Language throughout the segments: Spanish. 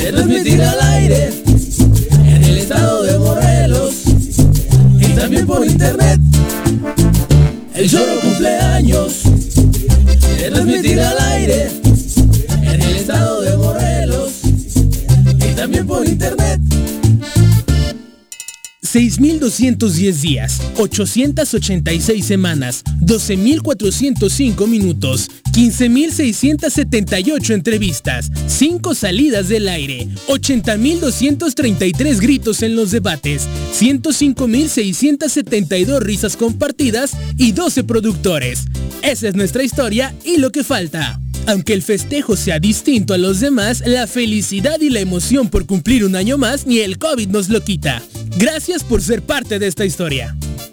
de transmitir al aire en el estado de Morelos y también por internet. El Choro cumpleaños, de transmitir al aire en el estado de Morelos y también por internet. 6,210 días, 886 semanas, 12,405 minutos, 15,678 entrevistas, 5 salidas del aire, 80,233 gritos en los debates, 105,672 risas compartidas y 12 productores. Esa es nuestra historia y lo que falta. Aunque el festejo sea distinto a los demás, la felicidad y la emoción por cumplir un año más ni el COVID nos lo quita. Gracias por ser parte de esta historia.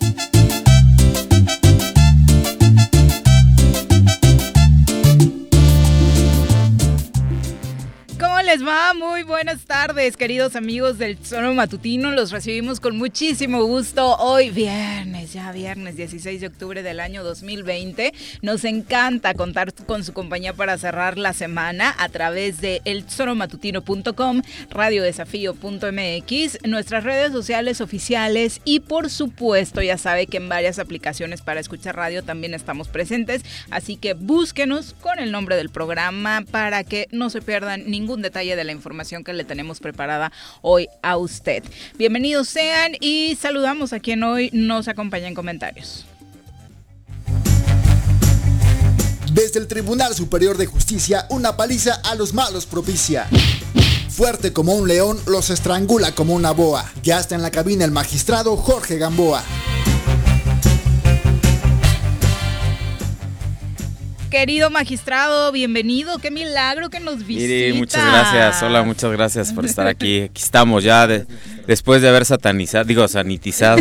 ¿Cómo les va? Muy buenas tardes, queridos amigos del Choro Matutino. Los recibimos con muchísimo gusto hoy viernes 16 de octubre del año 2020. Nos encanta contar con su compañía para cerrar la semana a través de elchoromatutino.com, radiodesafío.mx, nuestras redes sociales oficiales y por supuesto ya sabe que en varias aplicaciones para escuchar radio también estamos presentes, así que búsquenos con el nombre del programa para que no se pierdan ningún detalle de la información que le tenemos preparada hoy a usted. Bienvenidos sean y saludamos a quien hoy nos acompaña en comentarios. Desde el Tribunal Superior de Justicia, una paliza a los malos propicia. Fuerte como un león, los estrangula como una boa. Ya está en la cabina el magistrado Jorge Gamboa. Querido magistrado, bienvenido, qué milagro que nos visita. Miri, muchas gracias, hola, muchas gracias por estar aquí. Aquí estamos ya después de haber sanitizado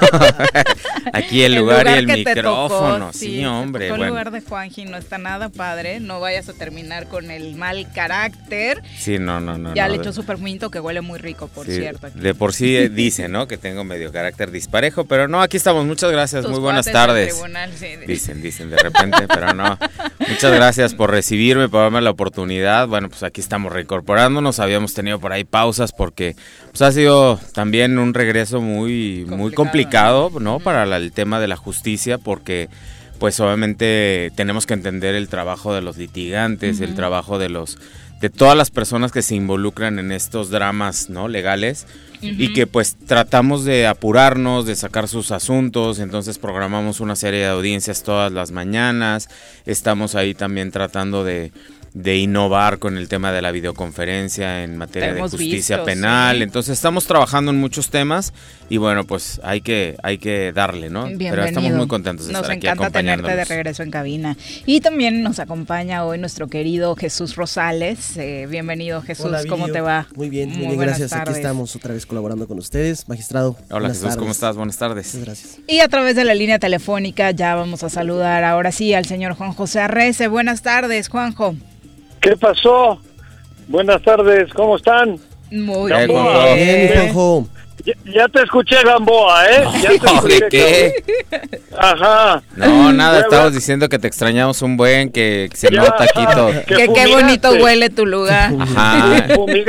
aquí el lugar y el micrófono. Tocó, sí, hombre. El lugar de Juanji no está nada padre, no vayas a terminar con el mal carácter. Sí, no. Ya le echó su perfumito que huele muy rico, por cierto. Aquí. De por sí dice, ¿no? Que tengo medio carácter disparejo, pero no, aquí estamos, muchas gracias, muy buenas tardes. Tribunal, sí. Dicen de repente, pero no. Muchas gracias por recibirme, por darme la oportunidad. Bueno, pues aquí estamos reincorporándonos. Habíamos tenido por ahí pausas porque pues ha sido también un regreso muy complicado, ¿no? Para el tema de la justicia, porque pues obviamente tenemos que entender el trabajo de los litigantes, el trabajo de todas las personas que se involucran en estos dramas, ¿no? Legales. Y que pues tratamos de apurarnos, de sacar sus asuntos, entonces programamos una serie de audiencias todas las mañanas, estamos ahí también tratando de innovar con el tema de la videoconferencia en materia de justicia penal, ¿sí? Entonces estamos trabajando en muchos temas y bueno, pues hay que darle, ¿no? Bienvenido. Pero estamos muy contentos de estar aquí acompañándonos. Nos encanta tenerte de regreso en cabina. Y también nos acompaña hoy nuestro querido Jesús Rosales. Bienvenido, Jesús. Hola, ¿Cómo te va? Muy bien, gracias. Tardes. Aquí estamos otra vez colaborando con ustedes. Magistrado. Hola Jesús, tardes. ¿Cómo estás? Buenas tardes. Muchas gracias. Y a través de la línea telefónica ya vamos a saludar ahora sí al señor Juan José Arrece. Buenas tardes, Juanjo. ¿Qué pasó? Buenas tardes, ¿cómo están? Muy Gamboa. Bien, Juanjo. Ya te escuché, Gamboa, ¿eh? Ya te escuché, ¿qué? Ajá. No, nada, estábamos diciendo que te extrañamos un buen, que se nota aquí todo. Que qué bonito huele tu lugar. Ajá.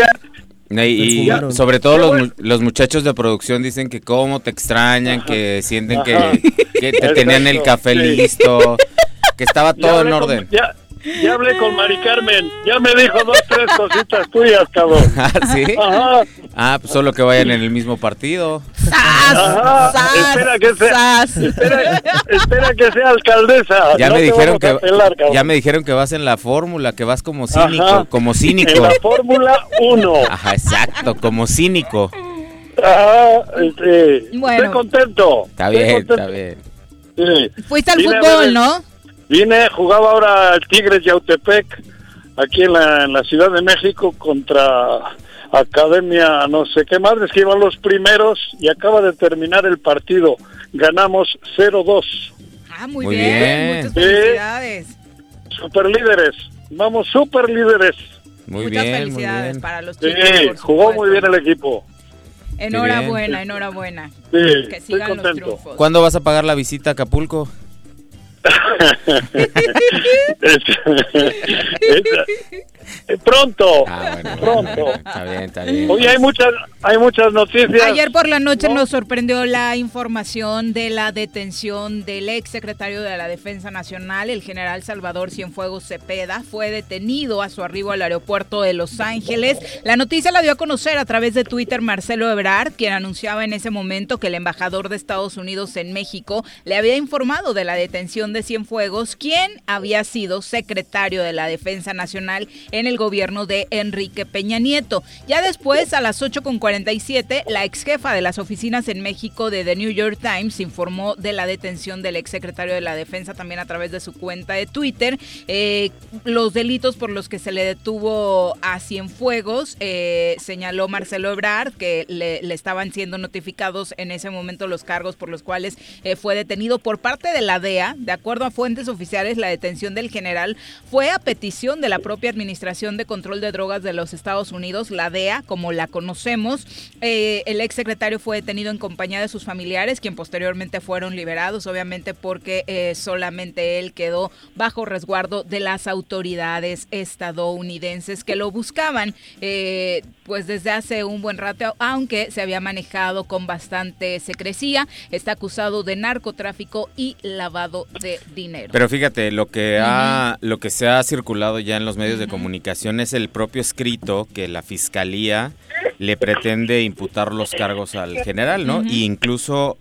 Y sobre todo bueno. los muchachos de producción dicen que cómo te extrañan, que sienten que te tenían el café listo, que estaba todo en orden. Ya hablé con Mari Carmen, ya me dijo 2-3 cositas tuyas, cabrón. ¿Ah, sí? Ajá. Pues solo que vayan en el mismo partido. Ajá. Espera que sea alcaldesa. Ya no me dijeron pelar, me dijeron que vas en la fórmula, que vas como cínico, Ajá. En la Fórmula 1. Ajá, exacto, como cínico. Ajá, bueno. Estoy contento. Está bien. Sí. Fuiste al fútbol, ¿no? Jugaba ahora el Tigres Yautepec, aquí en la Ciudad de México, contra Academia no sé qué más, es que iban los primeros y acaba de terminar el partido. Ganamos 0-2. Muy bien. Muchas felicidades. Superlíderes, vamos superlíderes. Muchas felicidades para los chicos. Sí, jugó muy bien el equipo. Enhorabuena. Sí, que sigan los triunfos. ¿Cuándo vas a pagar la visita a Pronto. Bueno, pronto. Está bien. Oye, hay muchas noticias. Ayer por la noche nos sorprendió la información de la detención del ex secretario de la Defensa Nacional, el general Salvador Cienfuegos Cepeda. Fue detenido a su arribo al aeropuerto de Los Ángeles. La noticia la dio a conocer a través de Twitter Marcelo Ebrard, quien anunciaba en ese momento que el embajador de Estados Unidos en México le había informado de la detención de Cienfuegos, quien había sido secretario de la Defensa Nacional en el gobierno de Enrique Peña Nieto. Ya después, a las 8:47, la ex jefa de las oficinas en México de The New York Times informó de la detención del ex secretario de la Defensa también a través de su cuenta de Twitter. Los delitos por los que se le detuvo a Cienfuegos, señaló Marcelo Ebrard que le estaban siendo notificados en ese momento los cargos por los cuales fue detenido por parte de la DEA. De acuerdo a fuentes oficiales, la detención del general fue a petición de la propia Administración de Control de Drogas de los Estados Unidos, la DEA, como la conocemos. El exsecretario fue detenido en compañía de sus familiares, quien posteriormente fueron liberados, obviamente porque solamente él quedó bajo resguardo de las autoridades estadounidenses que lo buscaban pues desde hace un buen rato, aunque se había manejado con bastante secrecía. Está acusado de narcotráfico y lavado de dinero. Pero fíjate, lo que se ha circulado ya en los medios de comunicación es el propio escrito que la fiscalía le pretende imputar los cargos al general, ¿no? Y incluso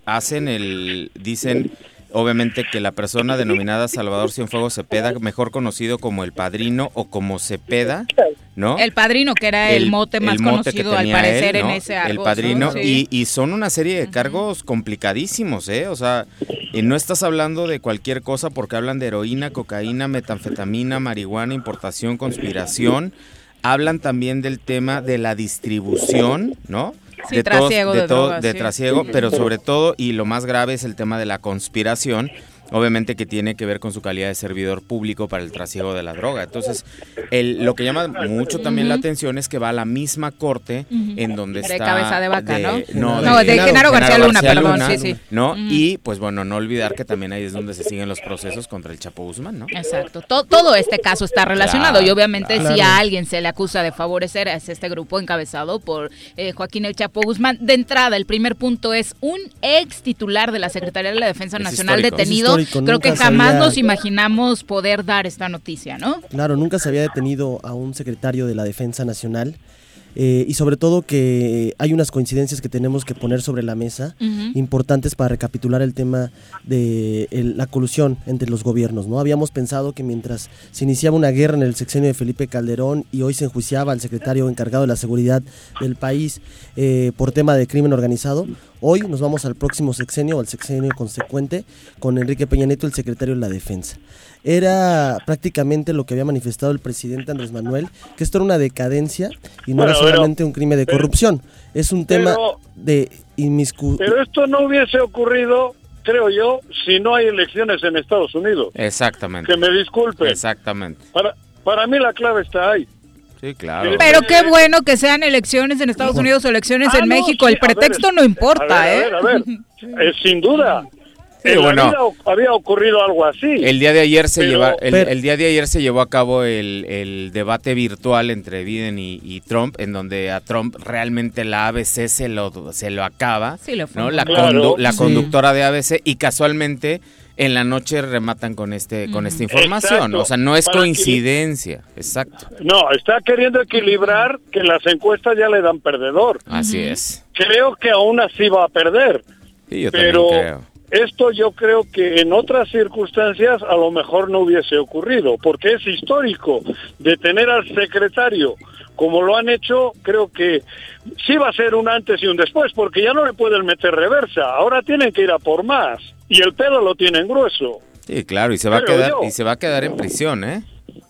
dicen obviamente que la persona denominada Salvador Cienfuegos Cepeda, mejor conocido como El Padrino o como Cepeda, ¿no? El Padrino, que era el mote más conocido al parecer él, ¿no? En ese argot, El Padrino, ¿no? Sí. y son una serie de cargos complicadísimos, o sea, no estás hablando de cualquier cosa porque hablan de heroína, cocaína, metanfetamina, marihuana, importación, conspiración, hablan también del tema de la distribución, ¿no? Sí, trasiego de drogas, de trasiego, pero sobre todo, y lo más grave es el tema de la conspiración, obviamente que tiene que ver con su calidad de servidor público para el trasiego de la droga. Entonces, lo que llama mucho también la atención es que va a la misma corte en donde está... De cabeza de vaca, ¿no? De Genaro García Luna, perdón, sí. ¿No? Y, pues bueno, no olvidar que también ahí es donde se siguen los procesos contra el Chapo Guzmán, ¿no? Exacto. Todo este caso está relacionado y obviamente si a alguien se le acusa de favorecer a este grupo encabezado por Joaquín El Chapo Guzmán, de entrada, el primer punto es un ex titular de la Secretaría de la Defensa Nacional detenido. Creo que jamás nos imaginamos poder dar esta noticia, ¿no? Claro, nunca se había detenido a un secretario de la Defensa Nacional. Y sobre todo que hay unas coincidencias que tenemos que poner sobre la mesa, importantes para recapitular el tema de la colusión entre los gobiernos, ¿no? Habíamos pensado que mientras se iniciaba una guerra en el sexenio de Felipe Calderón y hoy se enjuiciaba al secretario encargado de la seguridad del país por tema de crimen organizado, hoy nos vamos al próximo sexenio, al sexenio consecuente, con Enrique Peña Nieto, el secretario de la Defensa. Era prácticamente lo que había manifestado el presidente Andrés Manuel, que esto era una decadencia y no era solamente un crimen de corrupción, es un tema de inmiscusión. Pero esto no hubiese ocurrido, creo yo, si no hay elecciones en Estados Unidos. Exactamente. Que me disculpen. Exactamente. Para mí la clave está ahí. Sí, claro. Pero qué bueno que sean elecciones en Estados Unidos o elecciones en México. Sí, el pretexto no importa, a ver. Sin duda. Sí, bueno, había ocurrido algo así. El día de ayer se llevó a cabo el debate virtual entre Biden y Trump, en donde a Trump realmente la ABC se lo acaba, ¿no? La conductora de ABC, y casualmente en la noche rematan con esta información. Exacto. O sea, no es coincidencia. Exacto. No, está queriendo equilibrar que las encuestas ya le dan perdedor. Así es. Creo que aún así va a perder. Sí, yo también creo. Esto yo creo que en otras circunstancias a lo mejor no hubiese ocurrido, porque es histórico detener al secretario como lo han hecho. Creo que sí va a ser un antes y un después, porque ya no le pueden meter reversa, ahora tienen que ir a por más, y el pedo lo tienen grueso. Sí, claro, y se va a quedar en prisión, ¿eh?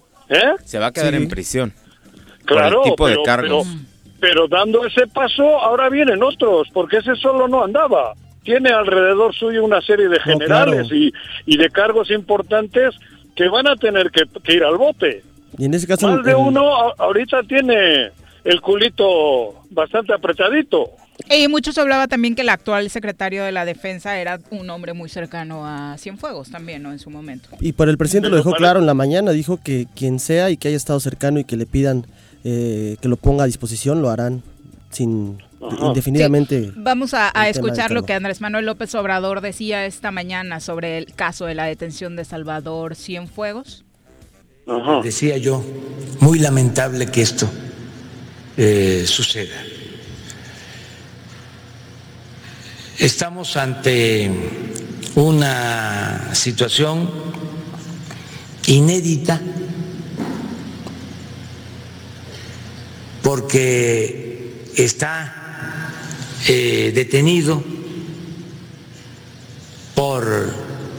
Se va a quedar en prisión. Claro, por el tipo de cargos. Pero dando ese paso, ahora vienen otros, porque ese solo no andaba. Tiene alrededor suyo una serie de generales y de cargos importantes que van a tener que ir al bote. Y en ese caso, más de uno ahorita tiene el culito bastante apretadito. Y muchos hablaba también que el actual secretario de la Defensa era un hombre muy cercano a Cienfuegos también, ¿no? En su momento. Y por el presidente lo dejó claro en la mañana, dijo que quien sea y que haya estado cercano y que le pidan que lo ponga a disposición, lo harán indefinidamente. Sí. Vamos a escuchar lo que Andrés Manuel López Obrador decía esta mañana sobre el caso de la detención de Salvador Cienfuegos. Decía yo, muy lamentable que esto suceda. Estamos ante una situación inédita porque está detenido por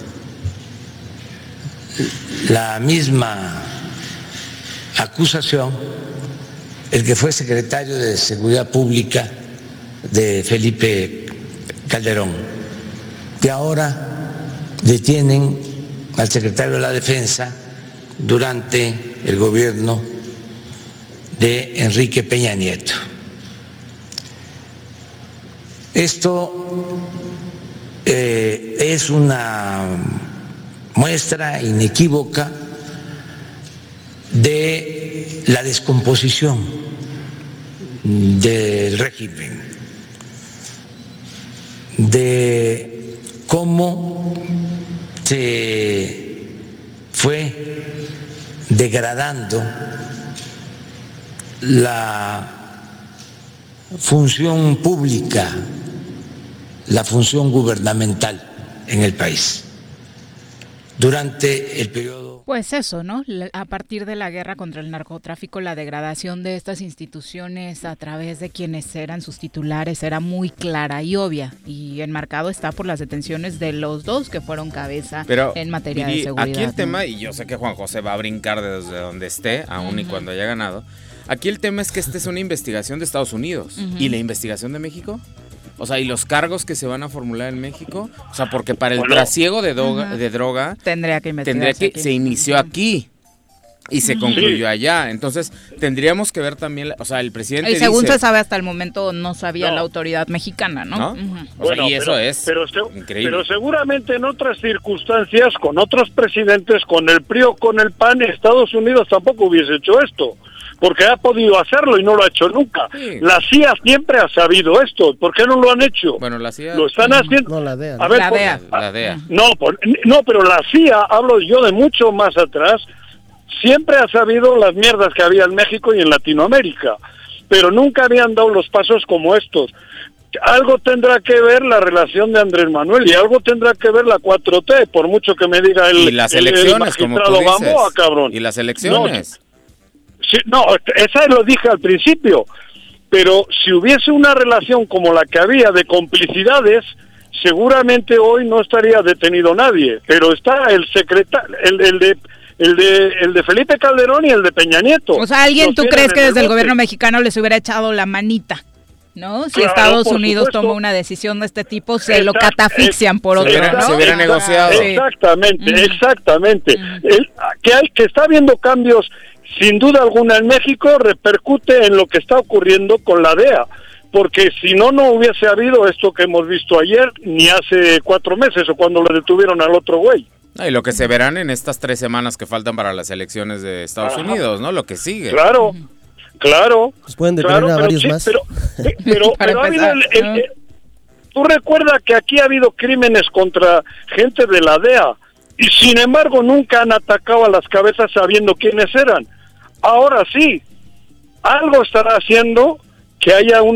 la misma acusación el que fue secretario de Seguridad Pública de Felipe Calderón, que ahora detienen al secretario de la Defensa durante el gobierno de Enrique Peña Nieto. Esto es una muestra inequívoca de la descomposición del régimen, de cómo se fue degradando la función pública, la función gubernamental en el país durante el periodo. Pues eso, ¿no? A partir de la guerra contra el narcotráfico, la degradación de estas instituciones a través de quienes eran sus titulares era muy clara y obvia, y enmarcado está por las detenciones de los dos que fueron cabeza en materia de seguridad. Aquí el tema, y yo sé que Juan José va a brincar desde donde esté, aún y cuando haya ganado, aquí el tema es que esta es una investigación de Estados Unidos. ¿Y la investigación de México? O sea, ¿y los cargos que se van a formular en México? O sea, porque para el trasiego de droga tendría que se inició aquí y se concluyó allá. Entonces, tendríamos que ver también, o sea, el presidente y según se sabe hasta el momento no sabía la autoridad mexicana, ¿no? O sea, y eso es increíble. Pero seguramente en otras circunstancias, con otros presidentes, con el PRI o con el PAN, Estados Unidos tampoco hubiese hecho esto, porque ha podido hacerlo y no lo ha hecho nunca. Sí. La CIA siempre ha sabido esto. ¿Por qué no lo han hecho? Bueno, la CIA... Lo están haciendo... No, la DEA. A ver, la DEA. No, pero la CIA, hablo yo de mucho más atrás, siempre ha sabido las mierdas que había en México y en Latinoamérica, pero nunca habían dado los pasos como estos. Algo tendrá que ver la relación de Andrés Manuel y algo tendrá que ver la 4T, por mucho que me diga el, y las elecciones, el magistrado Gamboa, cabrón. Y las elecciones. No, esa lo dije al principio, pero si hubiese una relación como la que había de complicidades, seguramente hoy no estaría detenido nadie, pero está el secretario, el de Felipe Calderón y el de Peña Nieto. O sea, ¿tú crees que desde el gobierno mexicano les hubiera echado la manita? ¿No? Si Estados Unidos toma una decisión de este tipo, se lo catafixian por otro, ¿no? Se hubiera negociado. Exactamente. Que está habiendo cambios, sin duda alguna, en México, repercute en lo que está ocurriendo con la DEA, porque si no hubiese habido esto que hemos visto ayer, ni hace 4 meses, o cuando le detuvieron al otro güey. Y lo que se verán en estas 3 semanas que faltan para las elecciones de Estados Unidos, ¿no? Lo que sigue. Claro. Pues pueden detener a varios más. Pero ha habido tú recuerdas que aquí ha habido crímenes contra gente de la DEA y sin embargo nunca han atacado a las cabezas sabiendo quiénes eran. Ahora sí, algo estará haciendo que haya un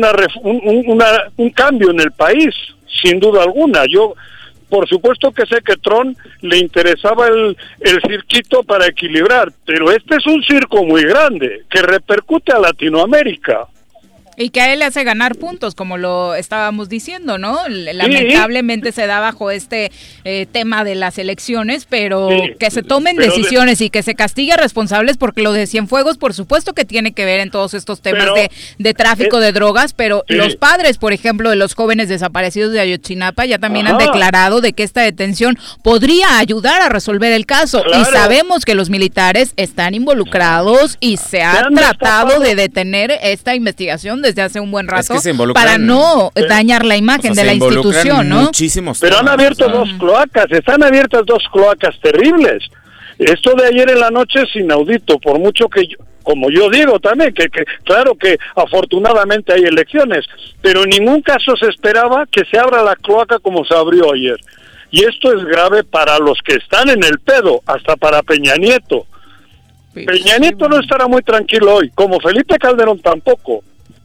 cambio en el país, sin duda alguna. Yo, por supuesto que sé que Trump le interesaba el circuito para equilibrar, pero este es un circo muy grande que repercute a Latinoamérica. Y que a él le hace ganar puntos, como lo estábamos diciendo, ¿no? Lamentablemente se da bajo este tema de las elecciones, pero que se tomen decisiones y que se castigue a responsables, porque lo de Cienfuegos, por supuesto que tiene que ver en todos estos temas de tráfico de drogas, pero los padres, por ejemplo, de los jóvenes desaparecidos de Ayotzinapa ya también han declarado de que esta detención podría ayudar a resolver el caso. Claro. Y sabemos que los militares están involucrados y se ha tratado de detener esta investigación desde hace un buen rato para no dañar la imagen de la institución, ¿no? Muchísimos pero han abierto dos cloacas, están abiertas dos cloacas terribles. Esto de ayer en la noche es inaudito, por mucho que como yo digo también, que claro que afortunadamente hay elecciones, pero en ningún caso se esperaba que se abra la cloaca como se abrió ayer. Y esto es grave para los que están en el pedo, hasta para Peña Nieto. Peña Nieto no estará muy tranquilo hoy, como Felipe Calderón tampoco.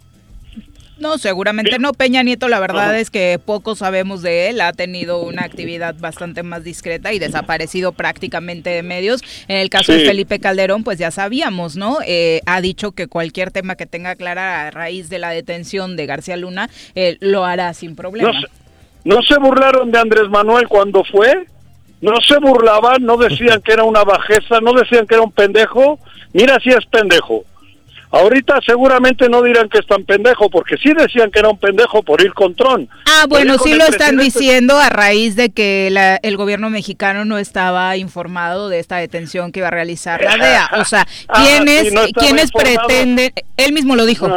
No, seguramente no. Peña Nieto, la verdad es que poco sabemos de él. Ha tenido una actividad bastante más discreta y desaparecido prácticamente de medios. En el caso de Felipe Calderón, pues ya sabíamos, ¿no? Ha dicho que cualquier tema que tenga clara a raíz de la detención de García Luna, lo hará sin problema. ¿No se burlaron de Andrés Manuel cuando fue? ¿No se burlaban? ¿No decían que era una bajeza? ¿No decían que era un pendejo? Mira si es pendejo. Ahorita seguramente no dirán que es tan pendejo, porque sí decían que era un pendejo por ir con Trump. Bueno, sí lo están diciendo a raíz de que el gobierno mexicano no estaba informado de esta detención que iba a realizar la DEA. O sea, ¿quiénes pretenden? Él mismo lo dijo,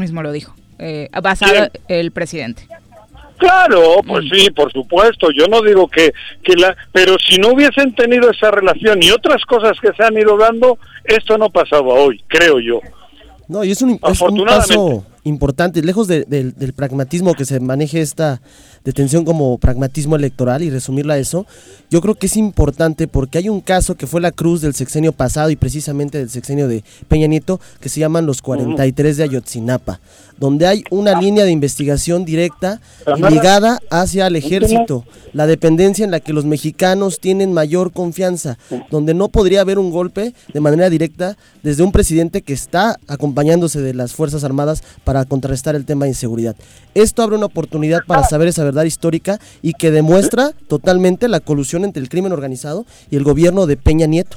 basado el presidente. Claro, pues sí, por supuesto, yo no digo pero si no hubiesen tenido esa relación y otras cosas que se han ido dando, esto no pasaba hoy, creo yo. No, y es un paso importante, lejos del pragmatismo que se maneje esta detención como pragmatismo electoral y resumirla a eso. Yo creo que es importante porque hay un caso que fue la cruz del sexenio pasado y precisamente del sexenio de Peña Nieto, que se llaman los 43 de Ayotzinapa, donde hay una línea de investigación directa ligada hacia el ejército, la dependencia en la que los mexicanos tienen mayor confianza, donde no podría haber un golpe de manera directa desde un presidente que está acompañándose de las Fuerzas Armadas para contrarrestar el tema de inseguridad. Esto abre una oportunidad para saber esa verdad histórica y que demuestra totalmente la colusión entre el crimen organizado y el gobierno de Peña Nieto.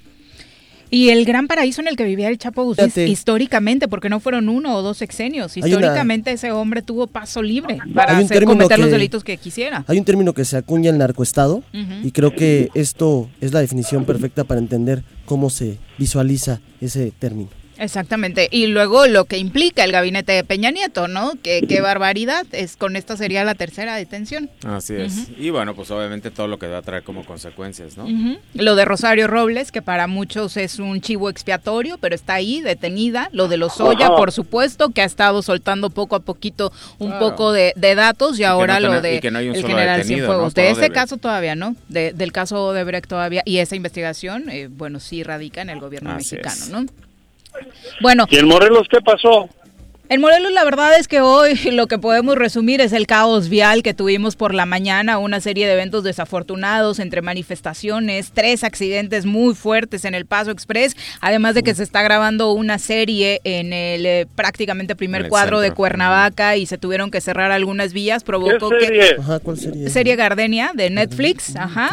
Y el gran paraíso en el que vivía el Chapo Guzmán históricamente, porque no fueron 1 o 2 sexenios, históricamente ese hombre tuvo paso libre para cometer los delitos que quisiera. Hay un término que se acuña el narcoestado y creo que esto es la definición perfecta para entender cómo se visualiza ese término. Exactamente, y luego lo que implica el gabinete de Peña Nieto, ¿no? Qué barbaridad, con esta sería la tercera detención. Así es, y bueno, pues obviamente todo lo que va a traer como consecuencias, ¿no? Lo de Rosario Robles, que para muchos es un chivo expiatorio, pero está ahí, detenida. Lo de Lozoya, por supuesto, que ha estado soltando poco a poquito un poco de datos, y ahora lo de el general Cienfuegos. ¿No? De ese caso todavía, ¿no? Del caso Odebrecht todavía, y esa investigación, bueno, sí radica en el gobierno mexicano, ¿no? Bueno. ¿Y en Morelos qué pasó? En Morelos la verdad es que hoy lo que podemos resumir es el caos vial que tuvimos por la mañana, una serie de eventos desafortunados entre manifestaciones, 3 accidentes muy fuertes en el Paso Express, además de que se está grabando una serie en el prácticamente primer cuadro de Cuernavaca y se tuvieron que cerrar algunas vías, provocó que... ¿Cuál serie? Serie Gardenia de Netflix,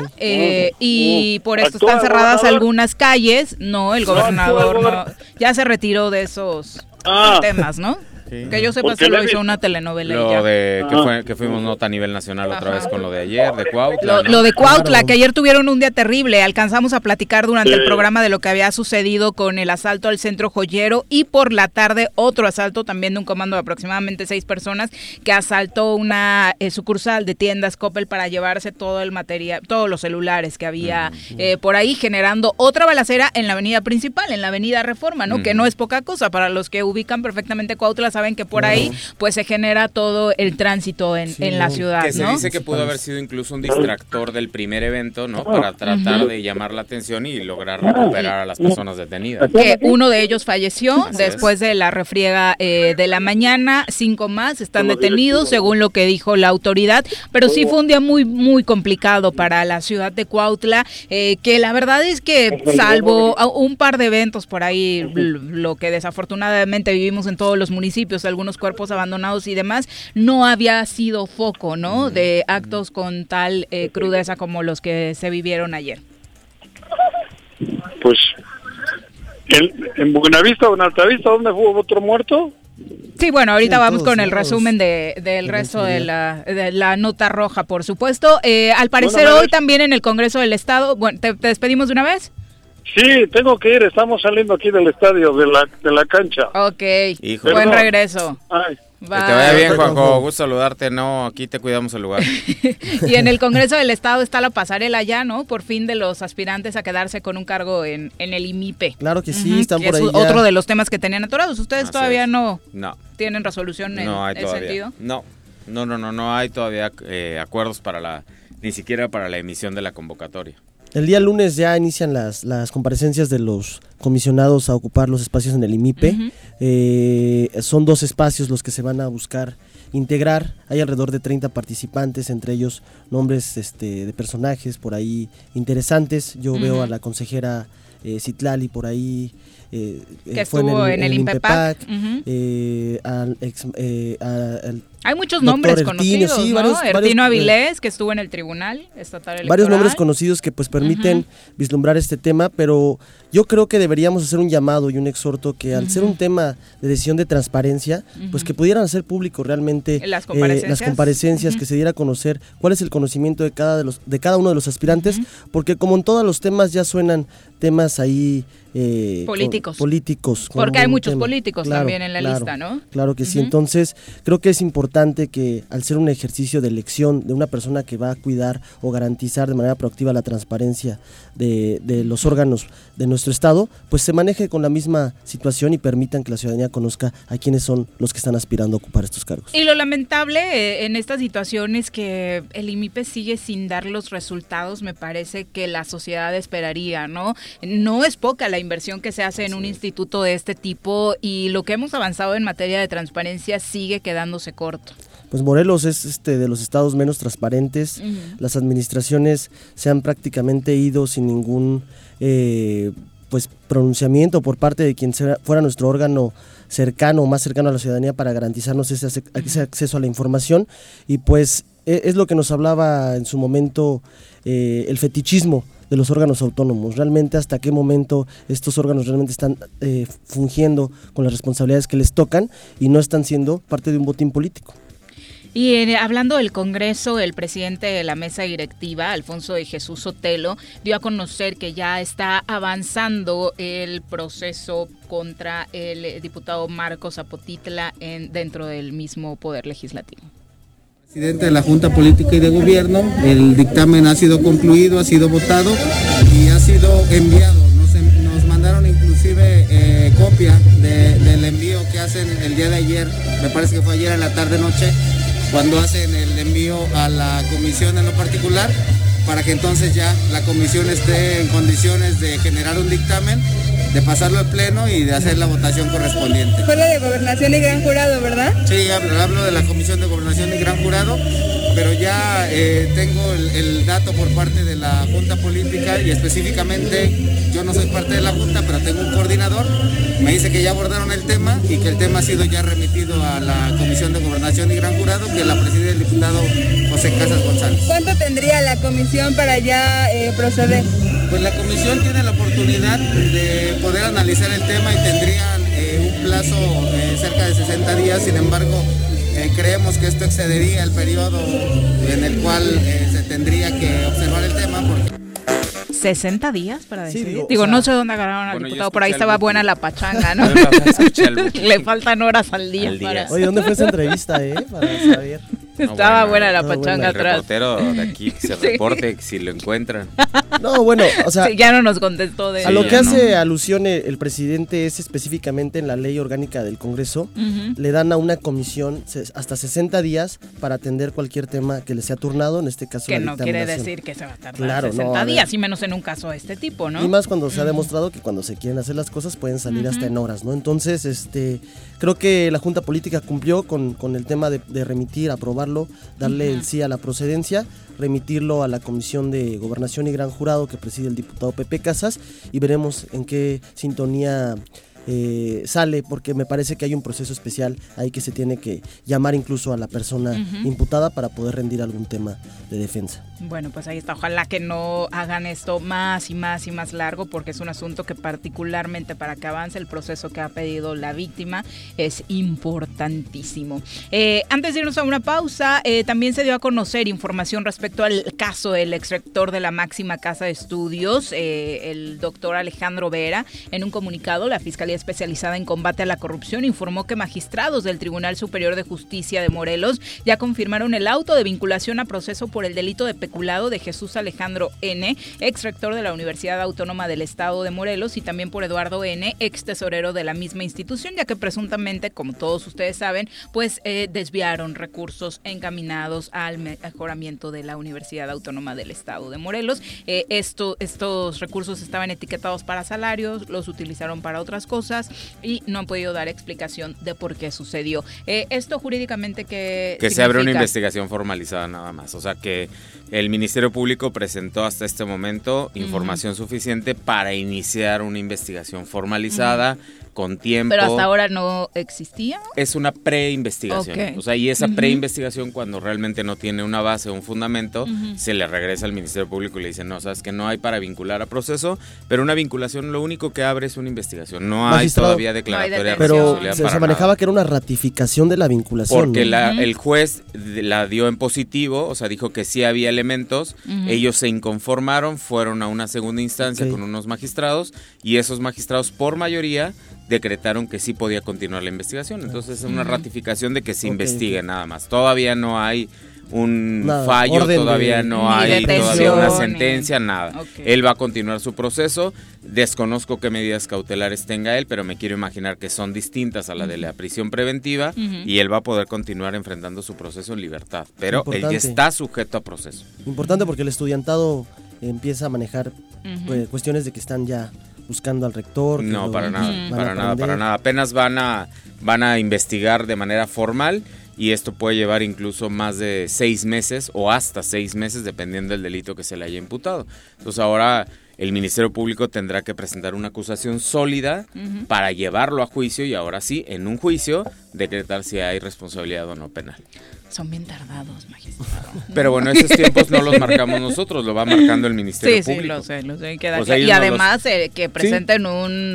y por esto están cerradas algunas calles, el gobernador ya se retiró de esos... temas, ¿no? Sí. Que yo sepa, se lo hizo una telenovela. Lo de que fuimos nota a nivel nacional otra vez con lo de ayer, de Cuautla. Lo de Cuautla, que ayer tuvieron un día terrible. Alcanzamos a platicar durante el programa de lo que había sucedido con el asalto al centro joyero y por la tarde otro asalto también de un comando de aproximadamente 6 personas que asaltó una sucursal de tiendas Coppel para llevarse todo el material, todos los celulares que había por ahí, generando otra balacera en la avenida principal, en la avenida Reforma, ¿no? Que no es poca cosa. Para los que ubican perfectamente Cuautla, saben que por ahí pues se genera todo el tránsito en la ciudad, que se dice que pudo haber sido incluso un distractor del primer evento, ¿no? Para tratar de llamar la atención y lograr recuperar a las personas detenidas. Que uno de ellos falleció después de la refriega de la mañana, 5 más están detenidos según lo que dijo la autoridad, pero sí fue un día muy muy complicado para la ciudad de Cuautla, que la verdad es que salvo un par de eventos por ahí, lo que desafortunadamente vivimos en todos los municipios, algunos cuerpos abandonados y demás, no había sido foco, ¿no? De actos con tal crudeza como los que se vivieron ayer. Pues en Buenavista o en Altavista, ¿dónde hubo otro muerto? Sí, bueno, ahorita vamos con el resumen del resto de la nota roja, por supuesto. Al parecer hoy también en el Congreso del Estado, bueno, ¿te despedimos de una vez? Sí, tengo que ir, estamos saliendo aquí del estadio, de la cancha. Ok, Híjole. buen regreso. Ay. Que te vaya bien, Juanjo, gusto saludarte, no, aquí te cuidamos el lugar. Y en el Congreso del Estado está la pasarela ya, ¿no? Por fin de los aspirantes a quedarse con un cargo en el IMIPE. Claro que sí, están por ahí es otro de los temas que tenían atorados. ¿Ustedes todavía no tienen resolución en ese sentido? No hay todavía acuerdos ni siquiera para la emisión de la convocatoria. El día lunes ya inician las comparecencias de los comisionados a ocupar los espacios en el IMIPE. Son 2 espacios los que se van a buscar integrar. Hay alrededor de 30 participantes, entre ellos nombres de personajes por ahí interesantes. Yo veo a la consejera Citlali por ahí. Que estuvo en el INPEPAC. Hay muchos nombres conocidos, sí, ¿no? Ertino Avilés, que estuvo en el Tribunal Estatal Electoral. Varios nombres conocidos que pues permiten vislumbrar este tema, pero yo creo que deberíamos hacer un llamado y un exhorto que al ser un tema de decisión de transparencia, pues que pudieran hacer público realmente las comparecencias, que se diera a conocer cuál es el conocimiento de cada uno de los aspirantes, porque como en todos los temas ya suenan temas ahí políticos. Porque hay muchos políticos también en la lista, ¿no? Claro que sí, entonces creo que es importante que al ser un ejercicio de elección de una persona que va a cuidar o garantizar de manera proactiva la transparencia de los órganos de nuestro estado, pues se maneje con la misma situación y permitan que la ciudadanía conozca a quiénes son los que están aspirando a ocupar estos cargos. Y lo lamentable en esta situación es que el IMIPE sigue sin dar los resultados, me parece, que la sociedad esperaría, ¿no? No es poca la inversión que se hace en un instituto de este tipo y lo que hemos avanzado en materia de transparencia sigue quedándose corto. Pues Morelos es de los estados menos transparentes. Las administraciones se han prácticamente ido sin ningún pues pronunciamiento por parte de quien fuera nuestro órgano cercano o más cercano a la ciudadanía para garantizarnos ese acceso a la información, y pues es lo que nos hablaba en su momento el fetichismo de los órganos autónomos. Realmente hasta qué momento estos órganos realmente están fungiendo con las responsabilidades que les tocan y no están siendo parte de un botín político. Y hablando del Congreso, el presidente de la mesa directiva, Alfonso de Jesús Sotelo, dio a conocer que ya está avanzando el proceso contra el diputado Marcos Zapotitla dentro del mismo Poder Legislativo. Presidente de la Junta Política y de Gobierno, el dictamen ha sido concluido, ha sido votado y ha sido enviado. Nos mandaron inclusive copia del envío que hacen el día de ayer, me parece que fue ayer en la tarde-noche, cuando hacen el envío a la comisión en lo particular, para que entonces ya la comisión esté en condiciones de generar un dictamen, de pasarlo al pleno y de hacer la votación correspondiente. Fue la de Gobernación y Gran Jurado, ¿verdad? Sí, hablo de la Comisión de Gobernación y Gran Jurado, pero ya tengo el dato por parte de la Junta Política y específicamente yo no soy parte de la Junta, pero tengo un coordinador, me dice que ya abordaron el tema y que el tema ha sido ya remitido a la Comisión de Gobernación y Gran Jurado, que la preside el diputado José Casas González. ¿Cuánto tendría la comisión para ya proceder? Pues la comisión tiene la oportunidad de poder analizar el tema y tendrían un plazo cerca de 60 días, sin embargo creemos que esto excedería el periodo en el cual se tendría que observar el tema. 60 días para decidir. Sí, digo, no sé dónde agarraron al diputado, por ahí estaba buena la pachanga, ¿no? Le faltan horas al día. Oye, ¿dónde fue esa entrevista, para saber? Estaba buena la pachanga atrás. El reportero de aquí que se reporte si lo encuentran. No, bueno, o sea, sí, ya no nos contestó de a lo que hace alusión el presidente es específicamente en la ley orgánica del Congreso, le dan a una comisión hasta 60 días para atender cualquier tema que le sea turnado, en este caso que la no quiere decir que se va a tardar 60 días, y menos en un caso de este tipo, ¿no? Y más cuando se ha demostrado que cuando se quieren hacer las cosas pueden salir hasta en horas, ¿no? Entonces, creo que la Junta Política cumplió con el tema de remitir, aprobarlo, darle el sí a la procedencia, remitirlo a la Comisión de Gobernación y Gran Jurado que preside el diputado Pepe Casas, y veremos en qué sintonía sale, porque me parece que hay un proceso especial ahí que se tiene que llamar incluso a la persona imputada para poder rendir algún tema de defensa. Bueno, pues ahí está. Ojalá que no hagan esto más y más y más largo, porque es un asunto que particularmente para que avance el proceso que ha pedido la víctima es importantísimo. Antes de irnos a una pausa, también se dio a conocer información respecto al caso del exrector de la máxima casa de estudios, el doctor Alejandro Vera. En un comunicado, la Fiscalía Especializada en Combate a la Corrupción informó que magistrados del Tribunal Superior de Justicia de Morelos ya confirmaron el auto de vinculación a proceso por el delito de peculado de Jesús Alejandro N., ex rector de la Universidad Autónoma del Estado de Morelos, y también por Eduardo N., ex tesorero de la misma institución, ya que presuntamente, como todos ustedes saben, pues desviaron recursos encaminados al mejoramiento de la Universidad Autónoma del Estado de Morelos. Estos recursos estaban etiquetados para salarios, los utilizaron para otras cosas y no han podido dar explicación de por qué sucedió. Esto jurídicamente que se abre una investigación formalizada nada más, o sea que el Ministerio Público presentó hasta este momento información suficiente para iniciar una investigación formalizada con tiempo. Pero hasta ahora no existía. Es una preinvestigación. Okay. O sea, y esa preinvestigación, cuando realmente no tiene una base o un fundamento, se le regresa al Ministerio Público y le dicen, no, sabes que no hay para vincular a proceso, pero una vinculación lo único que abre es una investigación. No hay todavía declaratoria. Pero se manejaba que era una ratificación de la vinculación. Porque el juez la dio en positivo, o sea, dijo que sí había elementos, ellos se inconformaron, fueron a una segunda instancia con unos magistrados, y esos magistrados por mayoría decretaron que sí podía continuar la investigación. Entonces es una ratificación de que se investigue nada más. Todavía no hay un fallo, todavía no hay todavía una sentencia, nada. Él va a continuar su proceso. Desconozco qué medidas cautelares tenga él, pero me quiero imaginar que son distintas a la de la prisión preventiva, y él va a poder continuar enfrentando su proceso en libertad. Pero él ya está sujeto a proceso. Importante, porque el estudiantado empieza a manejar cuestiones de que están ya buscando al rector. No, para nada. Apenas van a investigar de manera formal, y esto puede llevar incluso más de 6 meses o hasta 6 meses, dependiendo del delito que se le haya imputado. Entonces ahora el Ministerio Público tendrá que presentar una acusación sólida para llevarlo a juicio, y ahora sí, en un juicio, decretar si hay responsabilidad o no penal. Son bien tardados, magistrado. Pero bueno, esos tiempos no los marcamos nosotros, lo va marcando el Ministerio Público. Sí, lo sé. Y además que presenten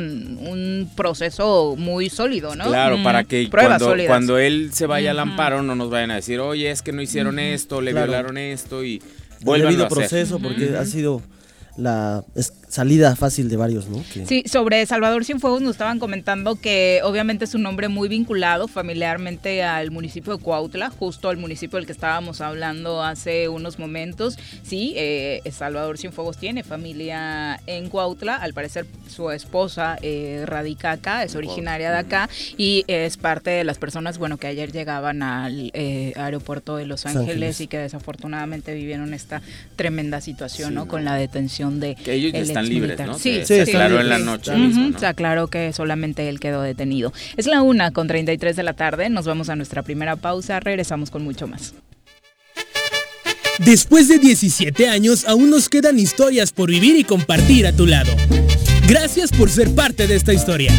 un proceso muy sólido, ¿no? Claro, para que cuando él se vaya al amparo no nos vayan a decir, oye, es que no hicieron esto, le violaron esto, y vuelvan a hacer. Proceso, porque ha sido la salida fácil de varios, ¿no? Sí, sobre Salvador Cienfuegos nos estaban comentando que obviamente es un nombre muy vinculado familiarmente al municipio de Cuautla, justo al municipio del que estábamos hablando hace unos momentos. Sí, Salvador Cienfuegos tiene familia en Cuautla, al parecer su esposa radica acá, es originaria de acá, y es parte de las personas, bueno, que ayer llegaban al aeropuerto de Los Ángeles y que desafortunadamente vivieron esta tremenda situación, ¿no? Con la detención de que ellos ya están libres, ¿no? Sí, se aclaró en la noche mismo, ¿no? Se aclaró que solamente él quedó detenido. Es la 1:33 de la tarde, nos vamos a nuestra primera pausa, regresamos con mucho más. Después de 17 años, aún nos quedan historias por vivir y compartir a tu lado. Gracias por ser parte de esta historia.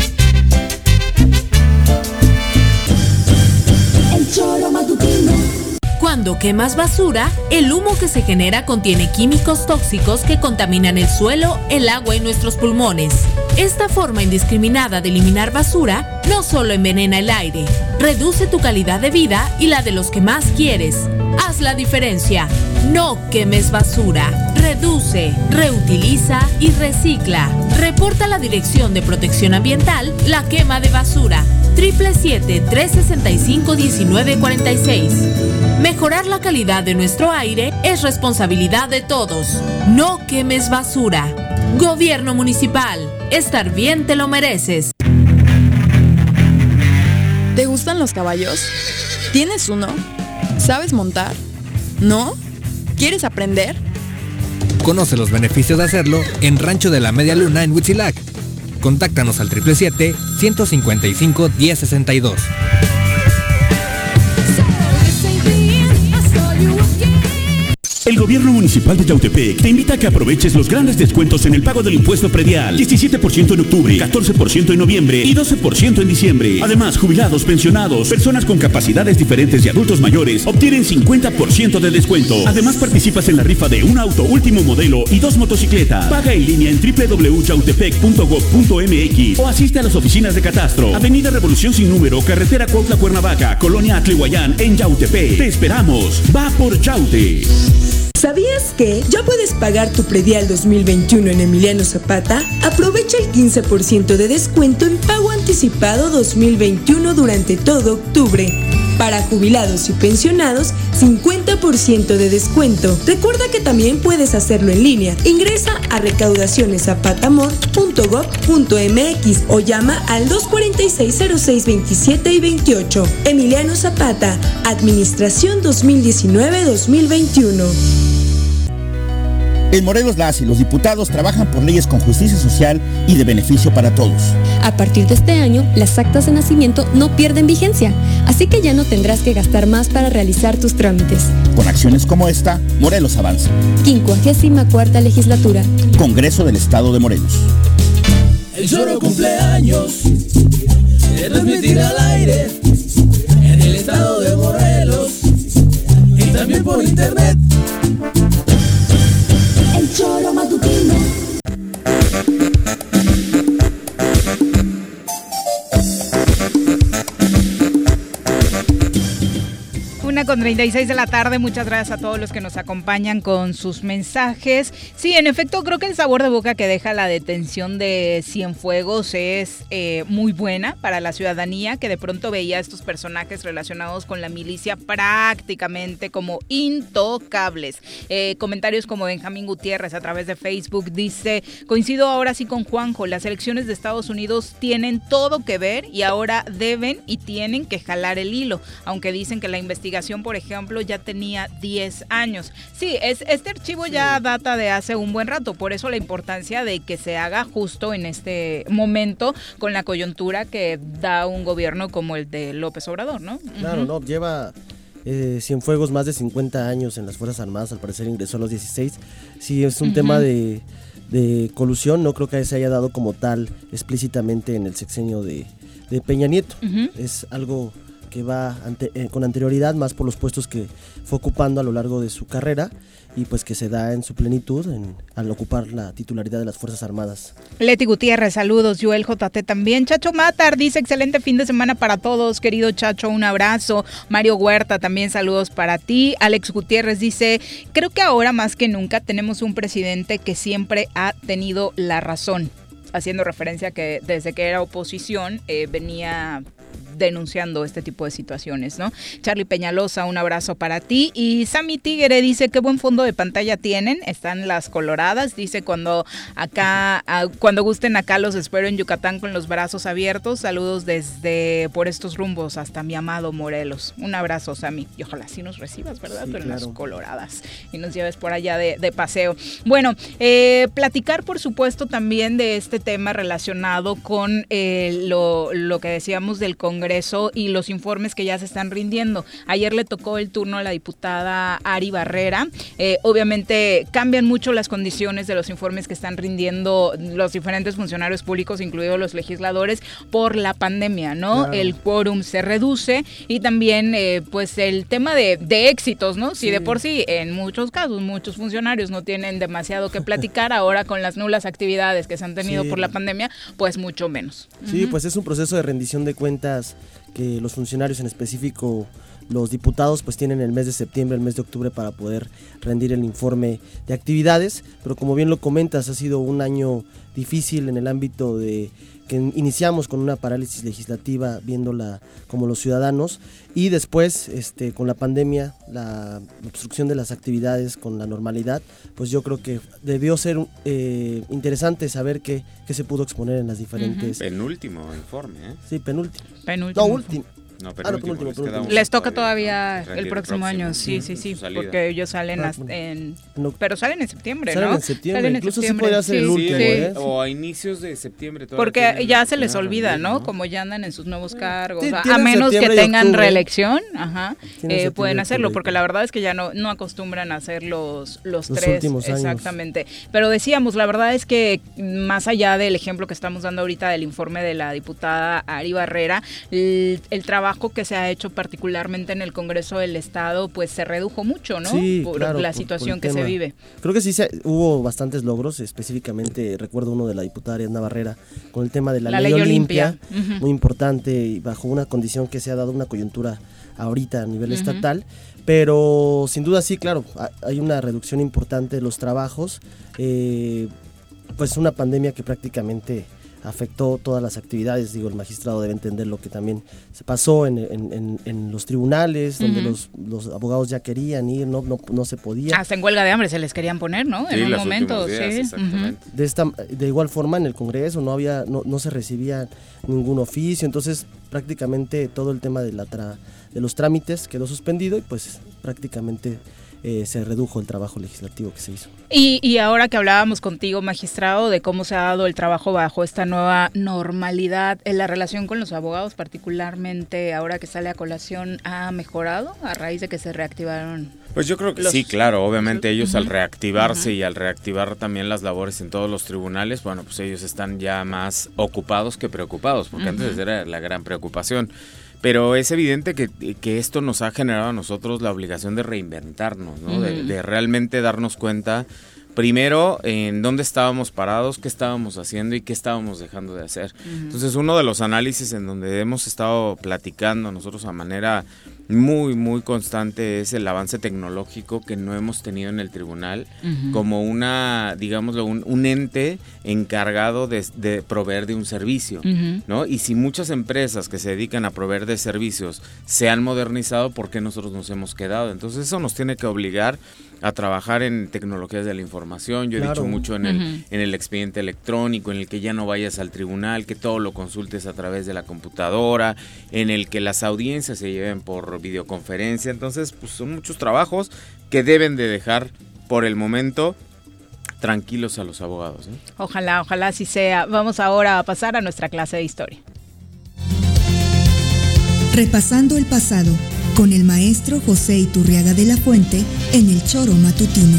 El Choro Matutino. Cuando quemas basura, el humo que se genera contiene químicos tóxicos que contaminan el suelo, el agua y nuestros pulmones. Esta forma indiscriminada de eliminar basura no solo envenena el aire, reduce tu calidad de vida y la de los que más quieres. Haz la diferencia. No quemes basura. Reduce, reutiliza y recicla. Reporta a la Dirección de Protección Ambiental la quema de basura. 777-365-1946. Mejorar la calidad de nuestro aire es responsabilidad de todos. No quemes basura. Gobierno Municipal. Estar bien te lo mereces. ¿Te gustan los caballos? ¿Tienes uno? ¿Sabes montar? ¿No? ¿Quieres aprender? Conoce los beneficios de hacerlo en Rancho de la Media Luna en Huitzilac. Contáctanos al 777-155-1062. El gobierno municipal de Yautepec te invita a que aproveches los grandes descuentos en el pago del impuesto predial. 17% en octubre, 14% en noviembre y 12% en diciembre. Además, jubilados, pensionados, personas con capacidades diferentes y adultos mayores obtienen 50% de descuento. Además, participas en la rifa de un auto último modelo y 2 motocicletas. Paga en línea en www.yautepec.gov.mx o asiste a las oficinas de Catastro. Avenida Revolución Sin Número, Carretera Cuautla-Cuernavaca, Colonia Atlihuayán, en Yautepec. Te esperamos. Va por Yaute. ¿Sabías que ya puedes pagar tu predial 2021 en Emiliano Zapata? Aprovecha el 15% de descuento en pago anticipado 2021 durante todo octubre. Para jubilados y pensionados, 50% de descuento. Recuerda que también puedes hacerlo en línea. Ingresa a recaudacionesapatamor.gov.mx o llama al 246-0627 y 28. Emiliano Zapata, Administración 2019-2021. En Morelos, las y los diputados trabajan por leyes con justicia social y de beneficio para todos. A partir de este año, las actas de nacimiento no pierden vigencia, así que ya no tendrás que gastar más para realizar tus trámites. Con acciones como esta, Morelos avanza. 54ª Legislatura. Congreso del Estado de Morelos. El Choro cumpleaños se transmitirá al aire en el estado de Morelos y también por internet. El Choro matutino. Con 36 de la tarde, muchas gracias a todos los que nos acompañan con sus mensajes. Sí, en efecto, creo que el sabor de boca que deja la detención de Cienfuegos es muy buena para la ciudadanía, que de pronto veía a estos personajes relacionados con la milicia prácticamente como intocables. Comentarios como Benjamín Gutiérrez a través de Facebook dice: coincido ahora sí con Juanjo, las elecciones de Estados Unidos tienen todo que ver y ahora deben y tienen que jalar el hilo, aunque dicen que la investigación, por ejemplo, ya tenía 10 años. Sí, este archivo ya data de hace un buen rato, por eso la importancia de que se haga justo en este momento con la coyuntura que da un gobierno como el de López Obrador, ¿no? Claro, no, lleva Cienfuegos más de 50 años en las Fuerzas Armadas, al parecer ingresó a los 16. Sí, es un tema de colusión, no creo que se haya dado como tal explícitamente en el sexenio de Peña Nieto. Es algo que va con anterioridad, más por los puestos que fue ocupando a lo largo de su carrera y pues que se da en su plenitud al ocupar la titularidad de las Fuerzas Armadas. Leti Gutiérrez, saludos. Joel JT también. Chacho Matar dice: excelente fin de semana para todos, querido Chacho, un abrazo. Mario Huerta también, saludos para ti. Alex Gutiérrez dice: creo que ahora más que nunca tenemos un presidente que siempre ha tenido la razón, haciendo referencia que desde que era oposición venía denunciando este tipo de situaciones, ¿no? Charlie Peñalosa, un abrazo para ti. Y Sammy Tigre dice: qué buen fondo de pantalla tienen, están las coloradas, dice: cuando gusten acá los espero en Yucatán con los brazos abiertos, saludos desde por estos rumbos hasta mi amado Morelos. Un abrazo, Sammy, y ojalá sí nos recibas, ¿verdad? Sí, pero claro, en las coloradas y nos lleves por allá de paseo. Bueno, platicar por supuesto también de este tema relacionado con lo que decíamos del Congreso y los informes que ya se están rindiendo. Ayer le tocó el turno a la diputada Ari Barrera. Obviamente cambian mucho las condiciones de los informes que están rindiendo los diferentes funcionarios públicos, incluidos los legisladores, por la pandemia, ¿no? Claro. El quórum se reduce y también pues el tema de éxitos, ¿no? Si de por sí en muchos casos muchos funcionarios no tienen demasiado que platicar, ahora con las nulas actividades que se han tenido por la pandemia, pues mucho menos. Sí, pues es un proceso de rendición de cuentas que los funcionarios, en específico los diputados, pues tienen el mes de septiembre, el mes de octubre para poder rendir el informe de actividades, pero como bien lo comentas, ha sido un año difícil en el ámbito de que iniciamos con una parálisis legislativa viéndola como los ciudadanos y después con la pandemia, la obstrucción de las actividades con la normalidad, pues yo creo que debió ser interesante saber qué se pudo exponer en las diferentes... Penúltimo informe, ¿eh? Sí, penúltimo. No, último. Les toca todavía el próximo año, sí, porque ellos salen pero salen en septiembre, ¿no? Salen en septiembre, incluso sí podría ser el último, o a inicios de septiembre. Porque ya se les olvida, ¿no? Como ya andan en sus nuevos cargos, a menos que tengan reelección, pueden hacerlo, porque la verdad es que ya no acostumbran a hacer los 3, últimos años. Exactamente. Pero decíamos, la verdad es que más allá del ejemplo que estamos dando ahorita del informe de la diputada Ari Barrera, el trabajo que se ha hecho particularmente en el Congreso del Estado, pues se redujo mucho, ¿no? Sí, por claro, la situación que se vive. Creo que sí hubo bastantes logros, específicamente recuerdo uno de la diputada Ariadna Barrera con el tema de la ley Olimpia, muy importante y bajo una condición que se ha dado una coyuntura ahorita a nivel estatal, pero sin duda sí, claro, hay una reducción importante de los trabajos, pues una pandemia que prácticamente afectó todas las actividades. El magistrado debe entender lo que también se pasó en los tribunales, donde los abogados ya querían ir, no se podía. Hasta en huelga de hambre se les querían poner, ¿no? En un momento, días, De igual forma en el Congreso no se recibía ningún oficio, entonces prácticamente todo el tema de los trámites quedó suspendido y pues prácticamente se redujo el trabajo legislativo que se hizo. Y ahora que hablábamos contigo, magistrado, de cómo se ha dado el trabajo bajo esta nueva normalidad, en la relación con los abogados, particularmente ahora que sale a colación, ¿ha mejorado a raíz de que se reactivaron? Pues yo creo que sí, claro, obviamente ellos al reactivarse y al reactivar también las labores en todos los tribunales, bueno, pues ellos están ya más ocupados que preocupados, porque antes era la gran preocupación. Pero es evidente que esto nos ha generado a nosotros la obligación de reinventarnos, ¿no? De realmente darnos cuenta, primero, en dónde estábamos parados, qué estábamos haciendo y qué estábamos dejando de hacer. Entonces, uno de los análisis en donde hemos estado platicando nosotros a manera muy, muy constante es el avance tecnológico que no hemos tenido en el tribunal, como digámoslo, un ente encargado de proveer de un servicio, ¿no? Y si muchas empresas que se dedican a proveer de servicios se han modernizado, ¿por qué nosotros nos hemos quedado? Entonces eso nos tiene que obligar a trabajar en tecnologías de la información. Yo he dicho mucho en el expediente electrónico, en el que ya no vayas al tribunal, que todo lo consultes a través de la computadora, en el que las audiencias se lleven por videoconferencia. Entonces, pues son muchos trabajos que deben de dejar por el momento tranquilos a los abogados, ¿eh? Ojalá así sea. Vamos ahora a pasar a nuestra clase de historia. Repasando el pasado, con el maestro José Iturriaga de la Fuente en el Choro Matutino.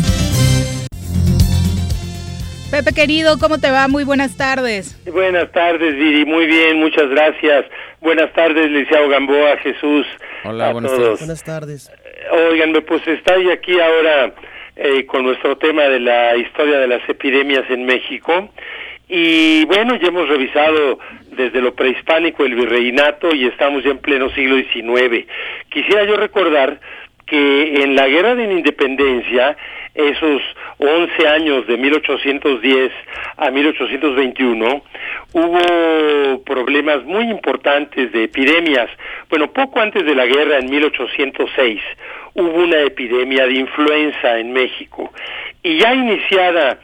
Pepe querido, ¿cómo te va? Muy buenas tardes. Buenas tardes, Viri, muy bien, muchas gracias. Buenas tardes, licenciado Gamboa, Jesús. Hola, buenas tardes. Buenas tardes. Óiganme, pues estoy aquí ahora con nuestro tema de la historia de las epidemias en México. Y bueno, ya hemos revisado desde lo prehispánico el virreinato y estamos ya en pleno siglo XIX. Quisiera yo recordar que en la Guerra de la Independencia, esos 11 años de 1810 a 1821, hubo problemas muy importantes de epidemias. Bueno, poco antes de la guerra, en 1806, hubo una epidemia de influenza en México. Y ya iniciada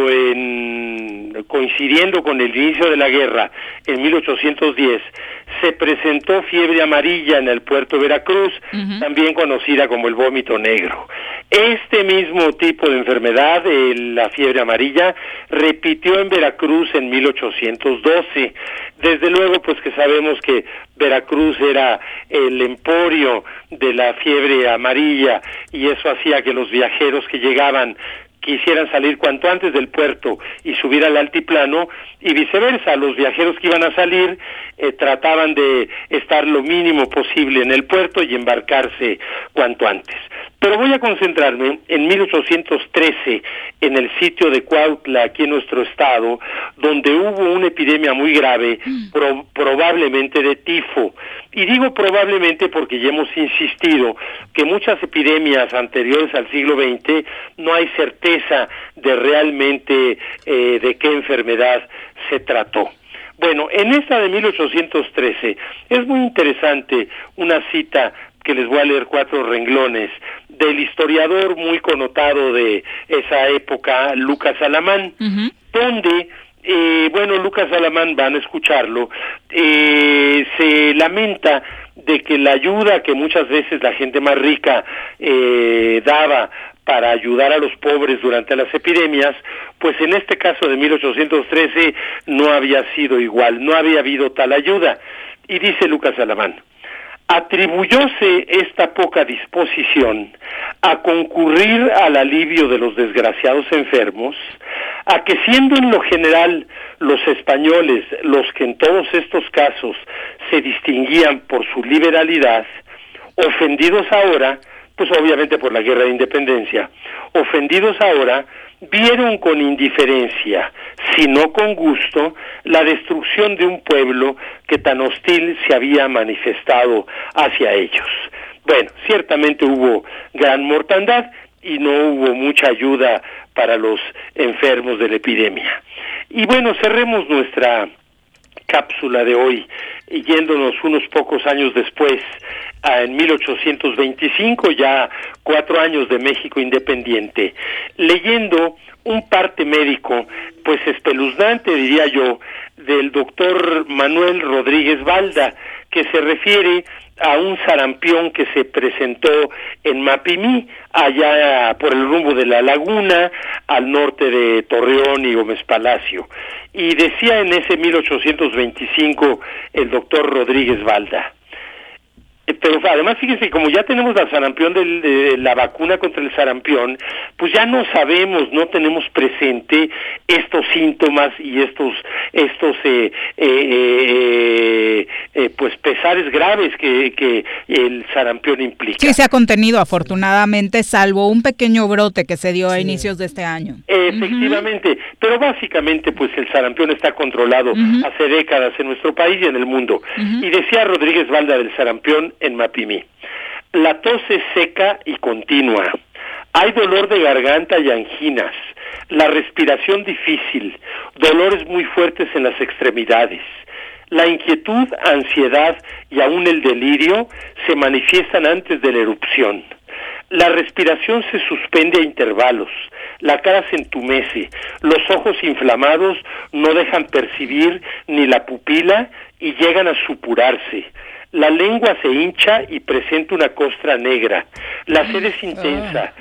coincidiendo con el inicio de la guerra, en 1810, se presentó fiebre amarilla en el puerto de Veracruz, también conocida como el vómito negro. Este mismo tipo de enfermedad, la fiebre amarilla, repitió en Veracruz en 1812. Desde luego, pues que sabemos que Veracruz era el emporio de la fiebre amarilla y eso hacía que los viajeros que llegaban quisieran salir cuanto antes del puerto y subir al altiplano, y viceversa, los viajeros que iban a salir trataban de estar lo mínimo posible en el puerto y embarcarse cuanto antes. Pero voy a concentrarme en 1813, en el sitio de Cuautla, aquí en nuestro estado, donde hubo una epidemia muy grave, probablemente de tifo. Y digo probablemente porque ya hemos insistido que muchas epidemias anteriores al siglo XX no hay certeza de realmente de qué enfermedad se trató. Bueno, en esta de 1813 es muy interesante una cita que les voy a leer 4 renglones, del historiador muy connotado de esa época, Lucas Alamán, donde, Lucas Alamán, van a escucharlo, se lamenta de que la ayuda que muchas veces la gente más rica daba para ayudar a los pobres durante las epidemias, pues en este caso de 1813 no había sido igual, no había habido tal ayuda. Y dice Lucas Alamán: atribuyóse esta poca disposición a concurrir al alivio de los desgraciados enfermos, a que siendo en lo general los españoles los que en todos estos casos se distinguían por su liberalidad, ofendidos ahora, pues obviamente por la guerra de independencia, ofendidos ahora, vieron con indiferencia, si no con gusto, la destrucción de un pueblo que tan hostil se había manifestado hacia ellos. Bueno, ciertamente hubo gran mortandad y no hubo mucha ayuda para los enfermos de la epidemia. Y bueno, cerremos nuestra cápsula de hoy, yéndonos unos pocos años después, en 1825, ya 4 años de México independiente, leyendo un parte médico, pues espeluznante, diría yo, del doctor Manuel Rodríguez Balda, que se refiere a un sarampión que se presentó en Mapimí, allá por el rumbo de la Laguna, al norte de Torreón y Gómez Palacio. Y decía en ese 1825 el doctor Rodríguez Balda. Pero además, fíjense, como ya tenemos la sarampión de la vacuna contra el sarampión, pues ya no sabemos, no tenemos presente estos síntomas y estos pues pesares graves que el sarampión implica. Sí, se ha contenido afortunadamente, salvo un pequeño brote que se dio a inicios de este año. Efectivamente, pero básicamente pues el sarampión está controlado hace décadas en nuestro país y en el mundo. Y decía Rodríguez Balda del sarampión en Mapimí: la tos es seca y continua, hay dolor de garganta y anginas, la respiración difícil, dolores muy fuertes en las extremidades. La inquietud, ansiedad y aún el delirio se manifiestan antes de la erupción. La respiración se suspende a intervalos, la cara se entumece, los ojos inflamados no dejan percibir ni la pupila y llegan a supurarse. La lengua se hincha y presenta una costra negra. La sed es intensa.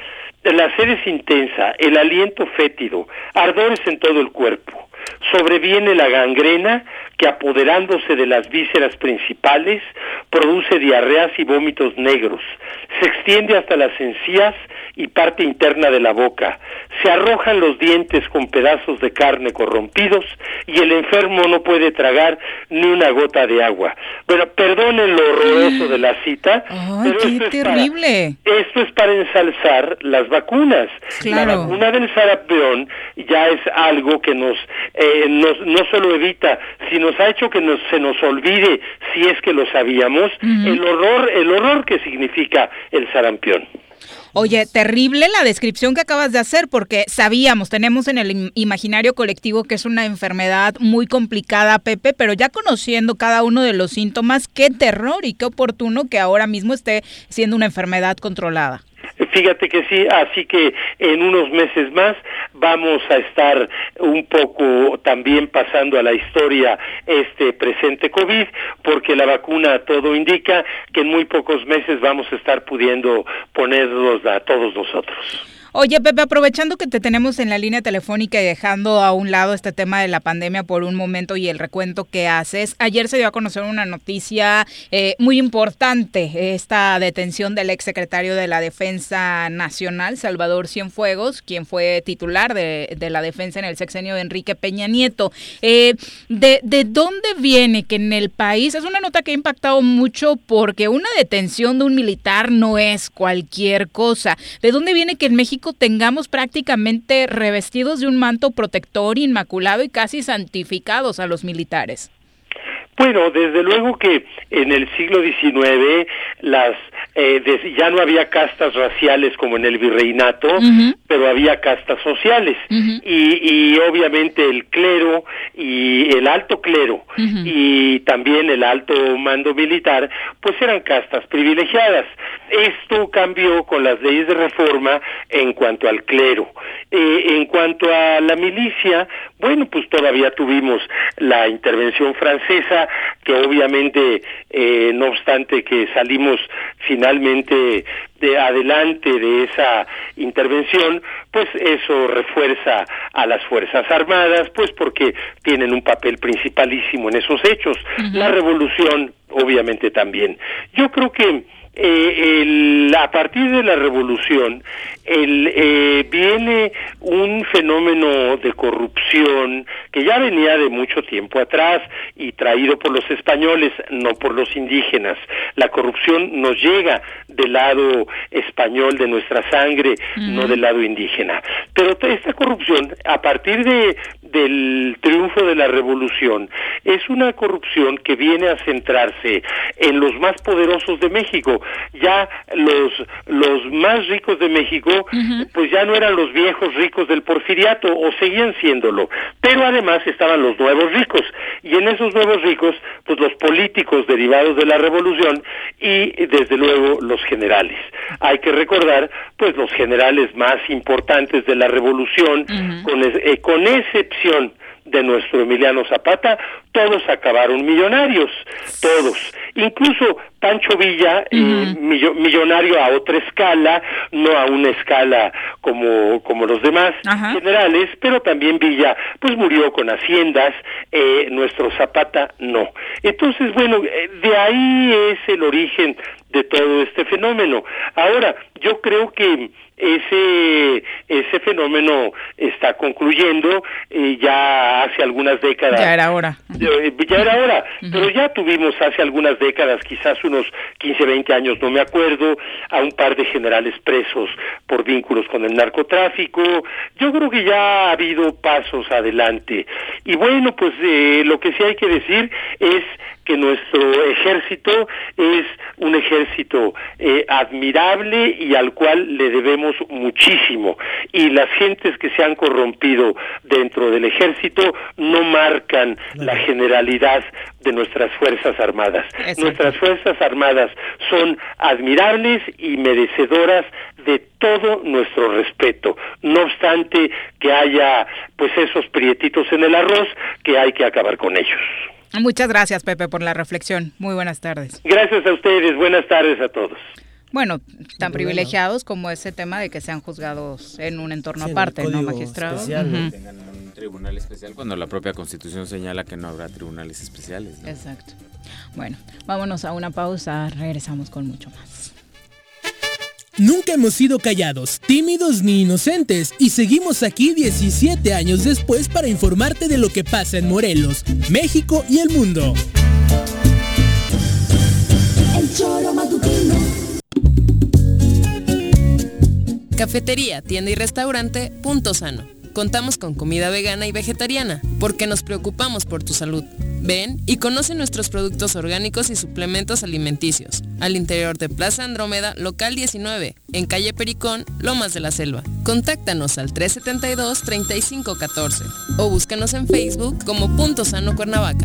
El aliento fétido, ardores en todo el cuerpo. Sobreviene la gangrena que, apoderándose de las vísceras principales, produce diarreas y vómitos negros. Se extiende hasta las encías y parte interna de la boca. Se arrojan los dientes con pedazos de carne corrompidos y el enfermo no puede tragar ni una gota de agua. Bueno, perdonen lo horroroso de la cita, pero qué terrible. Esto es para ensalzar las vacunas. Claro. La vacuna del sarampión ya es algo que no solo evita, sino ha hecho que se nos olvide, si es que lo sabíamos, el horror que significa el sarampión. Oye, terrible la descripción que acabas de hacer, porque sabíamos, tenemos en el imaginario colectivo que es una enfermedad muy complicada, Pepe, pero ya conociendo cada uno de los síntomas, qué terror y qué oportuno que ahora mismo esté siendo una enfermedad controlada. Fíjate que sí, así que en unos meses más vamos a estar un poco también pasando a la historia este presente COVID, porque la vacuna todo indica que en muy pocos meses vamos a estar pudiendo ponerlos a todos nosotros. Oye, Pepe, aprovechando que te tenemos en la línea telefónica y dejando a un lado este tema de la pandemia por un momento y el recuento que haces, ayer se dio a conocer una noticia muy importante, esta detención del exsecretario de la Defensa Nacional, Salvador Cienfuegos, quien fue titular de la defensa en el sexenio de Enrique Peña Nieto. ¿De dónde viene que en el país, es una nota que ha impactado mucho porque una detención de un militar no es cualquier cosa, ¿de dónde viene que en México tengamos prácticamente revestidos de un manto protector inmaculado y casi santificados a los militares? Bueno, desde luego que en el siglo XIX ya no había castas raciales como en el virreinato, pero había castas sociales, y obviamente el clero y el alto clero y también el alto mando militar, pues eran castas privilegiadas. Esto cambió con las leyes de reforma en cuanto al clero. En cuanto a la milicia, bueno, pues todavía tuvimos la intervención francesa, que obviamente, no obstante que salimos finalmente adelante de esa intervención, pues eso refuerza a las Fuerzas Armadas, pues porque tienen un papel principalísimo en esos hechos. La revolución, obviamente, también. Yo creo que a partir de la revolución viene un fenómeno de corrupción que ya venía de mucho tiempo atrás y traído por los españoles, no por los indígenas. La corrupción nos llega del lado español de nuestra sangre, no del lado indígena. Pero esta corrupción, a partir del triunfo de la revolución, es una corrupción que viene a centrarse en los más poderosos de México. Ya los más ricos de México, pues ya no eran los viejos ricos del porfiriato, o seguían siéndolo, pero además estaban los nuevos ricos, y en esos nuevos ricos, pues los políticos derivados de la revolución y desde luego los generales. Hay que recordar, pues los generales más importantes de la revolución, con excepción de nuestro Emiliano Zapata, todos acabaron millonarios, todos. Incluso Pancho Villa, millonario a otra escala, no a una escala como los demás generales, pero también Villa, pues murió con haciendas, nuestro Zapata no. Entonces, bueno, de ahí es el origen de todo este fenómeno. Ahora, yo creo que ese fenómeno está concluyendo ya hace algunas décadas. Ya era hora. Pero ya tuvimos hace algunas décadas, quizás unos 15, 20 años, no me acuerdo, a un par de generales presos por vínculos con el narcotráfico. Yo creo que ya ha habido pasos adelante. Y bueno, pues lo que sí hay que decir es que nuestro ejército es un ejército admirable y al cual le debemos muchísimo, y las gentes que se han corrompido dentro del ejército no marcan la generalidad de nuestras Fuerzas Armadas. Exacto. Nuestras Fuerzas Armadas son admirables y merecedoras de todo nuestro respeto, no obstante que haya pues esos prietitos en el arroz que hay que acabar con ellos. Muchas gracias, Pepe, por la reflexión. Muy buenas tardes. Gracias a ustedes. Buenas tardes a todos. Bueno, tan privilegiados como ese tema de que sean juzgados en un entorno aparte, ¿no, magistrado? Tengan un tribunal especial cuando la propia Constitución señala que no habrá tribunales especiales, ¿no? Exacto. Bueno, vámonos a una pausa. Regresamos con mucho más. Nunca hemos sido callados, tímidos ni inocentes, y seguimos aquí 17 años después para informarte de lo que pasa en Morelos, México y el mundo. El Choro Matutino. Cafetería, tienda y restaurante Punto Sano. Contamos con comida vegana y vegetariana, porque nos preocupamos por tu salud. Ven y conoce nuestros productos orgánicos y suplementos alimenticios. Al interior de Plaza Andrómeda, local 19, en calle Pericón, Lomas de la Selva. Contáctanos al 372-3514 o búscanos en Facebook como Punto Sano Cuernavaca.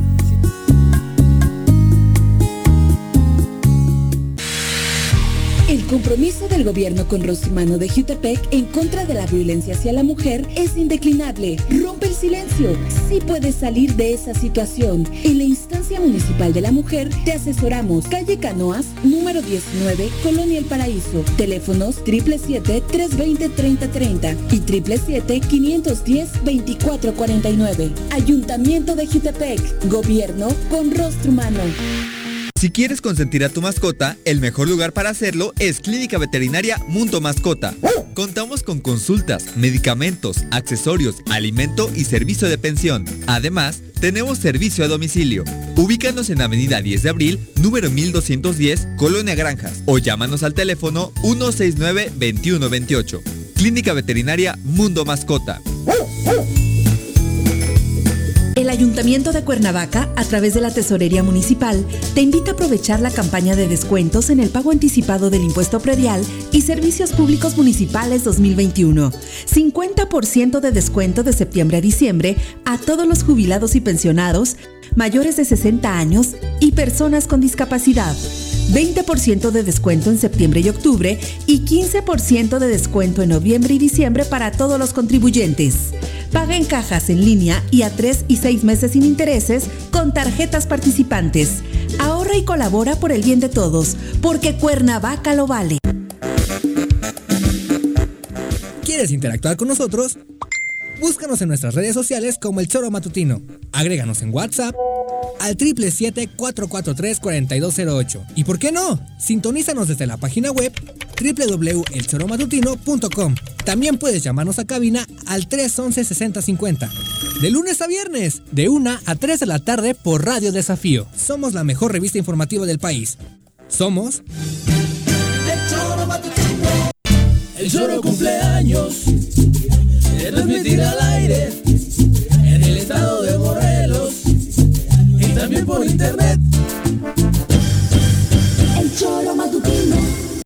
El compromiso del gobierno con Rostro Humano de Jutepec en contra de la violencia hacia la mujer es indeclinable. Rompe el silencio. Sí puedes salir de esa situación. En la instancia municipal de la mujer te asesoramos. Calle Canoas, número 19, Colonia El Paraíso. Teléfonos 777-320-3030 y 777-510-2449. Ayuntamiento de Jutepec. Gobierno con Rostro Humano. Si quieres consentir a tu mascota, el mejor lugar para hacerlo es Clínica Veterinaria Mundo Mascota. Contamos con consultas, medicamentos, accesorios, alimento y servicio de pensión. Además, tenemos servicio a domicilio. Ubícanos en Avenida 10 de Abril, número 1210, Colonia Granjas, o llámanos al teléfono 169-2128. Clínica Veterinaria Mundo Mascota. El Ayuntamiento de Cuernavaca, a través de la Tesorería Municipal, te invita a aprovechar la campaña de descuentos en el pago anticipado del impuesto predial y servicios públicos municipales 2021. 50% de descuento de septiembre a diciembre a todos los jubilados y pensionados, mayores de 60 años y personas con discapacidad. 20% de descuento en septiembre y octubre y 15% de descuento en noviembre y diciembre para todos los contribuyentes. Paga en cajas en línea y a 3 y 6 meses sin intereses con tarjetas participantes. Ahorra y colabora por el bien de todos, porque Cuernavaca lo vale. ¿Quieres interactuar con nosotros? Búscanos en nuestras redes sociales como El Choro Matutino. Agréganos en WhatsApp al 777-443-4208. ¿Y por qué no? Sintonízanos desde la página web www.elchoromatutino.com. También puedes llamarnos a cabina al 311-6050. De lunes a viernes, de 1 a 3 de la tarde por Radio Desafío. Somos la mejor revista informativa del país. Somos... El Choro Matutino. El Choro cumpleaños. Se transmitirá al aire en el estado de Morelos y también por internet. El Choro Matutino.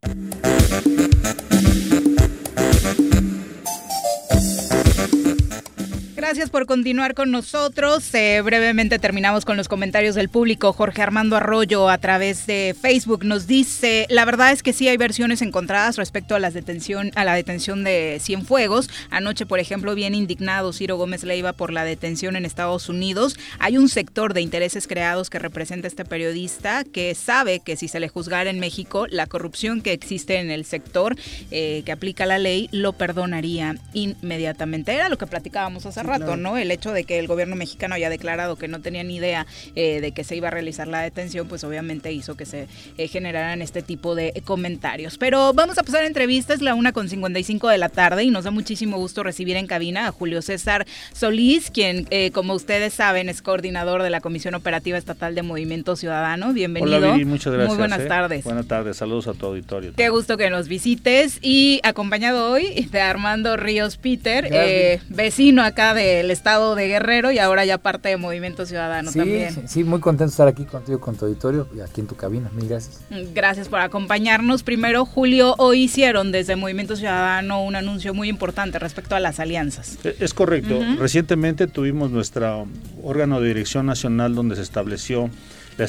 Gracias por continuar con nosotros. Brevemente terminamos con los comentarios del público. Jorge Armando Arroyo a través de Facebook nos dice: la verdad es que sí hay versiones encontradas respecto a la detención de Cienfuegos. Anoche, por ejemplo, bien indignado Ciro Gómez Leiva por la detención en Estados Unidos. Hay un sector de intereses creados que representa este periodista que sabe que si se le juzgara en México, la corrupción que existe en el sector que aplica la ley lo perdonaría inmediatamente. Era lo que platicábamos hace rato, ¿no? El hecho de que el gobierno mexicano haya declarado que no tenía ni idea de que se iba a realizar la detención, pues obviamente hizo que se generaran este tipo de comentarios. Pero vamos a pasar a entrevistas, la 1:55 de la tarde, y nos da muchísimo gusto recibir en cabina a Julio César Solís, quien, como ustedes saben, es coordinador de la Comisión Operativa Estatal de Movimiento Ciudadano. Bienvenido. Hola, Vivi, muchas gracias. Muy buenas tardes. Buenas tardes, saludos a tu auditorio. Qué gusto que nos visites, y acompañado hoy de Armando Ríos Peter, vecino acá del estado de Guerrero y ahora ya parte de Movimiento Ciudadano también. Sí, muy contento de estar aquí contigo, con tu auditorio y aquí en tu cabina. Mil gracias. Gracias por acompañarnos. Primero, Julio, hoy hicieron desde Movimiento Ciudadano un anuncio muy importante respecto a las alianzas. Es correcto. Recientemente tuvimos nuestro órgano de dirección nacional donde se estableció la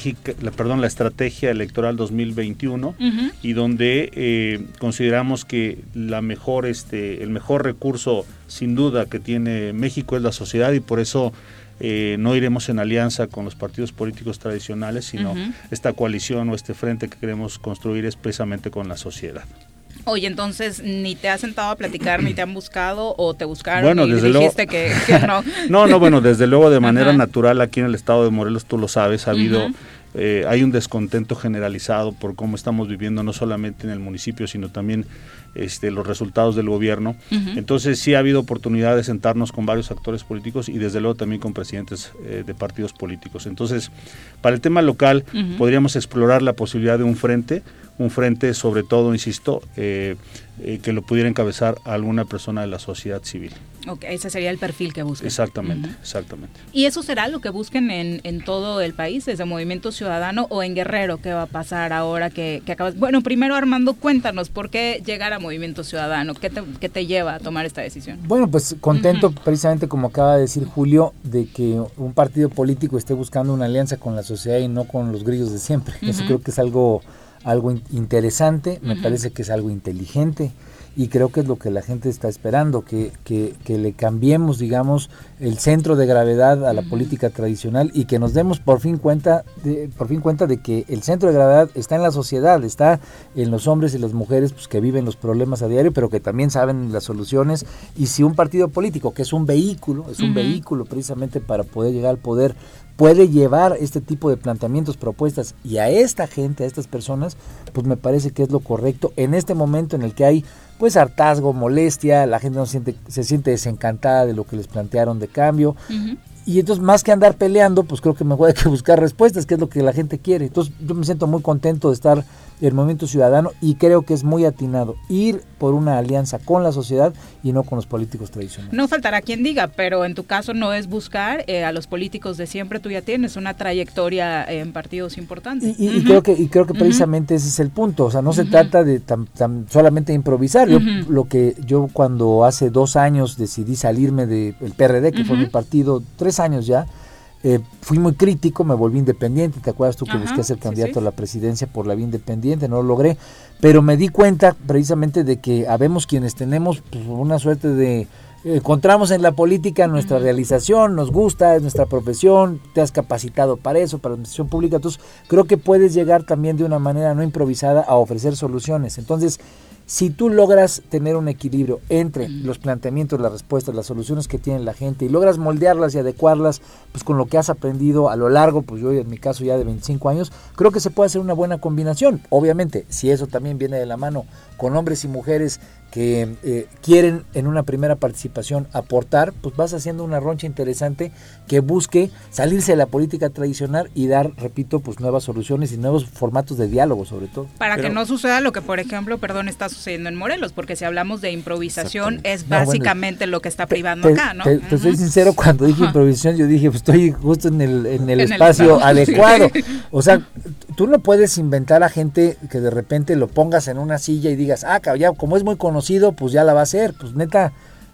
estrategia electoral 2021 y donde consideramos que el mejor recurso sin duda que tiene México es la sociedad, y por eso no iremos en alianza con los partidos políticos tradicionales, sino esta coalición o este frente que queremos construir es precisamente con la sociedad. Oye, entonces, ¿ni te has sentado a platicar, ni te han buscado, o te buscaron y dijiste que no? No, bueno, desde luego de manera natural aquí en el estado de Morelos, tú lo sabes, hay un descontento generalizado por cómo estamos viviendo, no solamente en el municipio, sino también los resultados del gobierno. Entonces sí ha habido oportunidad de sentarnos con varios actores políticos y desde luego también con presidentes de partidos políticos. Entonces, para el tema local, podríamos explorar la posibilidad de un frente sobre todo, insisto, que lo pudiera encabezar a alguna persona de la sociedad civil. Ok, ese sería el perfil que buscan. Exactamente. ¿Y eso será lo que busquen en todo el país, desde Movimiento Ciudadano, o en Guerrero? ¿Qué va a pasar ahora que acabas? Bueno, primero, Armando, cuéntanos, ¿por qué llegar a Movimiento Ciudadano? ¿Qué te lleva a tomar esta decisión? Bueno, pues contento, precisamente como acaba de decir Julio, de que un partido político esté buscando una alianza con la sociedad y no con los grillos de siempre. Eso creo que es algo interesante, me parece que es algo inteligente, y creo que es lo que la gente está esperando, que le cambiemos, digamos, el centro de gravedad a la política tradicional, y que nos demos por fin cuenta de que el centro de gravedad está en la sociedad, está en los hombres y las mujeres, pues, que viven los problemas a diario, pero que también saben las soluciones. Y si un partido político, que es un vehículo precisamente para poder llegar al poder, puede llevar este tipo de planteamientos, propuestas, y a esta gente, a estas personas, pues me parece que es lo correcto en este momento en el que hay pues hartazgo, molestia, la gente se siente desencantada de lo que les plantearon de cambio. Y entonces, más que andar peleando, pues creo que mejor hay que buscar respuestas, que es lo que la gente quiere. Entonces, yo me siento muy contento de estar en el Movimiento Ciudadano, y creo que es muy atinado ir por una alianza con la sociedad y no con los políticos tradicionales. No faltará quien diga, pero en tu caso no es buscar a los políticos de siempre. Tú ya tienes una trayectoria en partidos importantes. Y creo que precisamente ese es el punto. O sea, no se trata de solamente de improvisar. Yo cuando hace 2 años decidí salirme del PRD, que fue mi partido, 3 años ya, fui muy crítico, me volví independiente, ¿te acuerdas tú que busqué ser candidato sí. a la presidencia por la vía independiente? No lo logré, pero me di cuenta precisamente de que habemos quienes tenemos pues, una suerte de... encontramos en la política nuestra realización, nos gusta, es nuestra profesión, te has capacitado para eso, para la administración pública, entonces creo que puedes llegar también de una manera no improvisada a ofrecer soluciones. Entonces, si tú logras tener un equilibrio entre los planteamientos, las respuestas, las soluciones que tiene la gente y logras moldearlas y adecuarlas pues con lo que has aprendido a lo largo, pues yo en mi caso ya de 25 años, creo que se puede hacer una buena combinación. Obviamente, si eso también viene de la mano con hombres y mujeres que quieren en una primera participación aportar, pues vas haciendo una roncha interesante que busque salirse de la política tradicional y dar, repito, pues nuevas soluciones y nuevos formatos de diálogo sobre todo. Para que no suceda lo que, por ejemplo, está sucediendo en Morelos, porque si hablamos de improvisación es básicamente lo que está privando acá, ¿no? Te soy sincero, cuando dije improvisación yo dije, pues estoy justo en el espacio adecuado. O sea, tú no puedes inventar a gente que de repente lo pongas en una silla y digas, ya como es muy conocido, pues ya la va a hacer. Pues neta,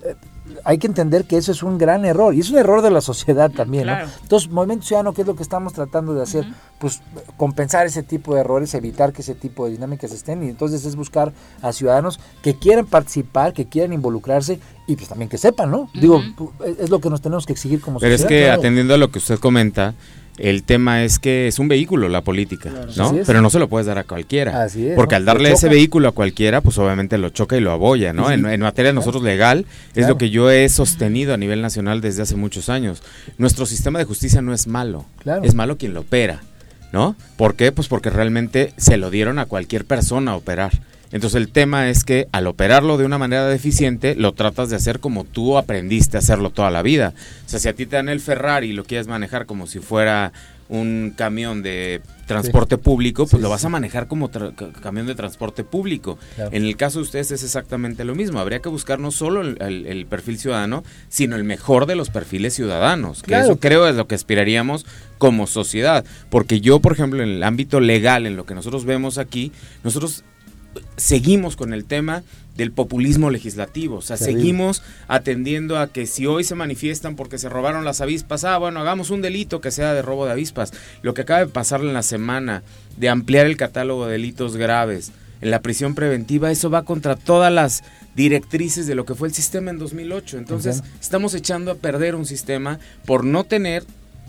hay que entender que eso es un gran error, y es un error de la sociedad también, claro. ¿No? Entonces, Movimiento Ciudadano, ¿qué es lo que estamos tratando de hacer? Pues compensar ese tipo de errores, evitar que ese tipo de dinámicas estén, y entonces es buscar a ciudadanos que quieran participar, que quieran involucrarse, y pues también que sepan, ¿no? Digo, es lo que nos tenemos que exigir como sociedad. Pero es que claro. Atendiendo a lo que usted comenta, el tema es que es un vehículo la política, claro, ¿no? Pero no se lo puedes dar a cualquiera. Así es, porque ¿no? al darle ese vehículo a cualquiera, pues obviamente lo choca y lo abolla, ¿no? Sí. En materia de nosotros legal, es lo que yo he sostenido a nivel nacional desde hace muchos años. Nuestro sistema de justicia no es malo, es malo quien lo opera, ¿no? ¿Por qué? Pues porque realmente se lo dieron a cualquier persona a operar. Entonces el tema es que al operarlo de una manera deficiente, lo tratas de hacer como tú aprendiste a hacerlo toda la vida. O sea, si a ti te dan el Ferrari y lo quieres manejar como si fuera un camión de transporte público, pues lo vas a manejar como camión de transporte público. Claro. En el caso de ustedes es exactamente lo mismo. Habría que buscar no solo el perfil ciudadano, sino el mejor de los perfiles ciudadanos. Que eso creo es lo que aspiraríamos como sociedad. Porque yo, por ejemplo, en el ámbito legal, en lo que nosotros vemos aquí, nosotros seguimos con el tema del populismo legislativo, o sea, seguimos atendiendo a que si hoy se manifiestan porque se robaron las avispas, hagamos un delito que sea de robo de avispas. Lo que acaba de pasar en la semana de ampliar el catálogo de delitos graves en la prisión preventiva, eso va contra todas las directrices de lo que fue el sistema en 2008. Entonces, estamos echando a perder un sistema por no tener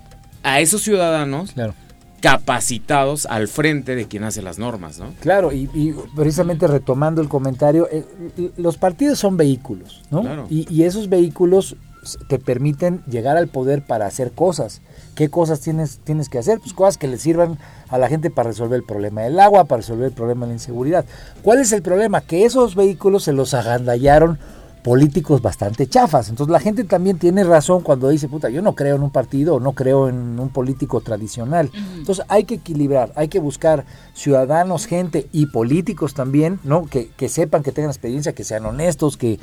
a esos ciudadanos capacitados al frente de quien hace las normas, ¿no? Claro, y precisamente retomando el comentario, los partidos son vehículos, ¿no? Claro. Y esos vehículos te permiten llegar al poder para hacer cosas. ¿Qué cosas tienes que hacer? Pues cosas que le sirvan a la gente para resolver el problema del agua, para resolver el problema de la inseguridad. ¿Cuál es el problema? Que esos vehículos se los agandallaron políticos bastante chafas. Entonces la gente también tiene razón cuando dice, yo no creo en un partido o no creo en un político tradicional. Entonces hay que equilibrar, hay que buscar ciudadanos, gente y políticos también, ¿no? Que sepan, que tengan experiencia, que sean honestos, que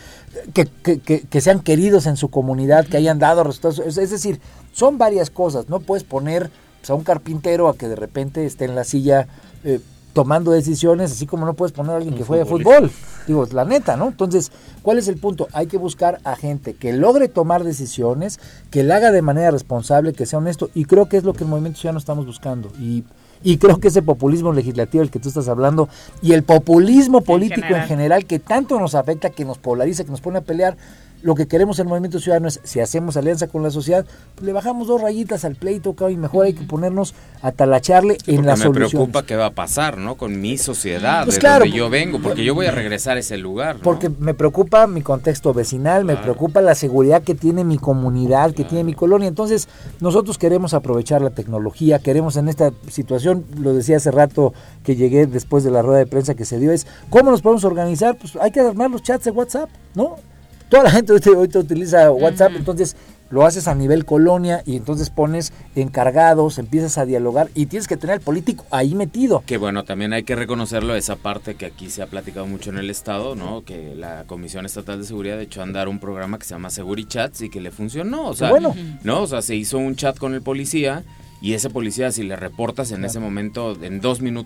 sean queridos en su comunidad, que hayan dado resultados. Es decir, son varias cosas. No puedes poner a un carpintero a que de repente esté en la silla tomando decisiones, así como no puedes poner a alguien que juegue fútbol. Digo, la neta, ¿no? Entonces, ¿cuál es el punto? Hay que buscar a gente que logre tomar decisiones, que la haga de manera responsable, que sea honesto, y creo que es lo que el Movimiento Ciudadano estamos buscando. Y creo que ese populismo legislativo del que tú estás hablando, y el populismo político en general que tanto nos afecta, que nos polariza, que nos pone a pelear, lo que queremos en el Movimiento Ciudadano es, si hacemos alianza con la sociedad, pues le bajamos 2 rayitas al pleito, y mejor hay que ponernos a talacharle en la solución. Me preocupa qué va a pasar, ¿no? Con mi sociedad, pues de donde yo vengo, porque yo voy a regresar a ese lugar, ¿no? Porque me preocupa mi contexto vecinal, me preocupa la seguridad que tiene mi comunidad, que tiene mi colonia. Entonces, nosotros queremos aprovechar la tecnología, queremos en esta situación, lo decía hace rato que llegué después de la rueda de prensa que se dio, es ¿cómo nos podemos organizar? Pues hay que armar los chats de WhatsApp, ¿no? Toda la gente hoy te utiliza WhatsApp, entonces lo haces a nivel colonia y entonces pones encargados, empiezas a dialogar y tienes que tener al político ahí metido. Que bueno, también hay que reconocerlo, esa parte que aquí se ha platicado mucho en el estado, ¿no? Que la Comisión Estatal de Seguridad echó a andar un programa que se llama Segurichats y que le funcionó, o sea, ¿no? O sea, se hizo un chat con el policía y ese policía, si le reportas en ese momento, en 2 minutos,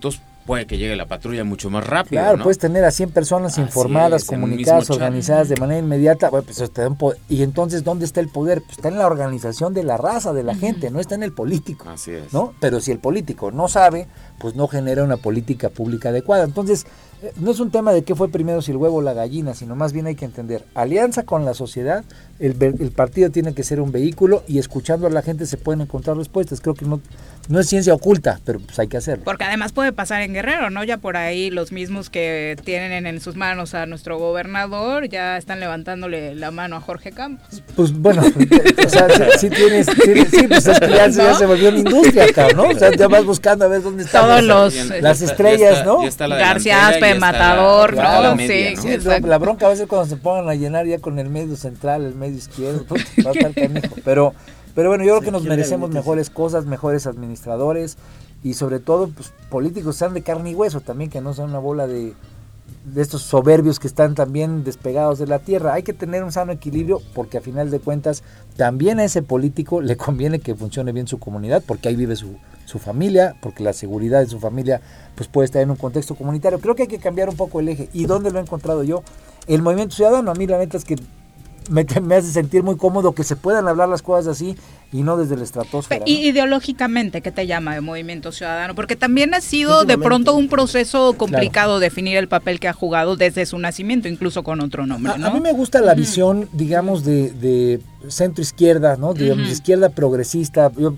puede que llegue la patrulla mucho más rápido. Claro, ¿no? puedes tener a 100 personas informadas, comunicadas, organizadas de manera inmediata, bueno, pues te dan poder. Y entonces, ¿dónde está el poder? Pues está en la organización de la raza, de la gente, no está en el político. Así es. ¿No? Pero si el político no sabe, pues no genera una política pública adecuada. Entonces, no es un tema de qué fue primero, si el huevo o la gallina, sino más bien hay que entender, alianza con la sociedad, el partido tiene que ser un vehículo y escuchando a la gente se pueden encontrar respuestas. Creo que no es ciencia oculta, pero pues hay que hacerlo. Porque además puede pasar en Guerrero, ¿no? Ya por ahí los mismos que tienen en sus manos a nuestro gobernador ya están levantándole la mano a Jorge Campos. Pues bueno, o sea, sí, pues es que ya se volvió una industria acá, ¿no? O sea, ya vas buscando a ver dónde están las estrellas, ¿no? García Aspe, Matador, claro, ¿no? Sí, la bronca va a ser cuando se pongan a llenar ya con el medio central, el medio izquierdo, pues, va a estar canijo. Pero bueno, yo creo que nos merecemos mejores cosas, mejores administradores y sobre todo pues, políticos sean de carne y hueso también, que no sean una bola de estos soberbios que están también despegados de la tierra. Hay que tener un sano equilibrio porque a final de cuentas también a ese político le conviene que funcione bien su comunidad porque ahí vive su familia, porque la seguridad de su familia pues puede estar en un contexto comunitario. Creo que hay que cambiar un poco el eje. ¿Y dónde lo he encontrado yo? El Movimiento Ciudadano. A mí la neta es que me hace sentir muy cómodo que se puedan hablar las cosas así y no desde la estratosfera. Y ideológicamente, ¿qué te llama el Movimiento Ciudadano? Porque también ha sido de pronto un proceso complicado definir el papel que ha jugado desde su nacimiento, incluso con otro nombre, ¿no? A mí me gusta la visión, digamos, de centro izquierda, ¿no? Digamos, izquierda progresista. Yo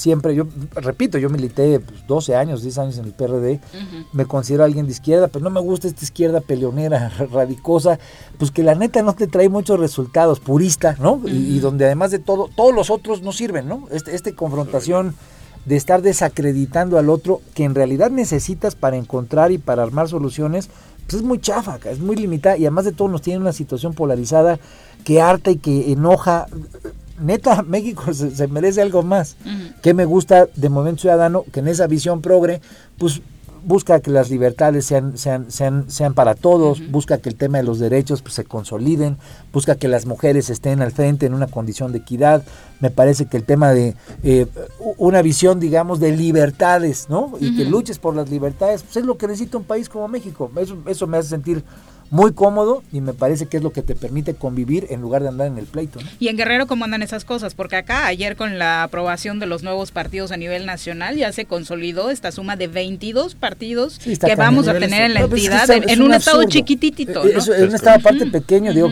repito, yo milité 12 años, 10 años en el PRD. Me considero alguien de izquierda, pero no me gusta esta izquierda peleonera, radicosa, pues que la neta no te trae muchos resultados, purista, ¿no? Y donde además de todo, todos los otros no sirven, ¿no? Esta confrontación de estar desacreditando al otro que en realidad necesitas para encontrar y para armar soluciones, pues es muy chafa, es muy limitada y además de todo nos tiene una situación polarizada que harta y que enoja. Neta, México se merece algo más. Que me gusta de Movimiento Ciudadano, que en esa visión progre, pues busca que las libertades sean para todos, busca que el tema de los derechos pues, se consoliden, busca que las mujeres estén al frente en una condición de equidad. Me parece que el tema de una visión, digamos, de libertades, ¿no? Y que luches por las libertades, pues es lo que necesita un país como México. Eso me hace sentir muy cómodo y me parece que es lo que te permite convivir en lugar de andar en el pleito, ¿no? Y en Guerrero, ¿cómo andan esas cosas? Porque acá ayer con la aprobación de los nuevos partidos a nivel nacional ya se consolidó esta suma de 22 partidos que vamos a tener en la entidad en un estado chiquititito, ¿no? En un estado aparte pequeño, digo,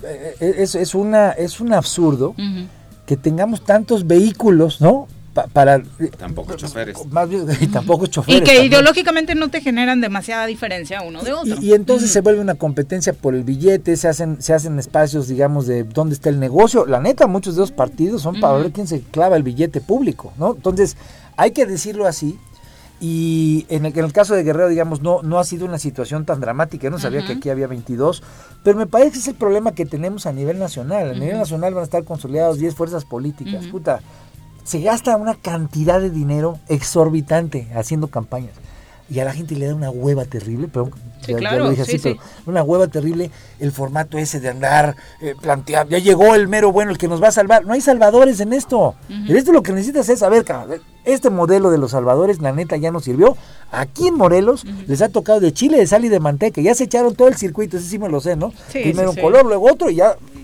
es un absurdo que tengamos tantos vehículos, ¿no? Para tampoco choferes. Más bien, y tampoco choferes. Y que ideológicamente no te generan demasiada diferencia uno de otro. Y entonces se vuelve una competencia por el billete, se hacen espacios, digamos, de dónde está el negocio. La neta, muchos de los partidos son para ver quién se clava el billete público, ¿no? Entonces, hay que decirlo así. Y en el caso de Guerrero, digamos, no ha sido una situación tan dramática. Yo no sabía que aquí había 22, pero me parece que es el problema que tenemos a nivel nacional. A nivel nacional van a estar consolidados 10 fuerzas políticas. Puta, se gasta una cantidad de dinero exorbitante haciendo campañas. Y a la gente le da una hueva terrible, pero sí, ya lo dije así, pero una hueva terrible el formato ese de andar planteando, ya llegó el mero bueno, el que nos va a salvar. No hay salvadores en esto. En esto lo que necesitas es saber, este modelo de los salvadores, la neta, ya nos sirvió. Aquí en Morelos les ha tocado de chile, de sal y de manteca. Ya se echaron todo el circuito, ese sí me lo sé, ¿no? Sí, primero un color, luego otro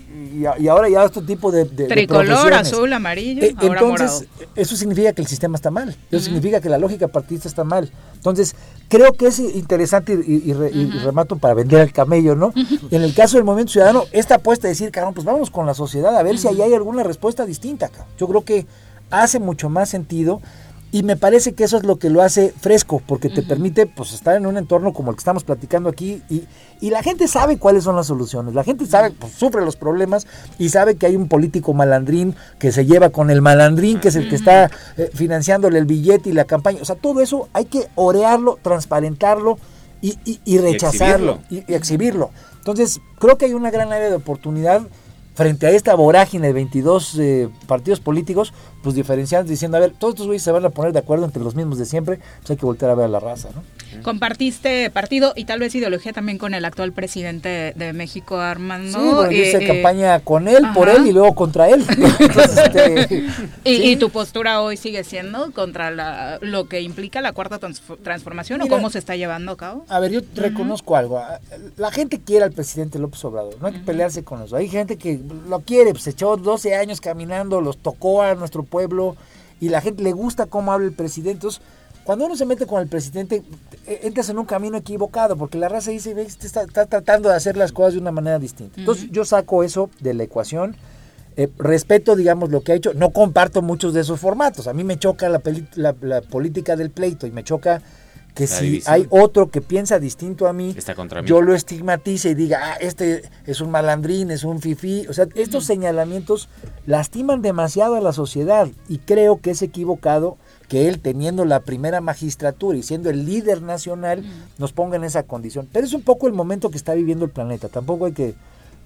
y ahora ya este tipo de tricolor, azul, amarillo, ahora entonces, morado. Eso significa que el sistema está mal. Eso significa que la lógica partidista está mal. Entonces, creo que es interesante y remato para vender al camello, ¿no? En el caso del Movimiento Ciudadano, esta apuesta de decir, caramba, pues vamos con la sociedad a ver si ahí hay alguna respuesta distinta. Yo creo que hace mucho más sentido. Y me parece que eso es lo que lo hace fresco, porque te permite pues estar en un entorno como el que estamos platicando aquí y la gente sabe cuáles son las soluciones, la gente sabe, pues sufre los problemas y sabe que hay un político malandrín que se lleva con el malandrín, que es el que está financiándole el billete y la campaña. O sea, todo eso hay que orearlo, transparentarlo y rechazarlo y exhibirlo. Entonces, creo que hay una gran área de oportunidad frente a esta vorágine de 22 partidos políticos, pues diferenciando, diciendo, a ver, todos estos güeyes se van a poner de acuerdo entre los mismos de siempre, pues hay que voltear a ver a la raza, ¿no? Compartiste partido y tal vez ideología también con el actual presidente de México, Armando. Sí, bueno, yo hice campaña con él, por él y luego contra él. Entonces, ¿Y tu postura hoy sigue siendo contra lo que implica la cuarta transformación? Mira, o cómo se está llevando a cabo? A ver, yo reconozco algo. La gente quiere al presidente López Obrador, no hay que pelearse con eso. Hay gente que lo quiere, pues echó 12 años caminando, los tocó a nuestro pueblo y la gente le gusta cómo habla el presidente. Entonces, cuando uno se mete con el presidente, entras en un camino equivocado, porque la raza dice, está tratando de hacer las cosas de una manera distinta. Entonces, yo saco eso de la ecuación. Respeto, digamos, lo que ha hecho. No comparto muchos de esos formatos. A mí me choca la política del pleito y me choca que la si división. Hay otro que piensa distinto a mí, yo lo estigmatice y diga, este es un malandrín, es un fifí. O sea, estos señalamientos lastiman demasiado a la sociedad y creo que es equivocado que él, teniendo la primera magistratura y siendo el líder nacional, nos ponga en esa condición. Pero es un poco el momento que está viviendo el planeta. Tampoco hay que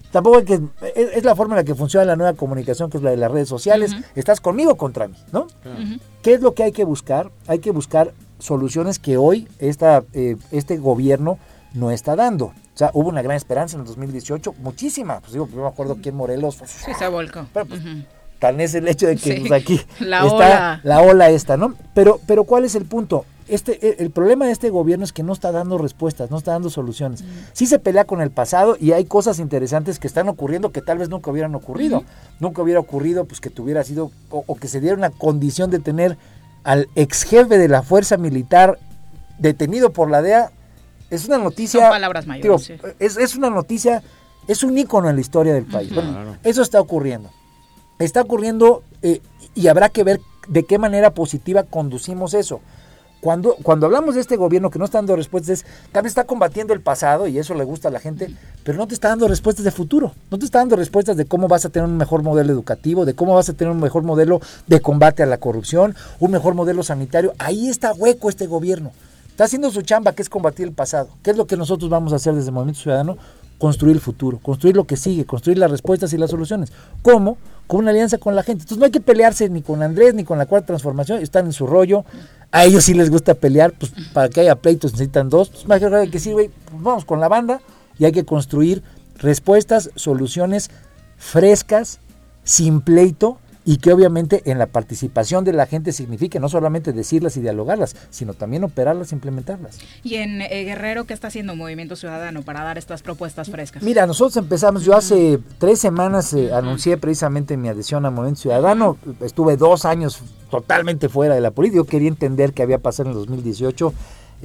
es la forma en la que funciona la nueva comunicación, que es la de las redes sociales. Estás conmigo o contra mí, ¿no? ¿Qué es lo que hay que buscar? Hay que buscar soluciones que hoy este gobierno no está dando. O sea, hubo una gran esperanza en el 2018, muchísima. Pues digo, yo me acuerdo que en Morelos... Sí, se volcó. Pero, pues, tan es el hecho de que pues, aquí la está la ola esta, ¿no? Pero ¿cuál es el punto? El problema de este gobierno es que no está dando respuestas, no está dando soluciones. Sí se pelea con el pasado y hay cosas interesantes que están ocurriendo que tal vez nunca hubieran ocurrido. Nunca hubiera ocurrido pues que tuviera sido, o que se diera una condición de tener al ex jefe de la fuerza militar detenido por la DEA. Es una noticia... Son palabras mayores. Digo, es una noticia, es un ícono en la historia del país. Bueno, eso está ocurriendo. Está ocurriendo y habrá que ver de qué manera positiva conducimos eso. Cuando hablamos de este gobierno que no está dando respuestas, tal vez está combatiendo el pasado y eso le gusta a la gente, pero no te está dando respuestas de futuro, no te está dando respuestas de cómo vas a tener un mejor modelo educativo, de cómo vas a tener un mejor modelo de combate a la corrupción, un mejor modelo sanitario. Ahí está hueco este gobierno. Está haciendo su chamba, que es combatir el pasado. ¿Qué es lo que nosotros vamos a hacer desde el Movimiento Ciudadano? Construir el futuro, construir lo que sigue, construir las respuestas y las soluciones. ¿Cómo? Con una alianza con la gente. Entonces no hay que pelearse ni con Andrés ni con la Cuarta Transformación, están en su rollo. A ellos sí les gusta pelear, pues para que haya pleitos necesitan dos. Pues más que sí, güey, pues vamos con la banda y hay que construir respuestas, soluciones frescas, sin pleito, y que obviamente en la participación de la gente signifique no solamente decirlas y dialogarlas, sino también operarlas e implementarlas. Y en Guerrero, ¿qué está haciendo Movimiento Ciudadano para dar estas propuestas frescas? Mira, nosotros empezamos, yo hace 3 semanas anuncié precisamente mi adhesión a Movimiento Ciudadano. Estuve 2 años totalmente fuera de la política. Yo quería entender qué había pasado en el 2018.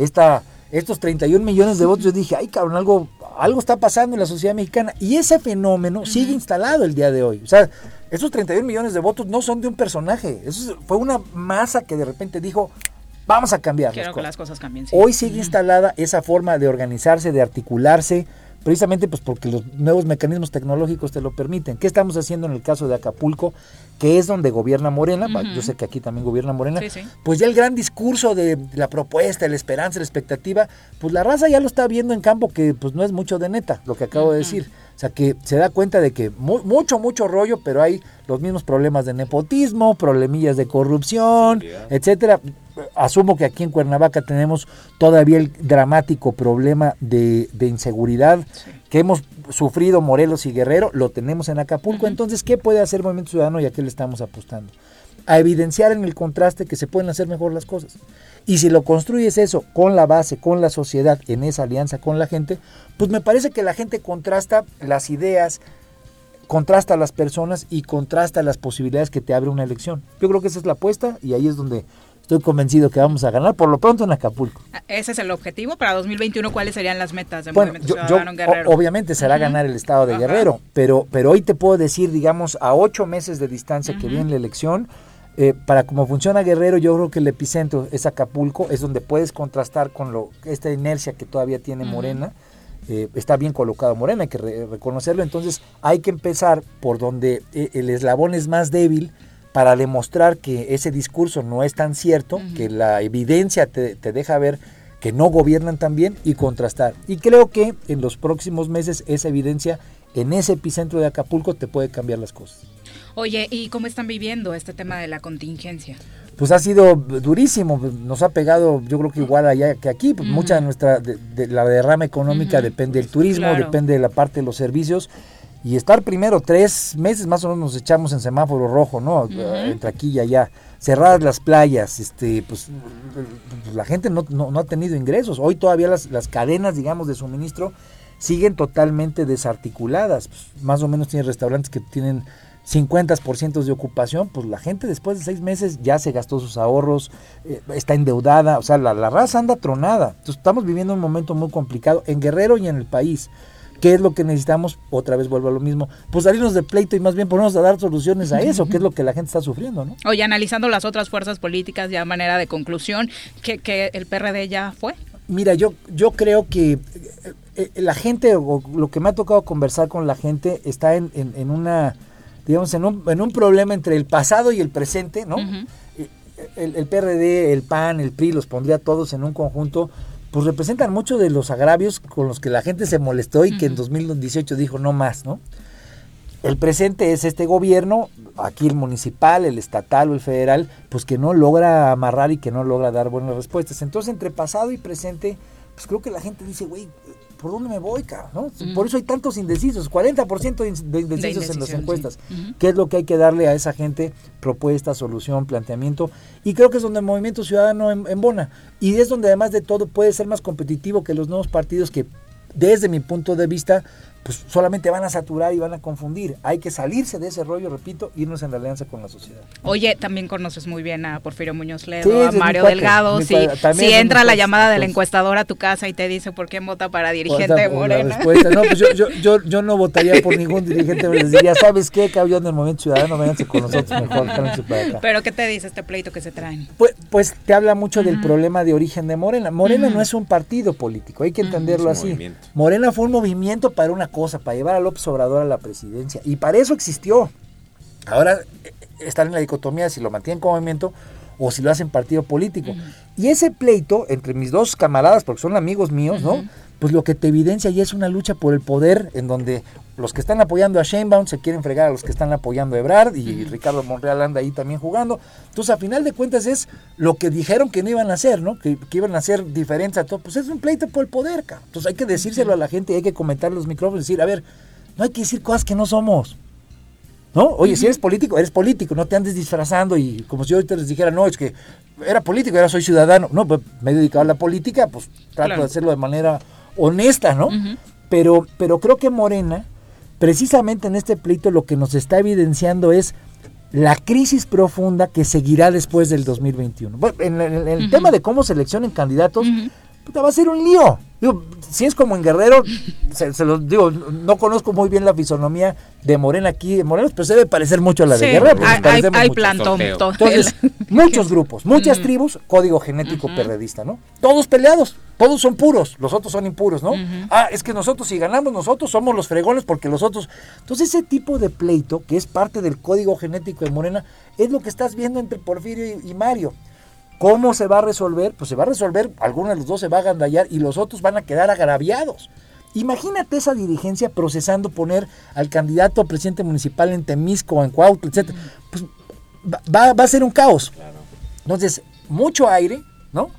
Estos 31 millones de votos, yo dije, ay cabrón, algo está pasando en la sociedad mexicana. Y ese fenómeno sigue instalado el día de hoy. O sea, esos 31 millones de votos no son de un personaje. Eso fue una masa que de repente dijo, vamos a cambiar. Quiero que las cosas cambien. Sí. Hoy sigue instalada esa forma de organizarse, de articularse, precisamente pues porque los nuevos mecanismos tecnológicos te lo permiten. ¿Qué estamos haciendo en el caso de Acapulco, que es donde gobierna Morena? Yo sé que aquí también gobierna Morena. Sí, sí. Pues ya el gran discurso de la propuesta, la esperanza, la expectativa, pues la raza ya lo está viendo en campo, que pues no es mucho de neta lo que acabo de decir. O sea, que se da cuenta de que mucho rollo, pero hay los mismos problemas de nepotismo, problemillas de corrupción, etcétera. Asumo que aquí en Cuernavaca tenemos todavía el dramático problema de inseguridad que hemos sufrido Morelos y Guerrero, lo tenemos en Acapulco. Entonces, ¿qué puede hacer Movimiento Ciudadano y a qué le estamos apostando? A evidenciar en el contraste que se pueden hacer mejor las cosas. Y si lo construyes eso con la base, con la sociedad, en esa alianza con la gente, pues me parece que la gente contrasta las ideas, contrasta las personas y contrasta las posibilidades que te abre una elección. Yo creo que esa es la apuesta y ahí es donde estoy convencido que vamos a ganar, por lo pronto en Acapulco. ¿Ese es el objetivo? Para 2021, ¿cuáles serían las metas de Movimiento Ciudadano en Guerrero? Obviamente será ganar el estado de Guerrero, pero hoy te puedo decir, digamos, a 8 meses de distancia que viene la elección, para cómo funciona Guerrero, yo creo que el epicentro es Acapulco, es donde puedes contrastar con esta inercia que todavía tiene Morena. Está bien colocado Morena, hay que reconocerlo. Entonces hay que empezar por donde el eslabón es más débil, para demostrar que ese discurso no es tan cierto, que la evidencia te deja ver que no gobiernan tan bien, y contrastar. Y creo que en los próximos meses esa evidencia en ese epicentro de Acapulco te puede cambiar las cosas. Oye, ¿y cómo están viviendo este tema de la contingencia? pues ha sido durísimo, nos ha pegado, yo creo que igual allá que aquí, pues mucha de nuestra, de la derrama económica depende del turismo, depende de la parte de los servicios, y estar primero 3 meses más o menos nos echamos en semáforo rojo, ¿no? Entre aquí y allá, cerradas las playas, pues la gente no ha tenido ingresos, hoy todavía las cadenas, digamos, de suministro siguen totalmente desarticuladas, pues, más o menos tiene restaurantes que tienen 50% de ocupación, pues la gente después de 6 meses ya se gastó sus ahorros, está endeudada, o sea, la raza anda tronada. Entonces estamos viviendo un momento muy complicado en Guerrero y en el país. ¿Qué es lo que necesitamos? Otra vez vuelvo a lo mismo, pues salirnos de pleito y más bien ponernos a dar soluciones a eso, que es lo que la gente está sufriendo, ¿no? Oye, analizando las otras fuerzas políticas ya a manera de conclusión, ¿que el PRD ya fue? Mira, yo creo que la gente, o lo que me ha tocado conversar con la gente, está en una... digamos, en un problema entre el pasado y el presente, ¿no? El PRD, el PAN, el PRI, los pondría todos en un conjunto, pues representan mucho de los agravios con los que la gente se molestó y que en 2018 dijo no más, ¿no? El presente es este gobierno, aquí el municipal, el estatal o el federal, pues que no logra amarrar y que no logra dar buenas respuestas. Entonces, entre pasado y presente, pues creo que la gente dice, güey, ¿por dónde me voy, cabrón? ¿No? Por eso hay tantos indecisos, 40% de indecisos en las encuestas. Sí. ¿Qué es lo que hay que darle a esa gente? Propuesta, solución, planteamiento. Y creo que es donde el Movimiento Ciudadano embona. Y es donde además de todo puede ser más competitivo que los nuevos partidos que, desde mi punto de vista, pues solamente van a saturar y van a confundir. Hay que salirse de ese rollo, repito, irnos en la alianza con la sociedad. Oye, también conoces muy bien a Porfirio Muñoz Ledo, Sí, a Mario Delgado. Si entra la llamada de la encuestadora a tu casa y te dice por qué vota para dirigente de Morena. No, pues yo no votaría por ningún dirigente, les diría, ¿sabes qué, cabrón del Movimiento Ciudadano? Vénganse con nosotros mejor, cálense para acá. ¿Pero qué te dice este pleito que se traen? Pues te habla mucho del problema de origen de Morena. Morena no es un partido político, hay que entenderlo así. Movimiento. Morena fue un movimiento para una cosa, para llevar a López Obrador a la presidencia, y para eso existió. Ahora están en la dicotomía si lo mantienen como movimiento o si lo hacen partido político. Y ese pleito entre mis dos camaradas, porque son amigos míos, ¿no? Pues lo que te evidencia ya es una lucha por el poder, en donde los que están apoyando a Sheinbaum se quieren fregar a los que están apoyando a Ebrard, y Ricardo Monreal anda ahí también jugando. Entonces, a final de cuentas, es lo que dijeron que no iban a hacer, ¿no? Que iban a hacer diferencia a todo. Pues es un pleito por el poder, cabrón. Entonces hay que decírselo a la gente y hay que comentar los micrófonos y decir, a ver, no hay que decir cosas que no somos, ¿no? Oye, si eres político, no te andes disfrazando y como si yo ahorita les dijera, no, es que era político, ahora soy ciudadano. No, pues me he dedicado a la política, pues trato de hacerlo de manera honesta, ¿no? Pero creo que Morena, precisamente en este pleito, lo que nos está evidenciando es la crisis profunda que seguirá después del 2021. Bueno, en el tema de cómo seleccionen candidatos, puta, va a ser un lío. Digo, si es como en Guerrero, se los digo, no conozco muy bien la fisonomía de Morena aquí en Morelos, pero se debe parecer mucho a la de Guerrero. Hay plantón. Entonces, muchos grupos, muchas tribus, código genético perredista, ¿no? Todos peleados, todos son puros, los otros son impuros, ¿no? Es que nosotros, si ganamos nosotros, somos los fregones porque los otros... Entonces, ese tipo de pleito, que es parte del código genético de Morena, es lo que estás viendo entre Porfirio y Mario. ¿Cómo se va a resolver? Pues se va a resolver, alguno de los dos se va a agandallar y los otros van a quedar agraviados. Imagínate esa dirigencia procesando poner al candidato a presidente municipal en Temisco o en Cuautla, etc. Pues va a ser un caos. Entonces, mucho aire, ¿no?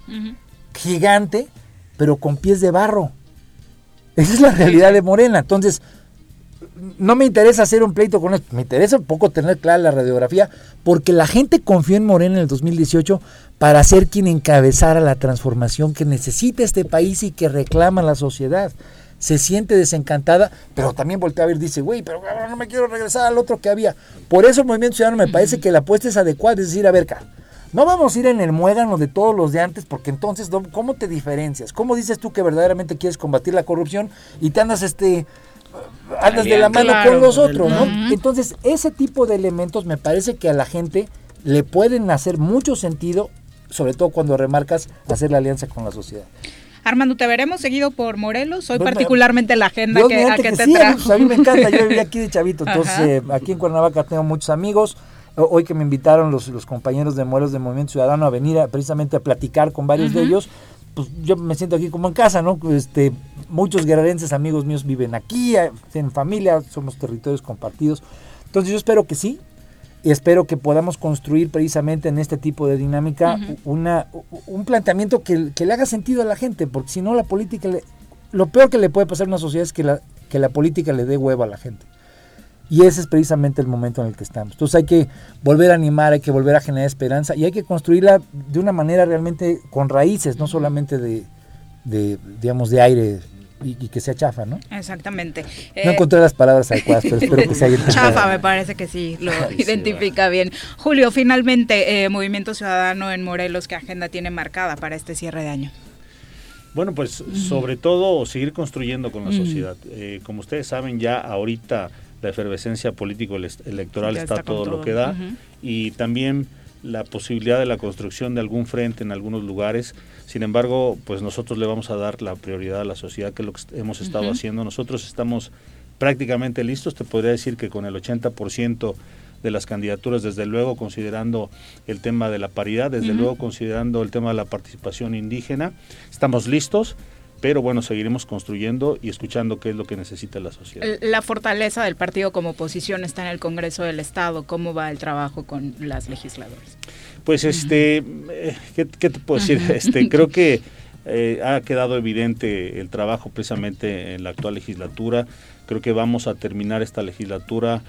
Gigante, pero con pies de barro. Esa es la realidad de Morena. Entonces, no me interesa hacer un pleito con esto, me interesa un poco tener clara la radiografía, porque la gente confió en Morena en el 2018 para ser quien encabezara la transformación que necesita este país y que reclama la sociedad. Se siente desencantada, pero también voltea a ver y dice, güey, pero no me quiero regresar al otro que había. Por eso el Movimiento Ciudadano me parece que la apuesta es adecuada, es decir, a ver, no vamos a ir en el muégano de todos los de antes, porque entonces, ¿cómo te diferencias? ¿Cómo dices tú que verdaderamente quieres combatir la corrupción y te andas andas de la mano con los otros, ¿no? Entonces, ese tipo de elementos me parece que a la gente le pueden hacer mucho sentido, sobre todo cuando remarcas hacer la alianza con la sociedad. Armando, ¿te veremos seguido por Morelos? Hoy particularmente la agenda que te sí, trajo. Pues a mí me encanta, yo viví aquí de chavito, entonces aquí en Cuernavaca tengo muchos amigos. Hoy que me invitaron los compañeros de Morelos del Movimiento Ciudadano a venir precisamente a platicar con varios de ellos, pues yo me siento aquí como en casa, ¿no? Muchos guerrerenses, amigos míos, viven aquí, tienen familia, somos territorios compartidos. Entonces yo espero que sí. espero que podamos construir precisamente en este tipo de dinámica un planteamiento que le haga sentido a la gente, porque si no la política, lo peor que le puede pasar a una sociedad es que la política le dé huevo a la gente. Y ese es precisamente el momento en el que estamos. Entonces hay que volver a animar, hay que volver a generar esperanza y hay que construirla de una manera realmente con raíces, no solamente de aire y que sea chafa, ¿no? Exactamente. No encontré las palabras adecuadas, pero espero que sea chafa, me parece que sí, lo identifica bien. Julio, finalmente, Movimiento Ciudadano en Morelos, ¿qué agenda tiene marcada para este cierre de año? Bueno, pues sobre todo seguir construyendo con la sociedad. Como ustedes saben, ya ahorita la efervescencia político-electoral está todo lo que da, y también la posibilidad de la construcción de algún frente en algunos lugares. Sin embargo, pues nosotros le vamos a dar la prioridad a la sociedad, que es lo que hemos estado haciendo. Nosotros estamos prácticamente listos, te podría decir que con el 80% de las candidaturas, desde luego considerando el tema de la paridad, desde luego considerando el tema de la participación indígena, estamos listos. Pero bueno, seguiremos construyendo y escuchando qué es lo que necesita la sociedad. La fortaleza del partido como oposición está en el Congreso del Estado. ¿Cómo va el trabajo con las legisladoras? Pues ¿qué te puedo decir? Creo que ha quedado evidente el trabajo precisamente en la actual legislatura. Creo que vamos a terminar esta legislatura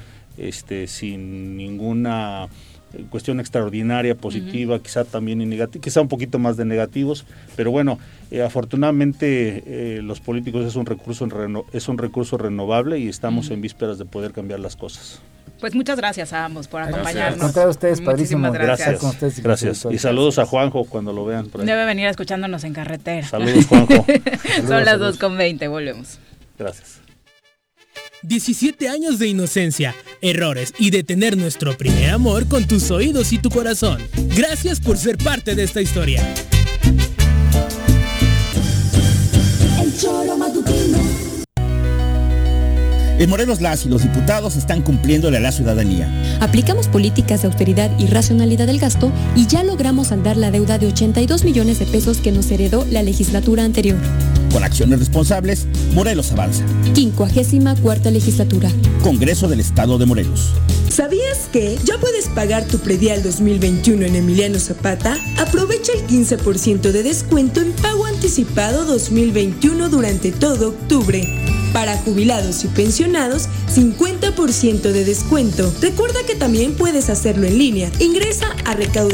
sin ninguna cuestión extraordinaria, positiva, quizá también negativa, quizá un poquito más de negativos, pero bueno, afortunadamente los políticos es un recurso renovable y estamos en vísperas de poder cambiar las cosas. Pues muchas gracias a ambos por acompañarnos. A ustedes, padrísimo. Gracias. Y saludos a Juanjo cuando lo vean por ahí. Debe venir escuchándonos en carretera. Saludos, Juanjo. Son las 2:20, volvemos. Gracias. 17 años de inocencia, errores y de tener nuestro primer amor con tus oídos y tu corazón. Gracias por ser parte de esta historia. El Choro Matutino. En Morelos, las y los diputados están cumpliéndole a la ciudadanía. Aplicamos políticas de austeridad y racionalidad del gasto y ya logramos saldar la deuda de 82 millones de pesos que nos heredó la legislatura anterior. Con acciones responsables, Morelos avanza. 54ª legislatura. Congreso del Estado de Morelos. ¿Sabías que ya puedes pagar tu predial 2021 en Emiliano Zapata? Aprovecha el 15% de descuento en pago anticipado 2021 durante todo octubre. Para jubilados y pensionados, 50% de descuento. Recuerda que también puedes hacerlo en línea. Ingresa a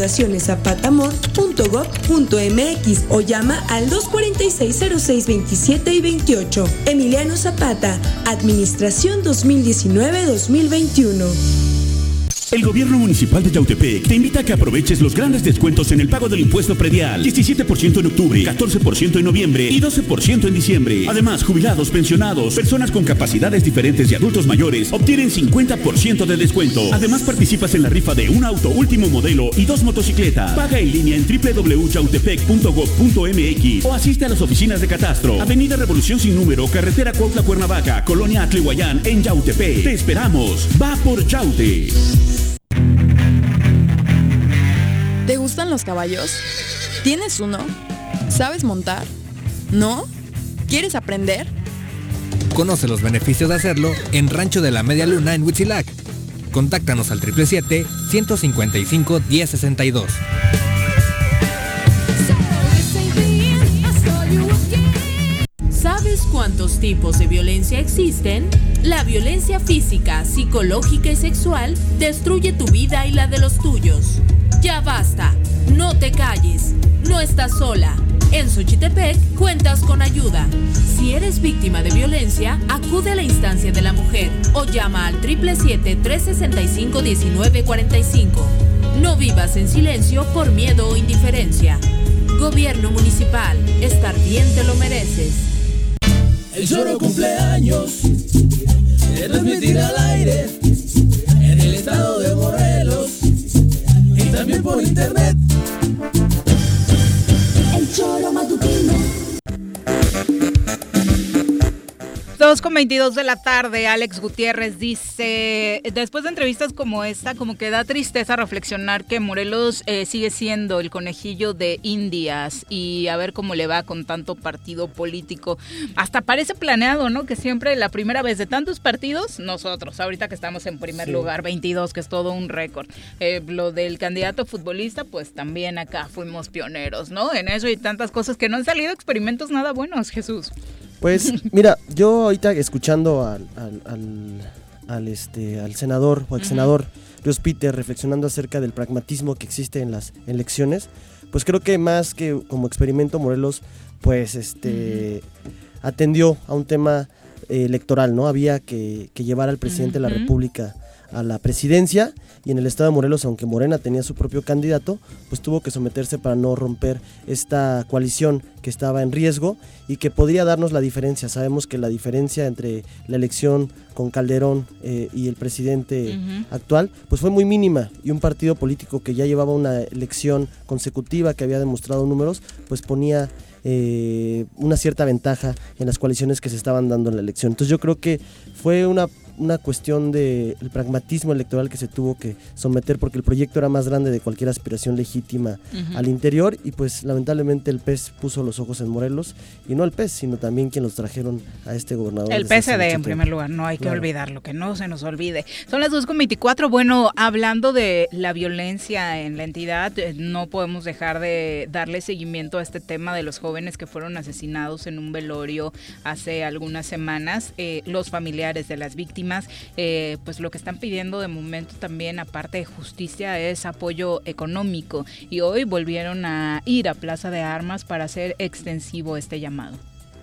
recaudacioneszapatamor.gov.mx o llama al 246-0627 y 28. Emiliano Zapata, Administración 2019-2021. El gobierno municipal de Yautepec te invita a que aproveches los grandes descuentos en el pago del impuesto predial. 17% en octubre, 14% en noviembre y 12% en diciembre. Además, jubilados, pensionados, personas con capacidades diferentes y adultos mayores obtienen 50% de descuento. Además, participas en la rifa de un auto último modelo y 2 motocicletas. Paga en línea en www.yautepec.gov.mx o asiste a las oficinas de catastro. Avenida Revolución Sin Número, Carretera Cuautla-Cuernavaca, Colonia Atlihuayán, en Yautepec. Te esperamos. Va por Yaute. ¿Te gustan los caballos? ¿Tienes uno? ¿Sabes montar? ¿No? ¿Quieres aprender? Conoce los beneficios de hacerlo en Rancho de la Media Luna en Huitzilac. Contáctanos al 777-155-1062. ¿Sabes cuántos tipos de violencia existen? La violencia física, psicológica y sexual destruye tu vida y la de los tuyos. Ya basta, no te calles, no estás sola. En Xochitepec cuentas con ayuda. Si eres víctima de violencia, acude a la instancia de la mujer o llama al 777-365-1945. No vivas en silencio por miedo o indiferencia. Gobierno municipal, estar bien te lo mereces. El Choro cumpleaños se transmitirá al aire en el estado de Morelos y también por internet. El Choro Matutino. 2:22 de la tarde, Alex Gutiérrez dice, después de entrevistas como esta, como que da tristeza reflexionar que Morelos sigue siendo el conejillo de Indias y a ver cómo le va con tanto partido político. Hasta parece planeado, ¿no? Que siempre la primera vez de tantos partidos, nosotros, ahorita que estamos en primer lugar, 22, que es todo un récord. Lo del candidato futbolista, pues también acá fuimos pioneros, ¿no? En eso y tantas cosas que no han salido experimentos nada buenos, Jesús. Pues mira, yo ahorita escuchando al senador o ex senador Ríos Peter reflexionando acerca del pragmatismo que existe en las elecciones, pues creo que más que como experimento Morelos pues atendió a un tema electoral, ¿no? Había que llevar al presidente de la República a la presidencia, y en el estado de Morelos, aunque Morena tenía su propio candidato, pues tuvo que someterse para no romper esta coalición que estaba en riesgo y que podría darnos la diferencia. Sabemos que la diferencia entre la elección con Calderón y el presidente actual pues fue muy mínima, y un partido político que ya llevaba una elección consecutiva, que había demostrado números, pues ponía una cierta ventaja en las coaliciones que se estaban dando en la elección. Entonces yo creo que fue una cuestión del pragmatismo electoral que se tuvo que someter, porque el proyecto era más grande de cualquier aspiración legítima al interior, y pues lamentablemente el PES puso los ojos en Morelos, y no el PES, sino también quien los trajeron a este gobernador. El PSD en primer lugar, no hay que olvidarlo, que no se nos olvide. Son las 2:24, bueno, hablando de la violencia en la entidad, no podemos dejar de darle seguimiento a este tema de los jóvenes que fueron asesinados en un velorio hace algunas semanas. Los familiares de las víctimas, pues lo que están pidiendo de momento también, aparte de justicia, es apoyo económico, y hoy volvieron a ir a Plaza de Armas para hacer extensivo este llamado.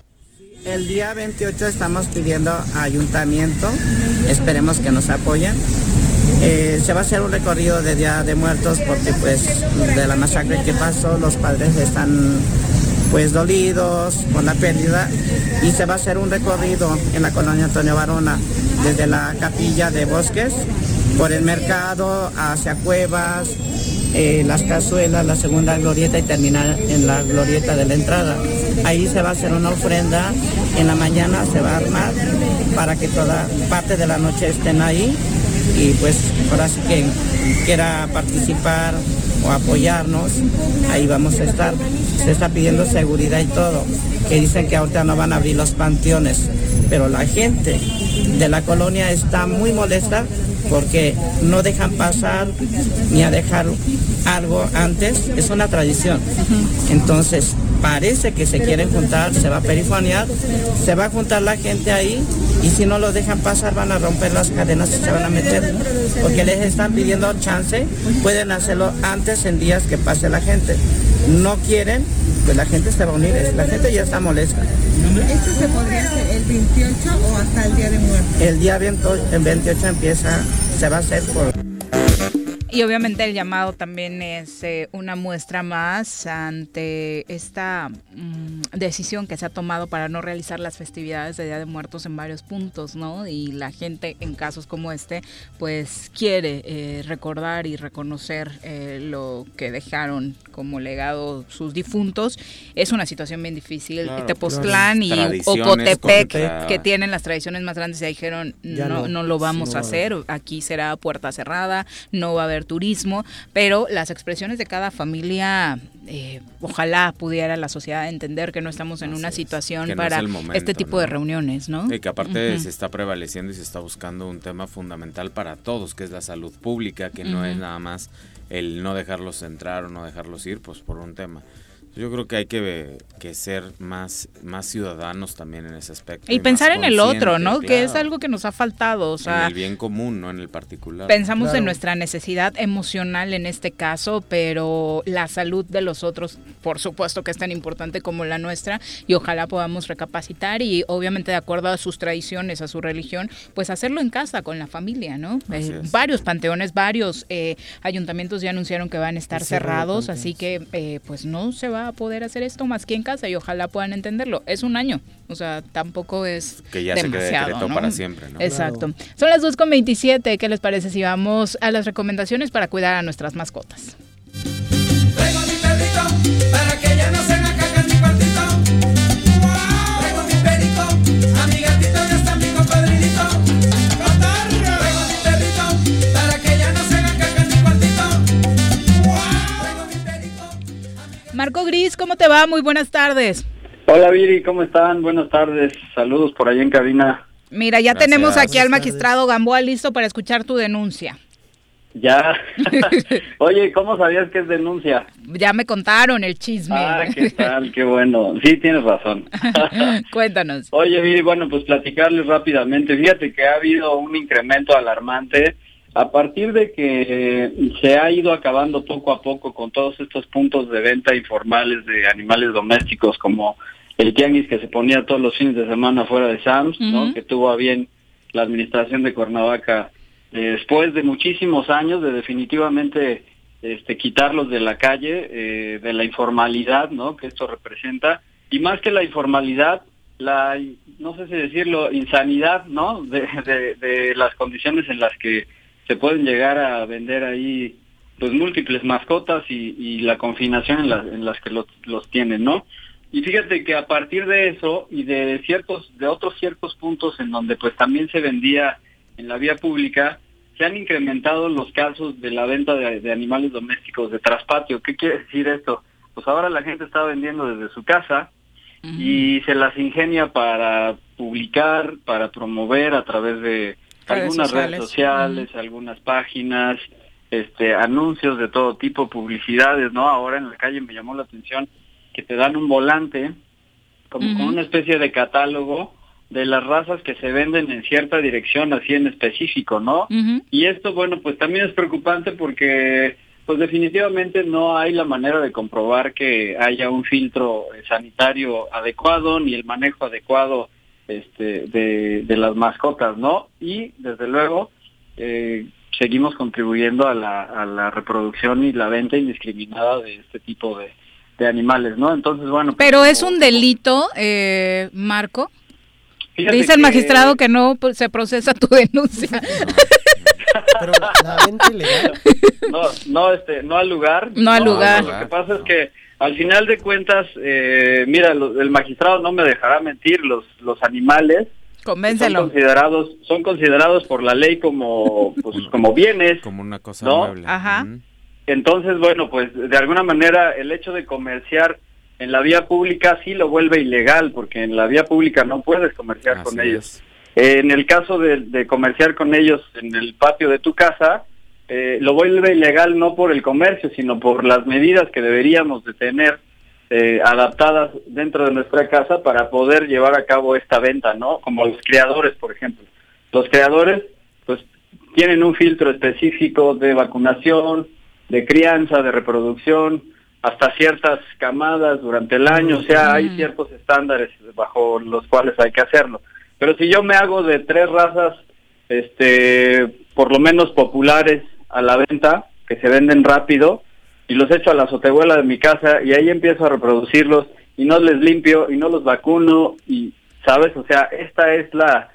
El día 28 estamos pidiendo a ayuntamiento, esperemos que nos apoyen. Se va a hacer un recorrido de Día de Muertos, porque pues de la masacre que pasó, los padres están pues dolidos por la pérdida, y se va a hacer un recorrido en la colonia Antonio Barona, desde la capilla de Bosques, por el mercado, hacia Cuevas, las Cazuelas, la segunda glorieta, y terminar en la glorieta de la entrada. Ahí se va a hacer una ofrenda, en la mañana se va a armar para que toda parte de la noche estén ahí, y pues ahora sí que quiera participar o apoyarnos, ahí vamos a estar. Se está pidiendo seguridad y todo, que dicen que ahorita no van a abrir los panteones, pero la gente de la colonia está muy molesta porque no dejan pasar ni a dejar algo antes, es una tradición. Entonces parece que se quieren juntar, se va a perifonear, se va a juntar la gente ahí, y si no los dejan pasar van a romper las cadenas y se van a meter, porque les están pidiendo chance, pueden hacerlo antes, en días que pase la gente. No quieren, pues la gente se va a unir, la gente ya está molesta. ¿Esto se podría hacer el 28 o hasta el Día de Muertos? El día 28 empieza, se va a hacer por... Y obviamente el llamado también es una muestra más ante esta decisión que se ha tomado para no realizar las festividades de Día de Muertos en varios puntos, ¿no? Y la gente en casos como este, pues quiere recordar y reconocer lo que dejaron como legado sus difuntos. Es una situación bien difícil. Claro, Tepoztlán y Ocotepec, que tienen las tradiciones más grandes, ya dijeron, no lo vamos a hacer. Aquí será puerta cerrada, no va a haber turismo, pero las expresiones de cada familia, ojalá pudiera la sociedad entender que no estamos en una situación para este tipo de reuniones, ¿no? Y que aparte se está prevaleciendo y se está buscando un tema fundamental para todos, que es la salud pública, que no es nada más el no dejarlos entrar o no dejarlos ir, pues por un tema. Yo creo que hay que ser más ciudadanos también en ese aspecto. Y pensar en el otro, ¿no? Claro. Que es algo que nos ha faltado. O sea, en el bien común, no en el particular. Pensamos en nuestra necesidad emocional en este caso, pero la salud de los otros, por supuesto que es tan importante como la nuestra, y ojalá podamos recapacitar y obviamente de acuerdo a sus tradiciones, a su religión, pues hacerlo en casa, con la familia, ¿no? Varios panteones, varios ayuntamientos ya anunciaron que van a estar cerrados, así que pues no se va a poder hacer esto más que en casa, y ojalá puedan entenderlo. Es un año, o sea, tampoco es que ya demasiado, se quede decreto, ¿no? Para siempre, ¿no? Exacto. Claro. Son las 2:27. ¿Qué les parece si vamos a las recomendaciones para cuidar a nuestras mascotas? Traigo mi perrito para que ya no se me caiga en mi cuartito. Traigo mi perrito a mi gatito. ¿cómo te va? Muy buenas tardes. Hola Viri, ¿cómo están? Buenas tardes, saludos por ahí en cabina. Mira, ya tenemos aquí al magistrado Gamboa listo para escuchar tu denuncia. Ya. Oye, ¿cómo sabías que es denuncia? Ya me contaron el chisme. Ah, ¿qué tal? Qué bueno. Sí, tienes razón. Cuéntanos. Oye, Viri, bueno, pues platicarles rápidamente. Fíjate que ha habido un incremento alarmante a partir de que se ha ido acabando poco a poco con todos estos puntos de venta informales de animales domésticos, como el tianguis que se ponía todos los fines de semana fuera de Sam's, ¿no? Que tuvo a bien la administración de Cuernavaca después de muchísimos años de definitivamente quitarlos de la calle, de la informalidad, ¿no? Que esto representa, y más que la informalidad, la, no sé si decirlo, insanidad, ¿no? De las condiciones en las que se pueden llegar a vender ahí pues múltiples mascotas y la confinación en las que los tienen, ¿no? Y fíjate que a partir de eso y de otros ciertos puntos en donde pues también se vendía en la vía pública, se han incrementado los casos de la venta de animales domésticos de traspatio. ¿Qué quiere decir esto? Pues ahora la gente está vendiendo desde su casa y se las ingenia para publicar, para promover a través de algunas redes sociales, algunas páginas, anuncios de todo tipo, publicidades, ¿no? Ahora en la calle me llamó la atención que te dan un volante como con una especie de catálogo de las razas que se venden en cierta dirección, así en específico, ¿no? Y esto, bueno, pues también es preocupante porque pues definitivamente no hay la manera de comprobar que haya un filtro sanitario adecuado ni el manejo adecuado de las mascotas, ¿no? Y desde luego seguimos contribuyendo a la reproducción y la venta indiscriminada de este tipo de animales, ¿no? Entonces, bueno. Pues, pero es un delito, Marco. Dice el magistrado que no se procesa tu denuncia. Pero la venta ilegal. No al lugar. No al lugar. Lo que pasa es que al final de cuentas, mira, el magistrado no me dejará mentir, los animales convéncelo. Son considerados por la ley como bienes, como una cosa ¿no? mueble. Ajá. Entonces, bueno, pues de alguna manera el hecho de comerciar en la vía pública sí lo vuelve ilegal, porque en la vía pública no puedes comerciar con ellos. En el caso de comerciar con ellos en el patio de tu casa, lo vuelve ilegal no por el comercio, sino por las medidas que deberíamos de tener adaptadas dentro de nuestra casa para poder llevar a cabo esta venta, ¿no? Como los criadores, por ejemplo. Los criadores, pues, tienen un filtro específico de vacunación, de crianza, de reproducción, hasta ciertas camadas durante el año, o sea, hay ciertos estándares bajo los cuales hay que hacerlo. Pero si yo me hago de 3 razas, por lo menos populares a la venta, que se venden rápido, y los echo a la azotehuela de mi casa, y ahí empiezo a reproducirlos, y no les limpio, y no los vacuno, y, ¿sabes? O sea, esta es la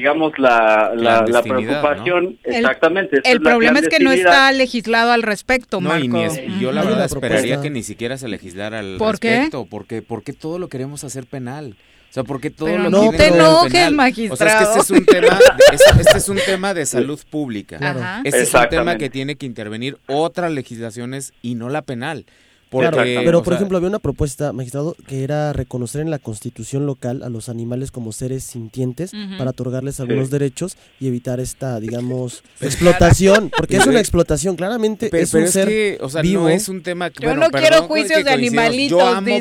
preocupación, ¿no? Exactamente. El problema es que no está legislado al respecto, Marco. Y yo la verdad esperaría que ni siquiera se legislara al respecto, porque todo lo queremos hacer penal. O sea, porque todo pero lo no te enojes, magistrado. O sea, es que este es un tema de salud pública. Claro. Este es un tema que tiene que intervenir otras legislaciones y no la penal. Porque, pero por ejemplo había una propuesta, magistrado, que era reconocer en la constitución local a los animales como seres sintientes para otorgarles algunos derechos y evitar esta, digamos, explotación, porque es una explotación, claramente es un ser que, o sea, vivo. No es un tema que, yo no quiero juicios de animalitos, yo amo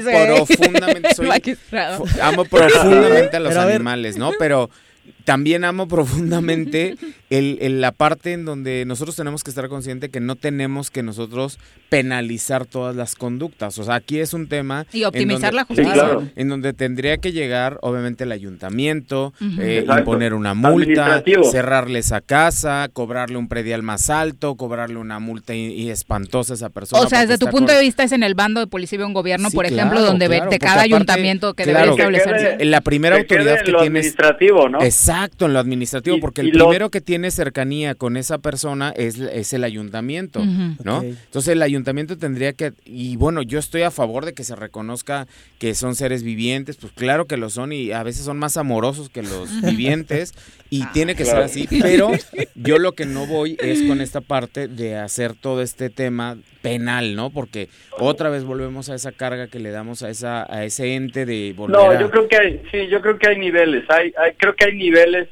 profundamente a los animales, ¿no? Pero también amo profundamente la parte en donde nosotros tenemos que estar conscientes que no tenemos que nosotros penalizar todas las conductas. O sea, aquí es un tema... Y optimizar la justicia. Claro. En donde tendría que llegar, obviamente, el ayuntamiento, imponer una multa, cerrarle esa casa, cobrarle un predial más alto, cobrarle una multa y espantosa a esa persona. O sea, desde tu punto de vista es en el bando de policía y un gobierno, por ejemplo, donde de cada ayuntamiento que debe establecerse. La primera autoridad que tiene... administrativo, ¿no? Exacto, en lo administrativo, porque el primero que tiene tiene cercanía con esa persona es el ayuntamiento, ¿no? Okay. Entonces el ayuntamiento tendría que, y bueno, yo estoy a favor de que se reconozca que son seres vivientes, pues claro que lo son y a veces son más amorosos que los vivientes y tiene que ser así, pero yo lo que no voy es con esta parte de hacer todo este tema penal, ¿no? Porque otra vez volvemos a esa carga que le damos a ese ente de volver yo creo que hay niveles, creo que hay niveles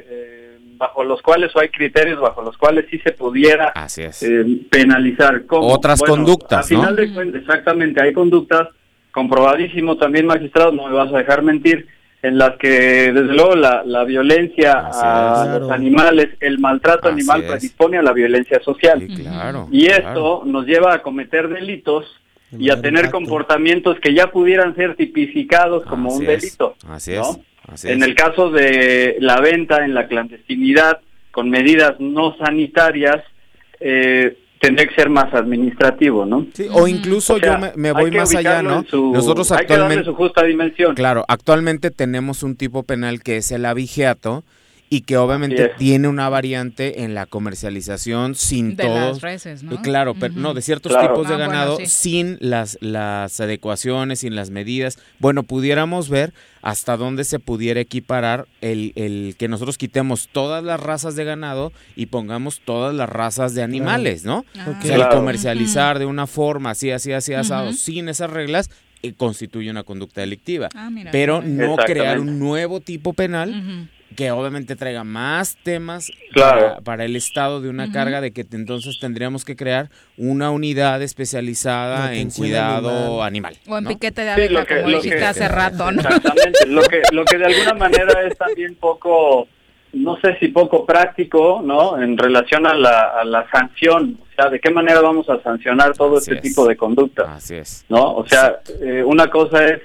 bajo los cuales, o hay criterios bajo los cuales sí se pudiera penalizar. ¿Cómo? Otras conductas, a final de cuentas, exactamente, hay conductas, comprobadísimo también, magistrado, no me vas a dejar mentir, en las que desde luego la violencia a los animales, el maltrato animal predispone a la violencia social. Sí, claro, y esto nos lleva a cometer delitos y a tener comportamientos que ya pudieran ser tipificados como un delito. Así ¿no? es. En el caso de la venta en la clandestinidad con medidas no sanitarias, tendría que ser más administrativo, ¿no? Sí, o incluso yo me voy más allá, ¿no? Nosotros hay que darle su justa dimensión. Claro, actualmente tenemos un tipo penal que es el abigeato y que obviamente tiene una variante en la comercialización sin de todos. las reses, ¿no? Claro, pero no, de ciertos tipos de ganado sin las adecuaciones, sin las medidas. Bueno, pudiéramos ver hasta dónde se pudiera equiparar el que nosotros quitemos todas las razas de ganado y pongamos todas las razas de animales, ¿no? O sea, el comercializar de una forma así, asado, sin esas reglas, constituye una conducta delictiva. Pero no crear un nuevo tipo penal que obviamente traiga más temas para el Estado, de una carga de que entonces tendríamos que crear una unidad especializada en cuidado animal. O en piquete de abeja, como dijiste hace rato, ¿no? Exactamente, lo que de alguna manera es también poco, no sé si poco práctico, ¿no? En relación a la sanción, o sea, ¿de qué manera vamos a sancionar todo este tipo de conductas? Así es. ¿No? O sea, una cosa es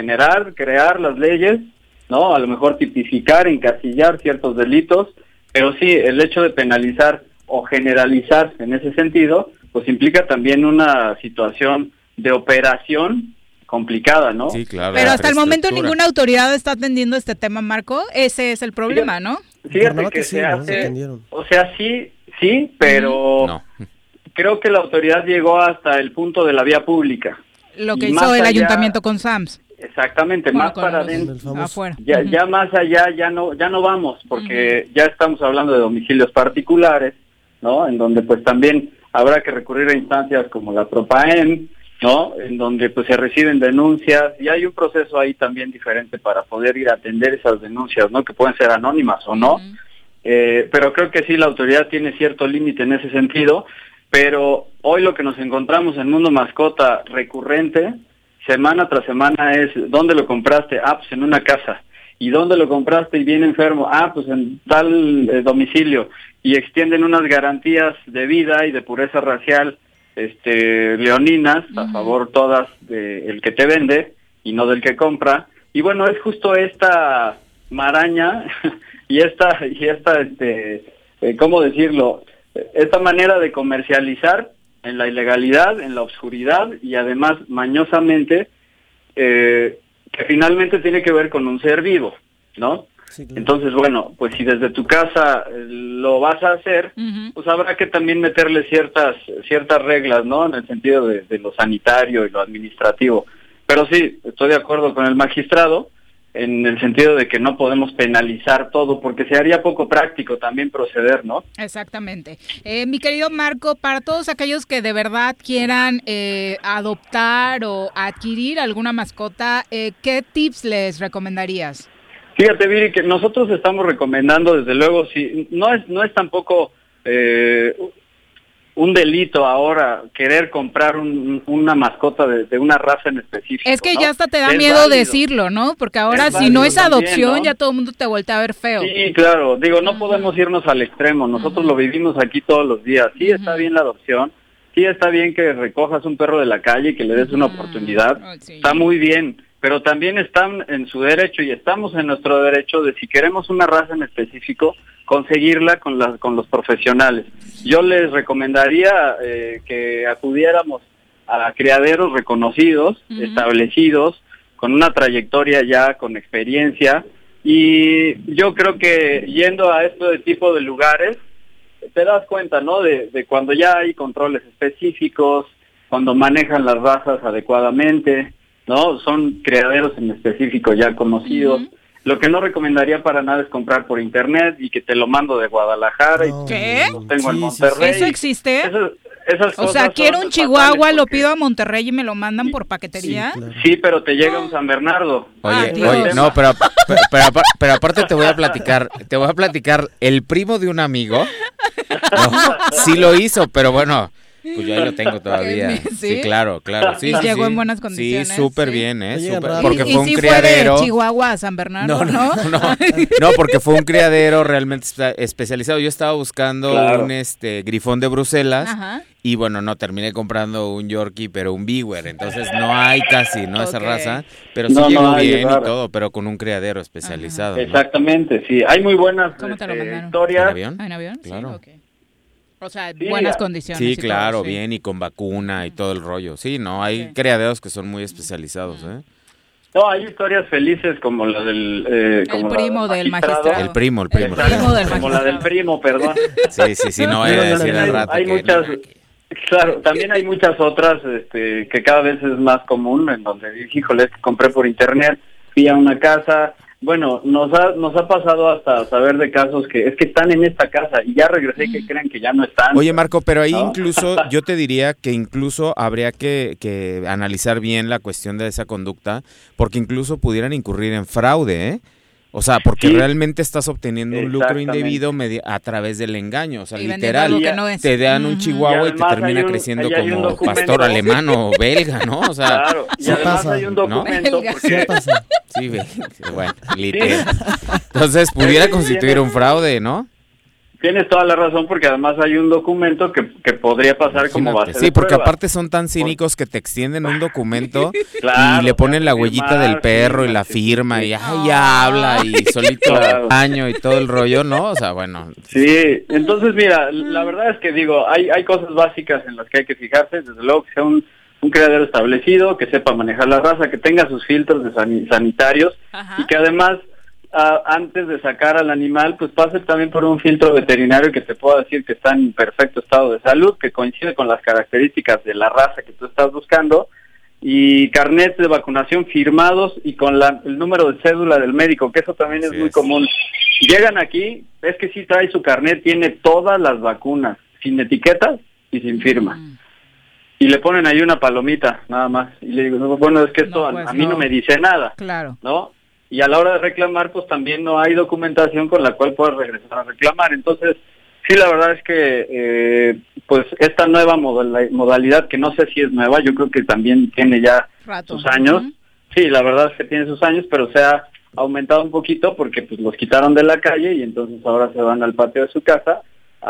crear las leyes, ¿no? A lo mejor tipificar, encasillar ciertos delitos, pero sí, el hecho de penalizar o generalizar en ese sentido, pues implica también una situación de operación complicada, ¿no? Sí, claro. Pero hasta el momento ninguna autoridad está atendiendo este tema, Marco. Ese es el problema, ¿no? Fíjate que se hace, o sea, sí, pero creo que la autoridad llegó hasta el punto de la vía pública. Lo que hizo el ayuntamiento con SAMS. Exactamente, más para adentro, afuera. Ya más allá ya no vamos, porque ya estamos hablando de domicilios particulares, ¿no? En donde pues también habrá que recurrir a instancias como la Propaem, ¿no? En donde pues se reciben denuncias y hay un proceso ahí también diferente para poder ir a atender esas denuncias, ¿no? Que pueden ser anónimas o no, pero creo que sí, la autoridad tiene cierto límite en ese sentido, pero hoy lo que nos encontramos en Mundo Mascota recurrente, semana tras semana, es ¿dónde lo compraste? Pues en una casa. ¿Y dónde lo compraste y viene enfermo? Pues en tal domicilio. Y extienden unas garantías de vida y de pureza racial leoninas, a favor todas del que te vende y no del que compra. Y bueno, es justo esta maraña y esta ¿cómo decirlo? Esta manera de comercializar en la ilegalidad, en la oscuridad y además mañosamente, que finalmente tiene que ver con un ser vivo, ¿no? Sí, claro. Entonces, bueno, pues si desde tu casa lo vas a hacer, pues habrá que también meterle ciertas reglas, ¿no? En el sentido de lo sanitario y lo administrativo. Pero sí, estoy de acuerdo con el magistrado, en el sentido de que no podemos penalizar todo, porque se haría poco práctico también proceder, ¿no? Exactamente. Mi querido Marco, para todos aquellos que de verdad quieran adoptar o adquirir alguna mascota, ¿qué tips les recomendarías? Fíjate, Viri, que nosotros estamos recomendando, desde luego, si no es tampoco un delito ahora querer comprar una mascota de una raza en específico. Es que ¿no? ya hasta te da miedo válido decirlo, ¿no? Porque ahora si no es adopción, también, ¿no? Ya todo el mundo te voltea a ver feo. Sí, claro. Digo, no podemos irnos al extremo. Nosotros lo vivimos aquí todos los días. Sí está bien la adopción. Sí está bien que recojas un perro de la calle y que le des una oportunidad. Está muy bien. Pero también están en su derecho y estamos en nuestro derecho de, si queremos una raza en específico, conseguirla con los profesionales. Yo les recomendaría que acudiéramos a criaderos reconocidos, establecidos, con una trayectoria ya, con experiencia, Y yo creo que yendo a este tipo de lugares, te das cuenta, ¿no? De cuando ya hay controles específicos, cuando manejan las razas adecuadamente, ¿no? Son criaderos en específico ya conocidos. Lo que no recomendaría para nada es comprar por internet y que te lo mando de Guadalajara y ¿qué? lo tengo en Monterrey. ¿Eso existe? Esas o sea, quiero un Chihuahua, lo pido a Monterrey y me lo mandan por paquetería. Sí, claro. Sí, pero te llega un San Bernardo. Oye, no, pero aparte te voy a platicar, el primo de un amigo, sí lo hizo, pero bueno, pues yo ahí lo tengo todavía. Sí, claro. Sí, y llegó en buenas condiciones. Sí, súper bien, Súper. Porque ¿Y fue un si criadero. Fue de Chihuahua a San Bernardo, No, porque fue un criadero realmente especializado. Yo estaba buscando un grifón de Bruselas. Ajá. Y bueno, no, terminé comprando un Yorkie, pero un Beaver. Entonces no hay casi, ¿no? Esa raza. Pero sí llegó bien y todo, pero con un criadero especializado. ¿no? Exactamente, sí. Hay muy buenas historias. ¿En avión? ¿En avión? Claro. Sí, okay. O sea, buenas condiciones. Sí, claro, bien, y con vacuna y todo el rollo. Sí, no, hay criaderos que son muy especializados, ¿eh? No, hay historias felices como la del... el primo del magistrado. El primo del magistrado. Como la del primo, perdón. Sí, no voy a decir al rato hay muchas... Claro, también hay muchas otras que cada vez es más común, en donde dije, híjole, compré por internet, fui a una casa... Bueno, nos ha pasado hasta saber de casos que es que están en esta casa y ya regresé y que creen que ya no están. Oye, Marco, pero ahí incluso yo te diría que incluso habría que analizar bien la cuestión de esa conducta, porque incluso pudieran incurrir en fraude, ¿eh? O sea, porque realmente estás obteniendo un lucro indebido a través del engaño. O sea, literal, te dan un chihuahua y te termina creciendo como pastor alemán o belga, ¿no? O sea, claro, y además hay un documento. ¿No? Porque... Sí, bueno, literal. Entonces, pudiera constituir un fraude, ¿no? Tienes toda la razón, porque además hay un documento que podría pasar como base de prueba. Sí, porque aparte son tan cínicos que te extienden un documento y le ponen la huellita del perro y la firma y ya habla y solito año y todo el rollo, ¿no? O sea, bueno. Sí, entonces mira, la verdad es que digo, hay cosas básicas en las que hay que fijarse, desde luego que sea un criadero establecido, que sepa manejar la raza, que tenga sus filtros de sanitarios y que además... antes de sacar al animal, pues pase también por un filtro veterinario que te pueda decir que está en perfecto estado de salud, que coincide con las características de la raza que tú estás buscando, y carnets de vacunación firmados y con el número de cédula del médico, que eso también es muy común. Llegan aquí, es que sí trae su carnet, tiene todas las vacunas, sin etiquetas y sin firma. Y le ponen ahí una palomita, nada más. Y le digo, bueno, es que esto a mí no me dice nada. Claro. ¿No? Y a la hora de reclamar, pues también no hay documentación con la cual puedas regresar a reclamar. Entonces, sí, la verdad es que pues esta nueva modalidad, que no sé si es nueva, yo creo que también tiene ya sus años. Sí, la verdad es que tiene sus años, pero se ha aumentado un poquito porque pues los quitaron de la calle y entonces ahora se van al patio de su casa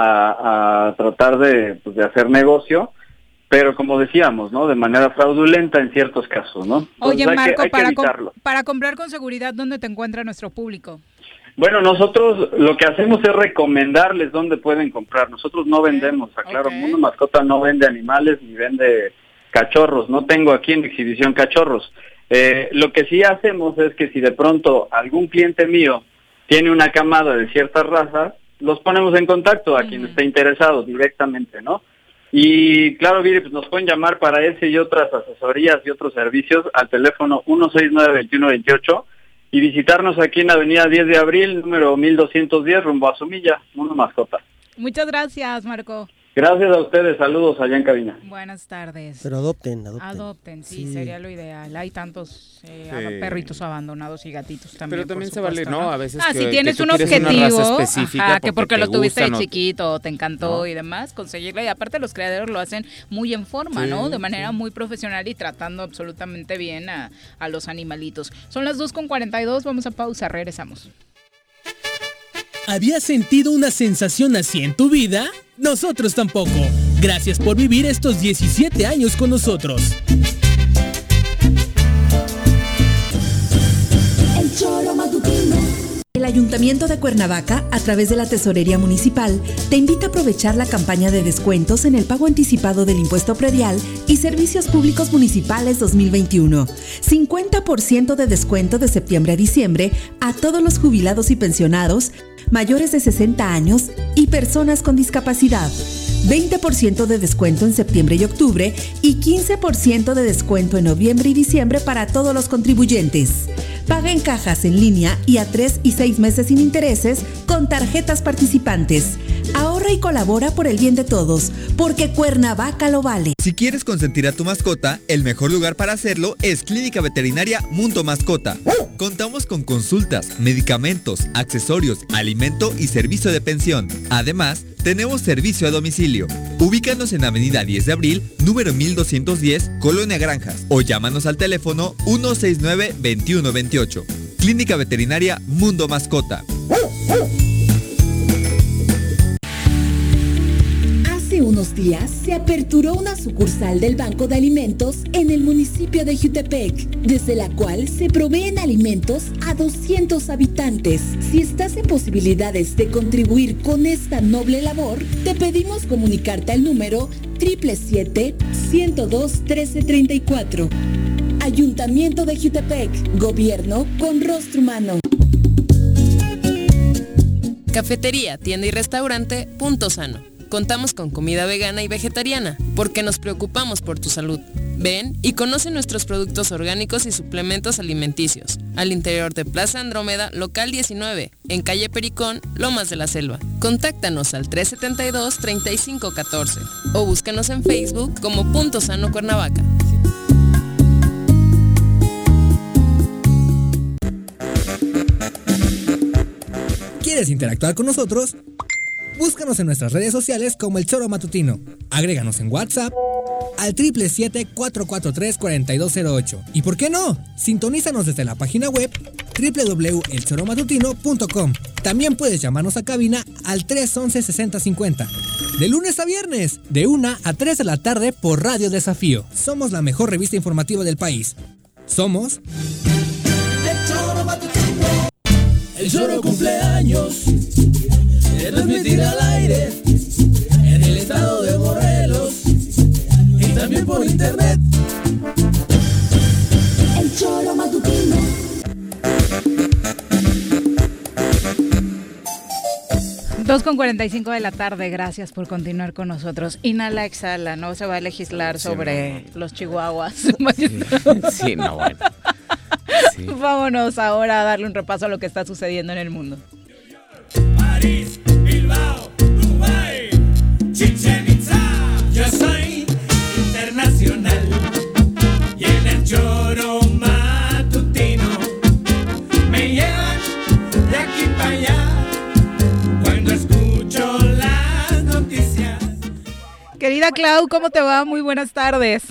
a tratar de hacer negocio. Pero como decíamos, ¿no? De manera fraudulenta en ciertos casos, ¿no? Oye, Marco, para comprar con seguridad, ¿dónde te encuentra nuestro público? Bueno, nosotros lo que hacemos es recomendarles dónde pueden comprar. Nosotros no vendemos, aclaro, Mundo Mascota no vende animales ni vende cachorros. No tengo aquí en exhibición cachorros. Lo que sí hacemos es que si de pronto algún cliente mío tiene una camada de cierta raza, los ponemos en contacto a quien esté interesado directamente, ¿no? Y claro, Viri, pues nos pueden llamar para ese y otras asesorías y otros servicios al teléfono 169-2128 y visitarnos aquí en Avenida 10 de Abril, número 1210, rumbo a Sumilla, Mundo Mascota. Muchas gracias, Marco. Gracias a ustedes, saludos allá en cabina. Buenas tardes. Pero adopten. Adopten, sí, sería lo ideal. Hay tantos perritos abandonados y gatitos también. Pero también se vale, ¿no? A veces si tienes un objetivo, que porque lo tuviste de chiquito, te encantó y demás, conseguirlo. Y aparte los criaderos lo hacen muy en forma, ¿no? De manera muy profesional y tratando absolutamente bien a los animalitos. Son las 2:42, vamos a pausa, regresamos. ¿Habías sentido una sensación así en tu vida? Nosotros tampoco. Gracias por vivir estos 17 años con nosotros. El Ayuntamiento de Cuernavaca, a través de la Tesorería Municipal, te invita a aprovechar la campaña de descuentos en el pago anticipado del impuesto predial y servicios públicos municipales 2021. 50% de descuento de septiembre a diciembre a todos los jubilados y pensionados, mayores de 60 años y personas con discapacidad. 20% de descuento en septiembre y octubre y 15% de descuento en noviembre y diciembre para todos los contribuyentes. Paga en cajas en línea y a 3 y 6 meses sin intereses con tarjetas participantes. Ahorra y colabora por el bien de todos, porque Cuernavaca lo vale. Si quieres consentir a tu mascota, el mejor lugar para hacerlo es Clínica Veterinaria Mundo Mascota. Contamos con consultas, medicamentos, accesorios, alimento y servicio de pensión. Además, tenemos servicio a domicilio. Ubícanos en Avenida 10 de Abril, número 1210, Colonia Granjas, o llámanos al teléfono 169-2128. Clínica Veterinaria Mundo Mascota. Hace unos días se aperturó una sucursal del Banco de Alimentos en el municipio de Jutepec, desde la cual se proveen alimentos a 200 habitantes. Si estás en posibilidades de contribuir con esta noble labor, te pedimos comunicarte al número 777-102-1334. Ayuntamiento de Jutepec, gobierno con rostro humano. Cafetería, tienda y restaurante Punto Sano. Contamos con comida vegana y vegetariana, porque nos preocupamos por tu salud. Ven y conoce nuestros productos orgánicos y suplementos alimenticios, al interior de Plaza Andrómeda, local 19, en calle Pericón, Lomas de la Selva. Contáctanos al 372-3514 o búscanos en Facebook como Punto Sano Cuernavaca. ¿Quieres interactuar con nosotros? Búscanos en nuestras redes sociales como El Choro Matutino. Agréganos en WhatsApp al 777-443-4208. ¿Y por qué no? Sintonízanos desde la página web www.elchoromatutino.com. También puedes llamarnos a cabina al 311-6050. De lunes a viernes, de 1 a 3 de la tarde por Radio Desafío. Somos la mejor revista informativa del país. Somos... El Choro Matutino. El Choro cumpleaños. Se transmitirá al aire en el estado de Morelos y también por internet. El Choro Matutino. Dos con 45 de la tarde, gracias por continuar con nosotros. Inhala, exhala, no se va a legislar sobre los chihuahuas. Sí, no, bueno. Sí. Vámonos ahora a darle un repaso a lo que está sucediendo en el mundo. París, Bilbao, Dubái, Chichén Itzá. Yo soy internacional y en el Choro Matutino me llevan de aquí para allá cuando escucho las noticias. Querida Clau, ¿cómo te va? Muy buenas tardes.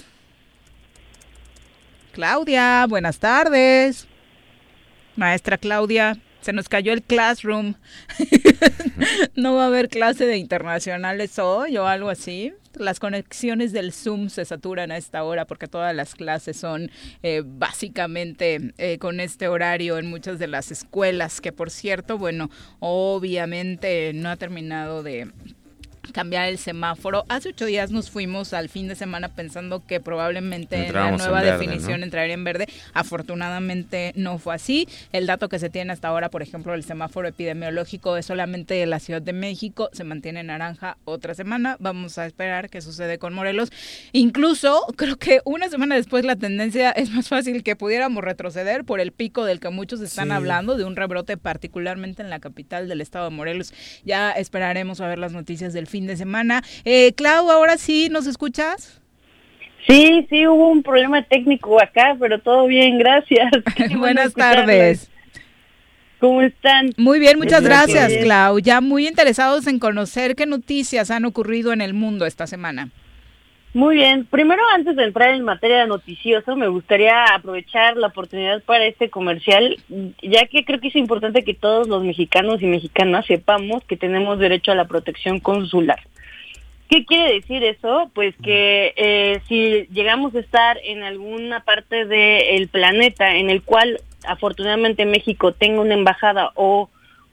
Claudia, buenas tardes. Maestra Claudia. Se nos cayó el Classroom. No va a haber clase de internacionales hoy o algo así. Las conexiones del Zoom se saturan a esta hora porque todas las clases son básicamente con este horario en muchas de las escuelas, que por cierto, bueno, obviamente no ha terminado de cambiar el semáforo. Hace 8 días nos fuimos al fin de semana pensando que probablemente Entrábamos la nueva en verde, definición, ¿no?, entraría en verde. Afortunadamente no fue así. El dato que se tiene hasta ahora, por ejemplo, el semáforo epidemiológico es solamente de la Ciudad de México, se mantiene en naranja otra semana. Vamos a esperar qué sucede con Morelos. Incluso creo que una semana después la tendencia es más fácil que pudiéramos retroceder por el pico del que muchos están hablando, de un rebrote particularmente en la capital del estado de Morelos. Ya esperaremos a ver las noticias del fin de semana. Clau, ahora sí, ¿nos escuchas? Sí, hubo un problema técnico acá, pero todo bien, gracias. Buenas tardes. ¿Cómo están? Muy bien, muchas gracias, Clau. Ya muy interesados en conocer qué noticias han ocurrido en el mundo esta semana. Muy bien. Primero, antes de entrar en materia de noticioso, me gustaría aprovechar la oportunidad para este comercial, ya que creo que es importante que todos los mexicanos y mexicanas sepamos que tenemos derecho a la protección consular. ¿Qué quiere decir eso? Pues que si llegamos a estar en alguna parte del planeta en el cual afortunadamente México tenga una embajada o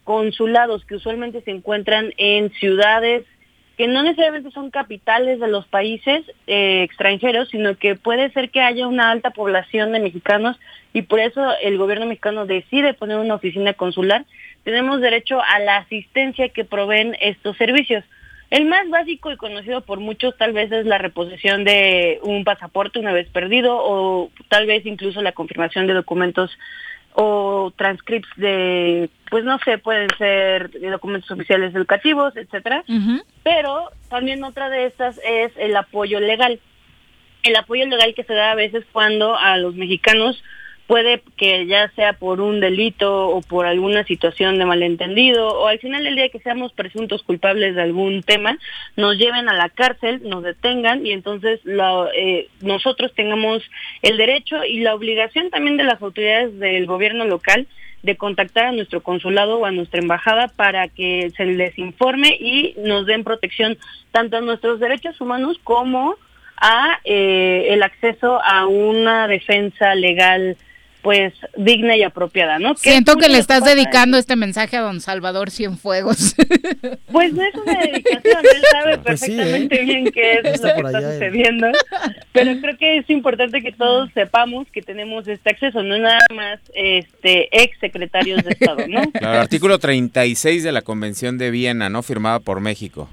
consulados que usualmente se encuentran en ciudades que no necesariamente son capitales de los países extranjeros, sino que puede ser que haya una alta población de mexicanos y por eso el gobierno mexicano decide poner una oficina consular, tenemos derecho a la asistencia que proveen estos servicios. El más básico y conocido por muchos tal vez es la reposición de un pasaporte una vez perdido, o tal vez incluso la confirmación de documentos o transcripts de, pues no sé, pueden ser documentos oficiales educativos, etcétera. Pero también otra de estas es el apoyo legal. El apoyo legal que se da a veces cuando a los mexicanos puede que ya sea por un delito o por alguna situación de malentendido o al final del día que seamos presuntos culpables de algún tema, nos lleven a la cárcel, nos detengan y entonces nosotros tengamos el derecho y la obligación también de las autoridades del gobierno local de contactar a nuestro consulado o a nuestra embajada para que se les informe y nos den protección tanto a nuestros derechos humanos como a el acceso a una defensa legal pues digna y apropiada, ¿no? Siento que le estás dedicando este mensaje a don Salvador Cienfuegos. Pues no es una dedicación, él sabe perfectamente bien qué es lo que está sucediendo, pero creo que es importante que todos sepamos que tenemos este acceso, no nada más ex secretarios de Estado, ¿no? Claro, artículo 36 de la Convención de Viena, ¿no? Firmada por México.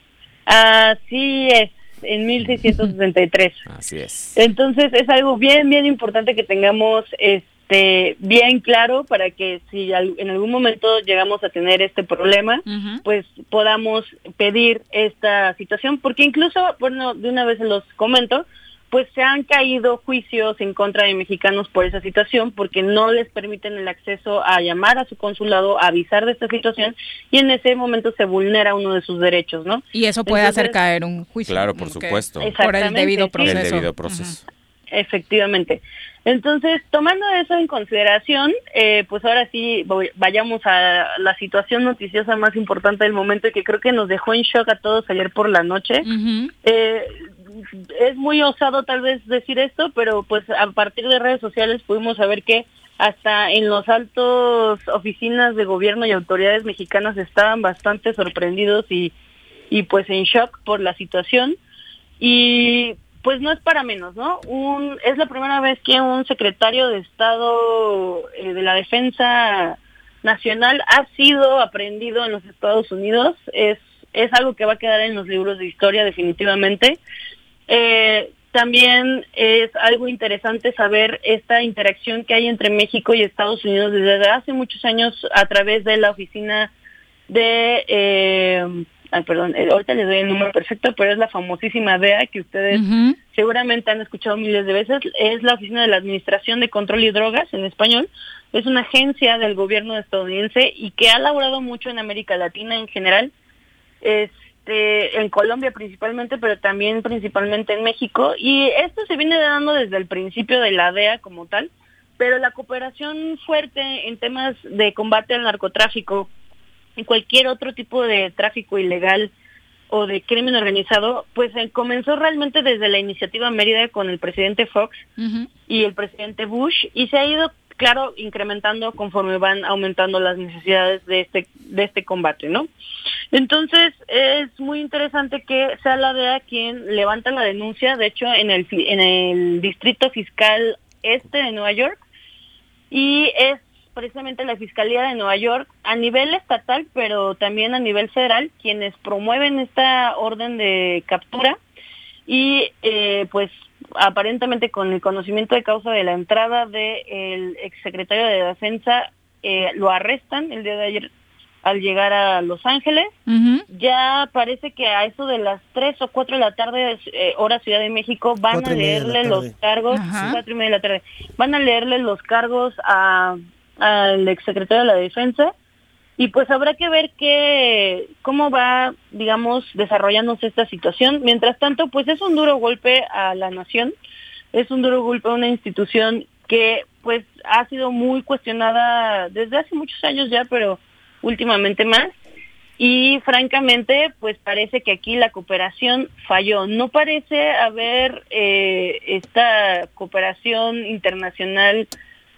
Así es. En 1663. Así es. Entonces es algo bien importante que tengamos bien claro para que si en algún momento llegamos a tener este problema, pues podamos pedir esta situación, porque incluso, bueno, de una vez se los comento, pues se han caído juicios en contra de mexicanos por esa situación, porque no les permiten el acceso a llamar a su consulado, a avisar de esta situación, y en ese momento se vulnera uno de sus derechos, ¿no? Y eso puede hacer caer un juicio. Claro, por supuesto. Por el debido proceso. El debido proceso. Efectivamente. Entonces, tomando eso en consideración, pues ahora sí vayamos a la situación noticiosa más importante del momento y que creo que nos dejó en shock a todos ayer por la noche. Es muy osado tal vez decir esto, pero pues a partir de redes sociales pudimos saber que hasta en los altos oficinas de gobierno y autoridades mexicanas estaban bastante sorprendidos y pues en shock por la situación. Y pues no es para menos, ¿no? Es la primera vez que un secretario de Estado de la Defensa Nacional ha sido aprehendido en los Estados Unidos. Es algo que va a quedar en los libros de historia definitivamente. También es algo interesante saber esta interacción que hay entre México y Estados Unidos desde hace muchos años a través de la oficina de... ahorita les doy el número perfecto, pero es la famosísima DEA que ustedes seguramente han escuchado miles de veces. Es la Oficina de la Administración de Control y Drogas en español. Es una agencia del gobierno estadounidense y que ha laborado mucho en América Latina en general. En Colombia principalmente, pero también principalmente en México, y esto se viene dando desde el principio de la DEA como tal, pero la cooperación fuerte en temas de combate al narcotráfico y cualquier otro tipo de tráfico ilegal o de crimen organizado, pues comenzó realmente desde la iniciativa Mérida con el presidente Fox y el presidente Bush, y se ha ido, claro, incrementando conforme van aumentando las necesidades de este combate, ¿no? Entonces, es muy interesante que sea la DEA quien levanta la denuncia, de hecho, en el Distrito Fiscal Este de Nueva York, y es precisamente la Fiscalía de Nueva York, a nivel estatal, pero también a nivel federal, quienes promueven esta orden de captura, y pues aparentemente con el conocimiento de causa de la entrada del exsecretario de Defensa, lo arrestan el día de ayer al llegar a Los Ángeles. Ya parece que a eso de las 3 o 4 de la tarde, hora Ciudad de México, van a leerle los cargos, 4:30 de la tarde, van a leerle los cargos al exsecretario de la Defensa, y pues habrá que ver cómo va, digamos, desarrollándose esta situación. Mientras tanto, pues es un duro golpe a la nación, es un duro golpe a una institución que pues ha sido muy cuestionada desde hace muchos años ya, pero últimamente más, y francamente pues parece que aquí la cooperación falló. No parece haber esta cooperación internacional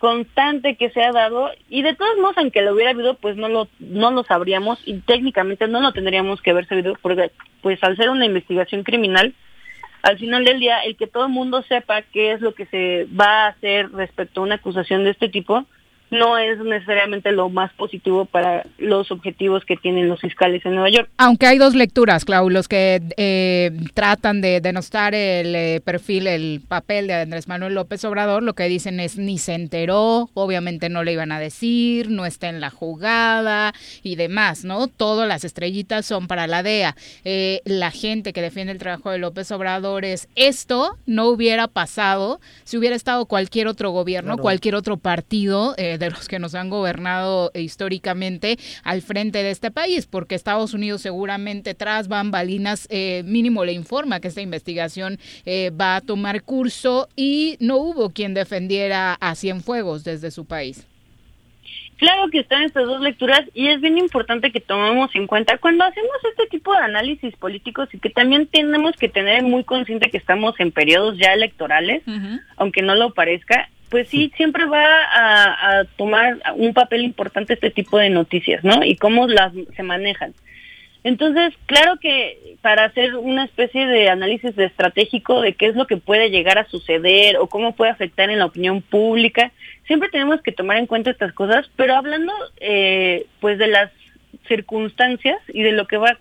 constante que se ha dado, y de todos modos, aunque lo hubiera habido, pues no lo sabríamos, y técnicamente no lo tendríamos que haber sabido, porque pues al ser una investigación criminal, al final del día, el que todo el mundo sepa qué es lo que se va a hacer respecto a una acusación de este tipo, no es necesariamente lo más positivo para los objetivos que tienen los fiscales en Nueva York. Aunque hay dos lecturas, Clau, los que tratan de denostar el perfil, el papel de Andrés Manuel López Obrador, lo que dicen es ni se enteró, obviamente no le iban a decir, no está en la jugada y demás, ¿no? Todas las estrellitas son para la DEA. La gente que defiende el trabajo de López Obrador es esto no hubiera pasado si hubiera estado cualquier otro gobierno, claro, cualquier otro partido de los que nos han gobernado históricamente al frente de este país, porque Estados Unidos seguramente tras bambalinas mínimo le informa que esta investigación va a tomar curso y no hubo quien defendiera a Cienfuegos desde su país. Claro que están estas dos lecturas y es bien importante que tomemos en cuenta cuando hacemos este tipo de análisis políticos y que también tenemos que tener muy consciente que estamos en periodos ya electorales, aunque no lo parezca, pues sí, siempre va a tomar un papel importante este tipo de noticias, ¿no? Y cómo se manejan. Entonces, claro que para hacer una especie de análisis estratégico de qué es lo que puede llegar a suceder o cómo puede afectar en la opinión pública, siempre tenemos que tomar en cuenta estas cosas, pero hablando pues de las circunstancias y de lo que va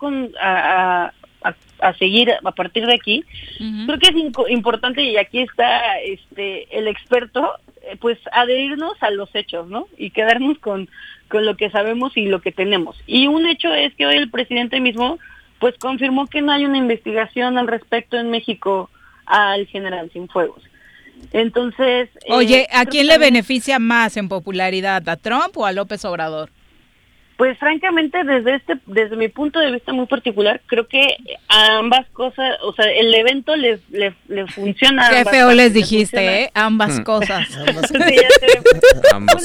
a seguir a partir de aquí, creo que es importante, y aquí está el experto, pues adherirnos a los hechos, ¿no? Y quedarnos con lo que sabemos y lo que tenemos. Y un hecho es que hoy el presidente mismo pues confirmó que no hay una investigación al respecto en México al general Cienfuegos. Entonces... Oye, ¿a quién le beneficia más en popularidad? ¿A Trump o a López Obrador? Pues francamente, desde mi punto de vista muy particular, creo que a ambas cosas, o sea, el evento le funciona. Qué feo les dijiste, ambas cosas. Sí, ambos.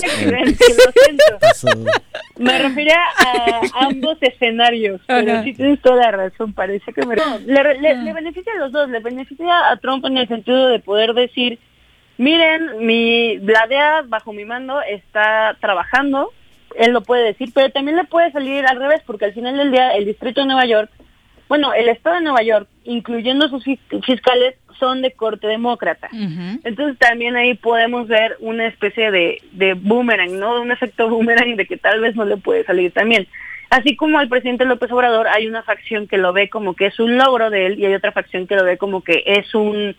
Me refería a ambos escenarios, pero sí tienes toda la razón, parece que le beneficia a los dos, le beneficia a Trump en el sentido de poder decir, miren, la DEA bajo mi mando está trabajando. Él lo puede decir, pero también le puede salir al revés, porque al final del día el Distrito de Nueva York, bueno, el Estado de Nueva York, incluyendo sus fiscales, son de corte demócrata. Entonces también ahí podemos ver una especie de boomerang, ¿no? Un efecto boomerang de que tal vez no le puede salir también. Así como al presidente López Obrador hay una facción que lo ve como que es un logro de él y hay otra facción que lo ve como que es un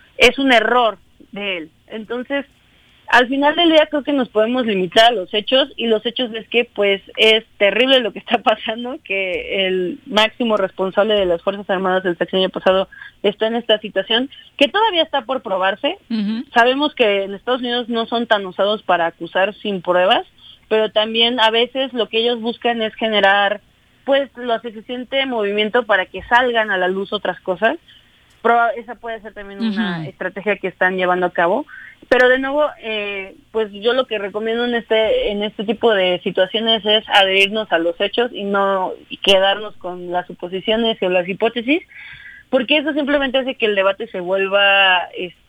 error de él. Entonces, al final del día creo que nos podemos limitar a los hechos, y los hechos es que pues es terrible lo que está pasando, que el máximo responsable de las Fuerzas Armadas del sexenio pasado está en esta situación, que todavía está por probarse. Sabemos que en Estados Unidos no son tan osados para acusar sin pruebas, pero también a veces lo que ellos buscan es generar pues lo suficiente movimiento para que salgan a la luz otras cosas. Esa puede ser también una estrategia que están llevando a cabo. Pero de nuevo, pues yo lo que recomiendo en este tipo de situaciones es adherirnos a los hechos y no quedarnos con las suposiciones o las hipótesis, porque eso simplemente hace que el debate se vuelva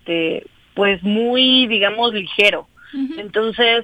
pues muy, digamos, ligero. Entonces,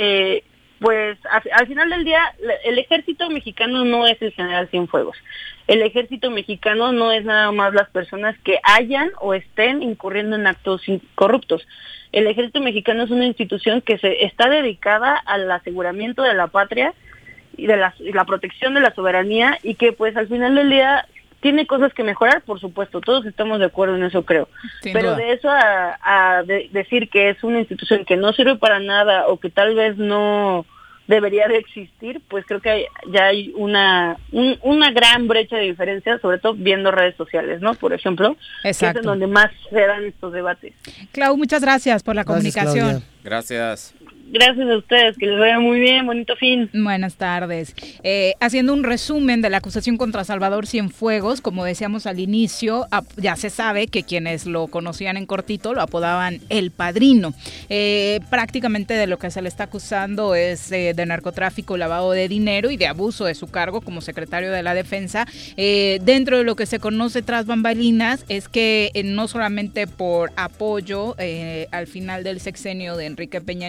pues al final del día, el ejército mexicano no es el general Cienfuegos. El ejército mexicano no es nada más las personas que hayan o estén incurriendo en actos corruptos. El ejército mexicano es una institución que está dedicada al aseguramiento de la patria y de la protección de la soberanía, y que pues al final del día tiene cosas que mejorar, por supuesto, todos estamos de acuerdo en eso, creo. Pero de eso a decir que es una institución que no sirve para nada o que tal vez no debería de existir, pues creo que ya hay una gran brecha de diferencia, sobre todo viendo redes sociales, ¿no? Por ejemplo, exacto, que es en donde más se dan estos debates. Clau, muchas gracias por la comunicación. Claudia. Gracias. Gracias a ustedes, que les vaya muy bien, bonito fin. Buenas tardes. Haciendo un resumen de la acusación contra Salvador Cienfuegos, como decíamos al inicio, ya se sabe que quienes lo conocían en cortito lo apodaban El Padrino. Prácticamente de lo que se le está acusando es de narcotráfico, lavado de dinero y de abuso de su cargo como secretario de la Defensa. Dentro de lo que se conoce tras bambalinas es que no solamente por apoyo al final del sexenio de Enrique Peña Nieto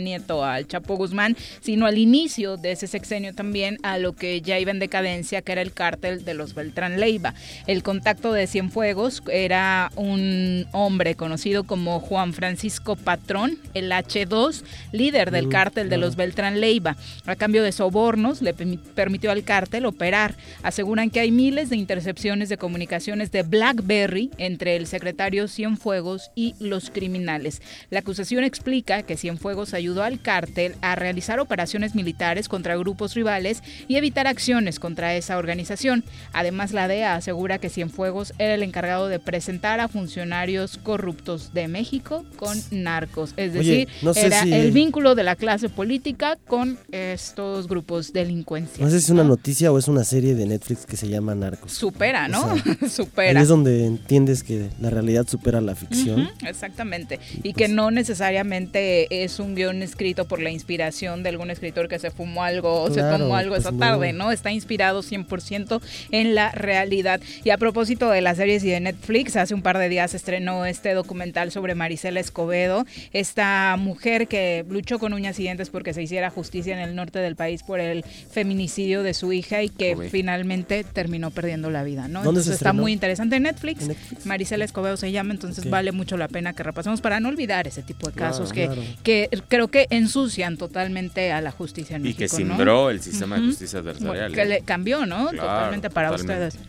al Chapo Guzmán, sino al inicio de ese sexenio también a lo que ya iba en decadencia, que era el cártel de los Beltrán Leiva. El contacto de Cienfuegos era un hombre conocido como Juan Francisco Patrón, el H2, líder del cártel de los Beltrán Leiva. A cambio de sobornos, le permitió al cártel operar. Aseguran que hay miles de intercepciones de comunicaciones de BlackBerry entre el secretario Cienfuegos y los criminales. La acusación explica que Cienfuegos ayudó al cártel a realizar operaciones militares contra grupos rivales y evitar acciones contra esa organización. Además, la DEA asegura que Cienfuegos era el encargado de presentar a funcionarios corruptos de México con narcos, es decir, era el vínculo de la clase política con estos grupos delincuenciales. No sé si es una noticia o es una serie de Netflix que se llama Narcos. Supera, ¿no? O sea, supera. Ahí es donde entiendes que la realidad supera la ficción. Exactamente. Y que no necesariamente es un guión escrito por la inspiración de algún escritor que se fumó algo o se tomó algo esa tarde, ¿no? Está inspirado 100% en la realidad. Y a propósito de las series y de Netflix, hace un par de días se estrenó este documental sobre Marisela Escobedo, esta mujer que luchó con uñas y dientes porque se hiciera justicia en el norte del país por el feminicidio de su hija y que finalmente terminó perdiendo la vida, ¿no? Entonces está muy interesante en Netflix. Marisela Escobedo se llama, entonces vale mucho la pena que repasemos para no olvidar ese tipo de casos que creo que ensucian totalmente a la justicia en México, y que cimbró el sistema de justicia adversarial. Que le cambió, ¿no? Totalmente para ustedes.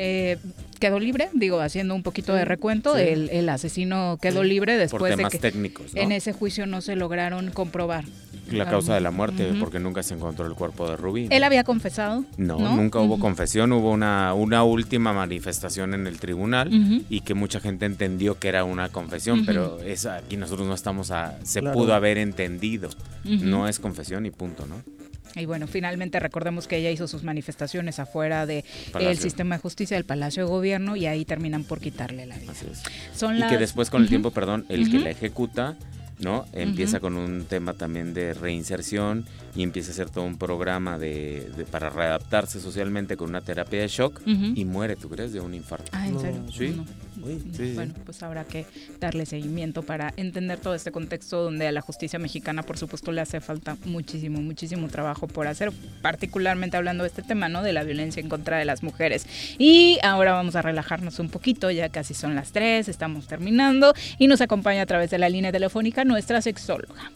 Quedó libre, haciendo un poquito de recuento, el asesino quedó libre después de que técnicos, ¿no? En ese juicio no se lograron comprobar la causa de la muerte, porque nunca se encontró el cuerpo de Rubí. ¿Él había confesado? No, nunca hubo confesión, hubo una última manifestación en el tribunal y que mucha gente entendió que era una confesión, pero aquí nosotros no estamos pudo haber entendido, no es confesión y punto, ¿no? Y bueno, finalmente recordemos que ella hizo sus manifestaciones afuera del sistema de justicia del Palacio de Gobierno y ahí terminan por quitarle la vida. Así es. Que después con el tiempo, el que la ejecuta, ¿no? Empieza con un tema también de reinserción y empieza a hacer todo un programa para readaptarse socialmente con una terapia de shock y muere, ¿tú crees? De un infarto. Ah, ¿en serio? Sí. No. Bueno, pues habrá que darle seguimiento para entender todo este contexto donde a la justicia mexicana, por supuesto, le hace falta muchísimo trabajo por hacer, particularmente hablando de este tema, ¿no? De la violencia en contra de las mujeres. Y ahora vamos a relajarnos un poquito, ya casi son las 3, estamos terminando y nos acompaña a través de la línea telefónica nuestra sexóloga.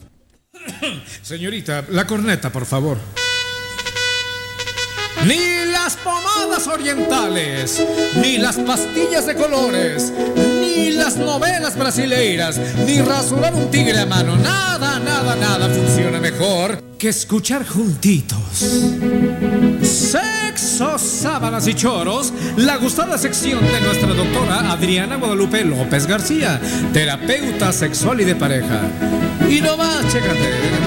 Señorita, la corneta, por favor. Ni las pomadas orientales, ni las pastillas de colores, ni las novelas brasileiras, ni rasurar un tigre a mano. Nada funciona mejor que escuchar juntitos Sexo, Sábanas y Choros, la gustada sección de nuestra doctora Adriana Guadalupe López García, terapeuta sexual y de pareja. Y no más, chécate.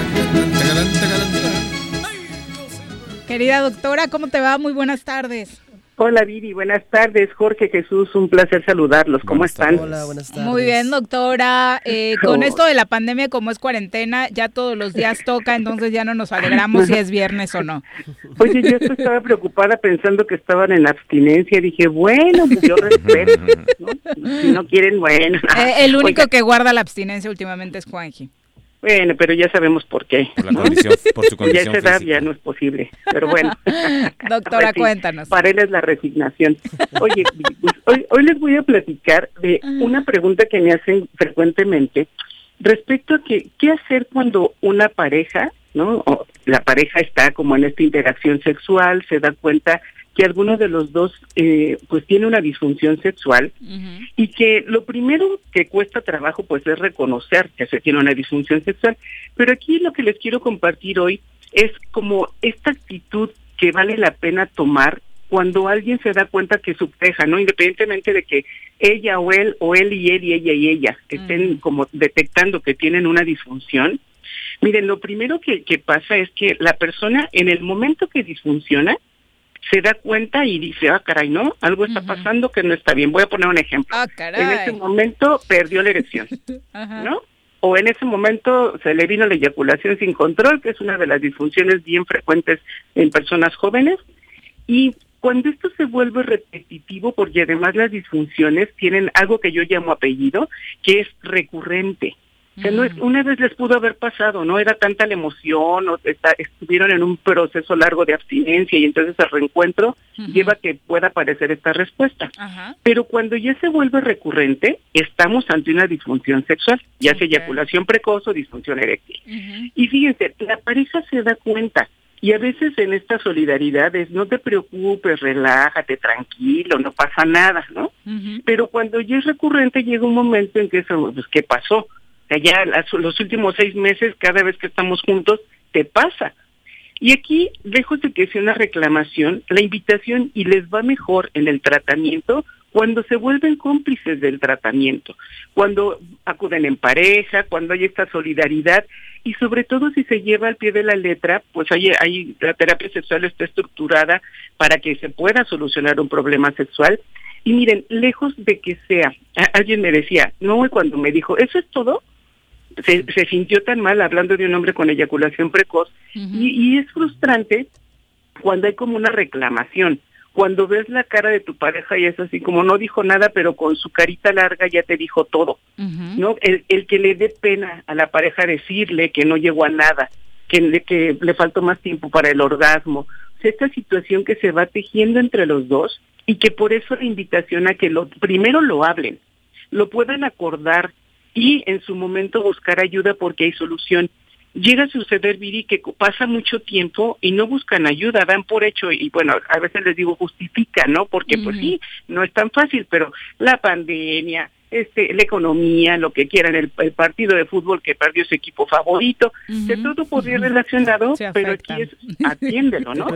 Querida doctora, ¿cómo te va? Muy buenas tardes. Hola Vivi, buenas tardes. Jorge, Jesús, un placer saludarlos. ¿Cómo están? Hola, buenas tardes. Muy bien, doctora. Con esto de la pandemia, como es cuarentena, ya todos los días toca, entonces ya no nos alegramos si es viernes o no. Oye, yo estaba preocupada pensando que estaban en abstinencia. Dije, bueno, pues yo respeto, ¿no? Si no quieren, bueno. El único que guarda la abstinencia últimamente es Juanji. Bueno, pero ya sabemos por qué. Por su condición ya esa edad física. ya no es posible, pero bueno. Doctora, cuéntanos. Para él es la resignación. Oye, pues, hoy les voy a platicar de una pregunta que me hacen frecuentemente respecto a qué hacer cuando una pareja, ¿no? O la pareja está como en esta interacción sexual, se da cuenta que alguno de los dos pues tiene una disfunción sexual y que lo primero que cuesta trabajo pues es reconocer que se tiene una disfunción sexual, pero aquí lo que les quiero compartir hoy es como esta actitud que vale la pena tomar cuando alguien se da cuenta que su pareja, ¿no? Independientemente de que ella o él y él y ella y ella estén como detectando que tienen una disfunción. Miren, lo primero que pasa es que la persona en el momento que disfunciona se da cuenta y dice, caray, ¿no? Algo está pasando que no está bien. Voy a poner un ejemplo. Caray. En ese momento perdió la erección, ¿no? O en ese momento se le vino la eyaculación sin control, que es una de las disfunciones bien frecuentes en personas jóvenes. Y cuando esto se vuelve repetitivo, porque además las disfunciones tienen algo que yo llamo apellido, que es recurrente. O sea, una vez les pudo haber pasado, no era tanta la emoción, estuvieron en un proceso largo de abstinencia y entonces el reencuentro lleva a que pueda aparecer esta respuesta. Pero cuando ya se vuelve recurrente, estamos ante una disfunción sexual, ya sea eyaculación precoz o disfunción eréctil. Y fíjense, la pareja se da cuenta. Y a veces en esta solidaridad es, no te preocupes, relájate, tranquilo, no pasa nada, ¿no? Pero cuando ya es recurrente llega un momento en que eso, pues, ¿qué pasó? O sea, ya los últimos 6 meses, cada vez que estamos juntos, te pasa. Y aquí, lejos de que sea una reclamación, la invitación, y les va mejor en el tratamiento, cuando se vuelven cómplices del tratamiento, cuando acuden en pareja, cuando hay esta solidaridad, y sobre todo si se lleva al pie de la letra, pues hay la terapia sexual está estructurada para que se pueda solucionar un problema sexual. Y miren, lejos de que sea, alguien me decía, no, cuando me dijo, ¿eso es todo? Se sintió tan mal hablando de un hombre con eyaculación precoz, y es frustrante cuando hay como una reclamación. Cuando ves la cara de tu pareja y es así como no dijo nada, pero con su carita larga ya te dijo todo, ¿no? El que le dé pena a la pareja decirle que no llegó a nada, que le faltó más tiempo para el orgasmo. O sea, esta situación que se va tejiendo entre los dos y que por eso la invitación a que primero lo hablen, lo puedan acordar y en su momento buscar ayuda porque hay solución. Llega a suceder, Viri, que pasa mucho tiempo y no buscan ayuda, dan por hecho, y bueno, a veces les digo justifican, ¿no? Porque pues sí, no es tan fácil, pero la pandemia, la economía, lo que quieran, el partido de fútbol que perdió su equipo favorito, de todo podría ir relacionado, pero aquí es, atiéndelo, ¿no?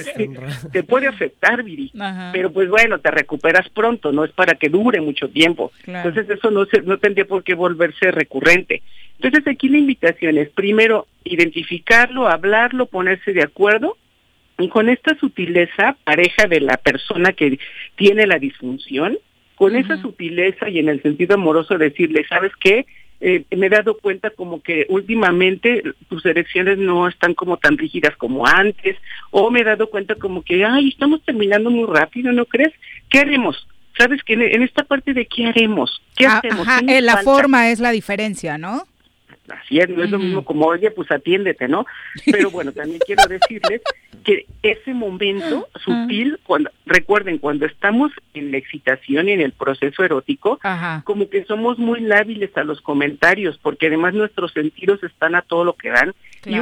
Te puede afectar, Viri, pero pues bueno, te recuperas pronto, no es para que dure mucho tiempo. Claro. Entonces eso no tendría por qué volverse recurrente. Entonces aquí la invitación es primero identificarlo, hablarlo, ponerse de acuerdo, y con esta sutileza, pareja de la persona que tiene la disfunción, con esa sutileza y en el sentido amoroso decirle, ¿sabes qué? Me he dado cuenta como que últimamente tus erecciones no están como tan rígidas como antes, o me he dado cuenta como que, estamos terminando muy rápido, ¿no crees? ¿Qué haremos? ¿Sabes qué? En esta parte de ¿qué haremos? ¿Qué hacemos? La forma es la diferencia, ¿no? Así es, no es lo mismo como, oye, pues atiéndete, ¿no? Pero bueno, también quiero decirles que ese momento sutil, recuerden, cuando estamos en la excitación y en el proceso erótico, como que somos muy lábiles a los comentarios, porque además nuestros sentidos están a todo lo que dan, y un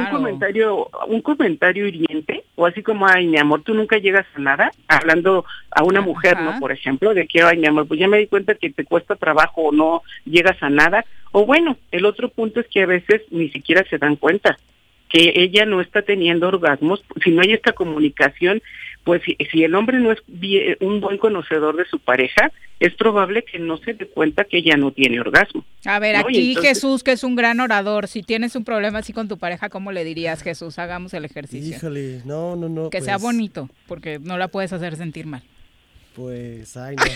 comentario hiriente, o así como, ay, mi amor, tú nunca llegas a nada, hablando a una mujer, ¿no? Por ejemplo, de que, ay, mi amor, pues ya me di cuenta que te cuesta trabajo o no llegas a nada. O bueno, el otro punto es que a veces ni siquiera se dan cuenta que ella no está teniendo orgasmos. Si no hay esta comunicación, pues si el hombre no es un buen conocedor de su pareja, es probable que no se dé cuenta que ella no tiene orgasmo. A ver, ¿no? Aquí entonces, Jesús, que es un gran orador, si tienes un problema así con tu pareja, ¿cómo le dirías, Jesús? Hagamos el ejercicio. Híjole, no. Que sea bonito, porque no la puedes hacer sentir mal. Pues, ay, no.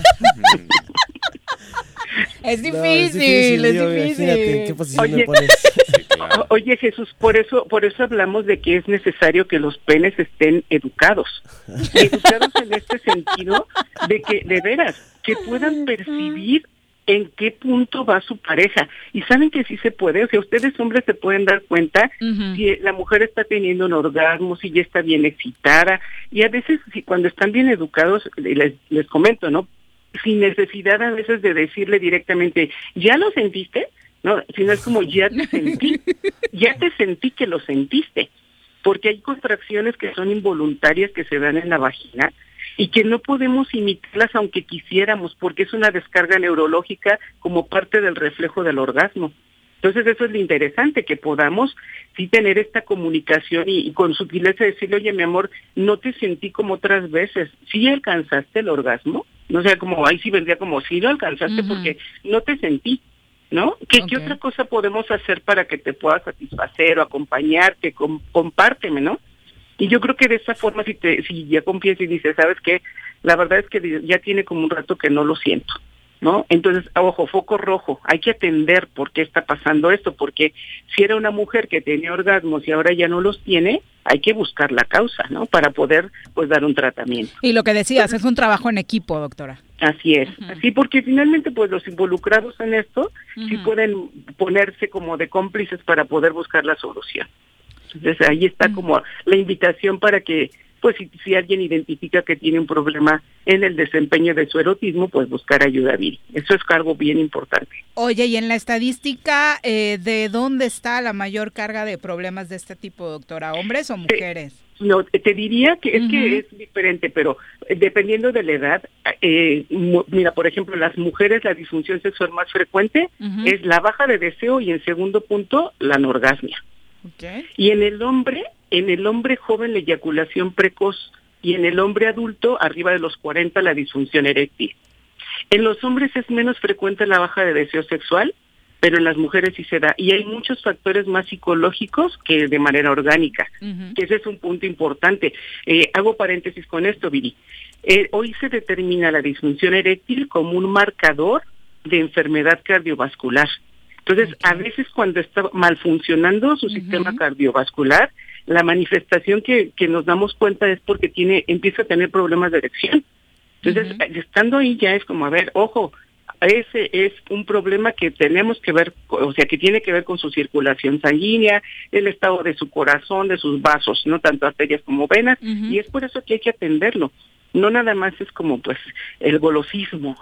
Es difícil. Imagínate en qué posición me pones. Oye, Jesús, por eso hablamos de que es necesario que los penes estén educados. Educados en este sentido de que, de veras, que puedan percibir en qué punto va su pareja. Y saben que sí se puede, o sea, ustedes hombres se pueden dar cuenta si la mujer está teniendo un orgasmo, si ya está bien excitada, y a veces cuando están bien educados, les comento, ¿no? Sin necesidad a veces de decirle directamente, ¿ya lo sentiste? No, sino es como, ya te sentí que lo sentiste, porque hay contracciones que son involuntarias que se dan en la vagina y que no podemos imitarlas aunque quisiéramos, porque es una descarga neurológica como parte del reflejo del orgasmo. Entonces eso es lo interesante, que podamos sí tener esta comunicación y con sutileza decirle, oye, mi amor, no te sentí como otras veces, ¿sí alcanzaste el orgasmo? No sea como, ahí sí vendría como, sí lo alcanzaste porque no te sentí, ¿no? ¿Qué otra cosa podemos hacer para que te pueda satisfacer o acompañarte? Compárteme, ¿no? Y yo creo que de esa forma, si ya confiesas y dices, ¿sabes qué? La verdad es que ya tiene como un rato que no lo siento. ¿no? Entonces, ojo, foco rojo, hay que atender por qué está pasando esto, porque si era una mujer que tenía orgasmos y ahora ya no los tiene, hay que buscar la causa, ¿no? Para poder, pues, dar un tratamiento. Y lo que decías, es un trabajo en equipo, doctora. Así es, así porque finalmente, pues, los involucrados en esto sí pueden ponerse como de cómplices para poder buscar la solución. Entonces, ahí está como la invitación para que, pues, si alguien identifica que tiene un problema en el desempeño de su erotismo, pues buscar ayuda Viri. Eso es algo bien importante. Oye, y en la estadística, ¿de dónde está la mayor carga de problemas de este tipo, doctora? ¿Hombres o mujeres? No, te diría que es diferente, pero dependiendo de la edad, mira, por ejemplo, las mujeres, la disfunción sexual más frecuente es la baja de deseo y en segundo punto, la anorgasmia. Okay. Y en el hombre joven la eyaculación precoz y en el hombre adulto arriba de los 40 la disfunción eréctil. En los hombres es menos frecuente la baja de deseo sexual, pero en las mujeres sí se da. Y hay muchos factores más psicológicos que de manera orgánica, que ese es un punto importante. Hago paréntesis con esto, Viri. Hoy se determina la disfunción eréctil como un marcador de enfermedad cardiovascular. Entonces, a veces cuando está mal funcionando su sistema cardiovascular, la manifestación que nos damos cuenta es porque empieza a tener problemas de erección. Entonces, estando ahí ya es como, a ver, ojo, ese es un problema que tenemos que ver, o sea, que tiene que ver con su circulación sanguínea, el estado de su corazón, de sus vasos, no tanto arterias como venas, y es por eso que hay que atenderlo. No nada más es como, pues, el golosismo.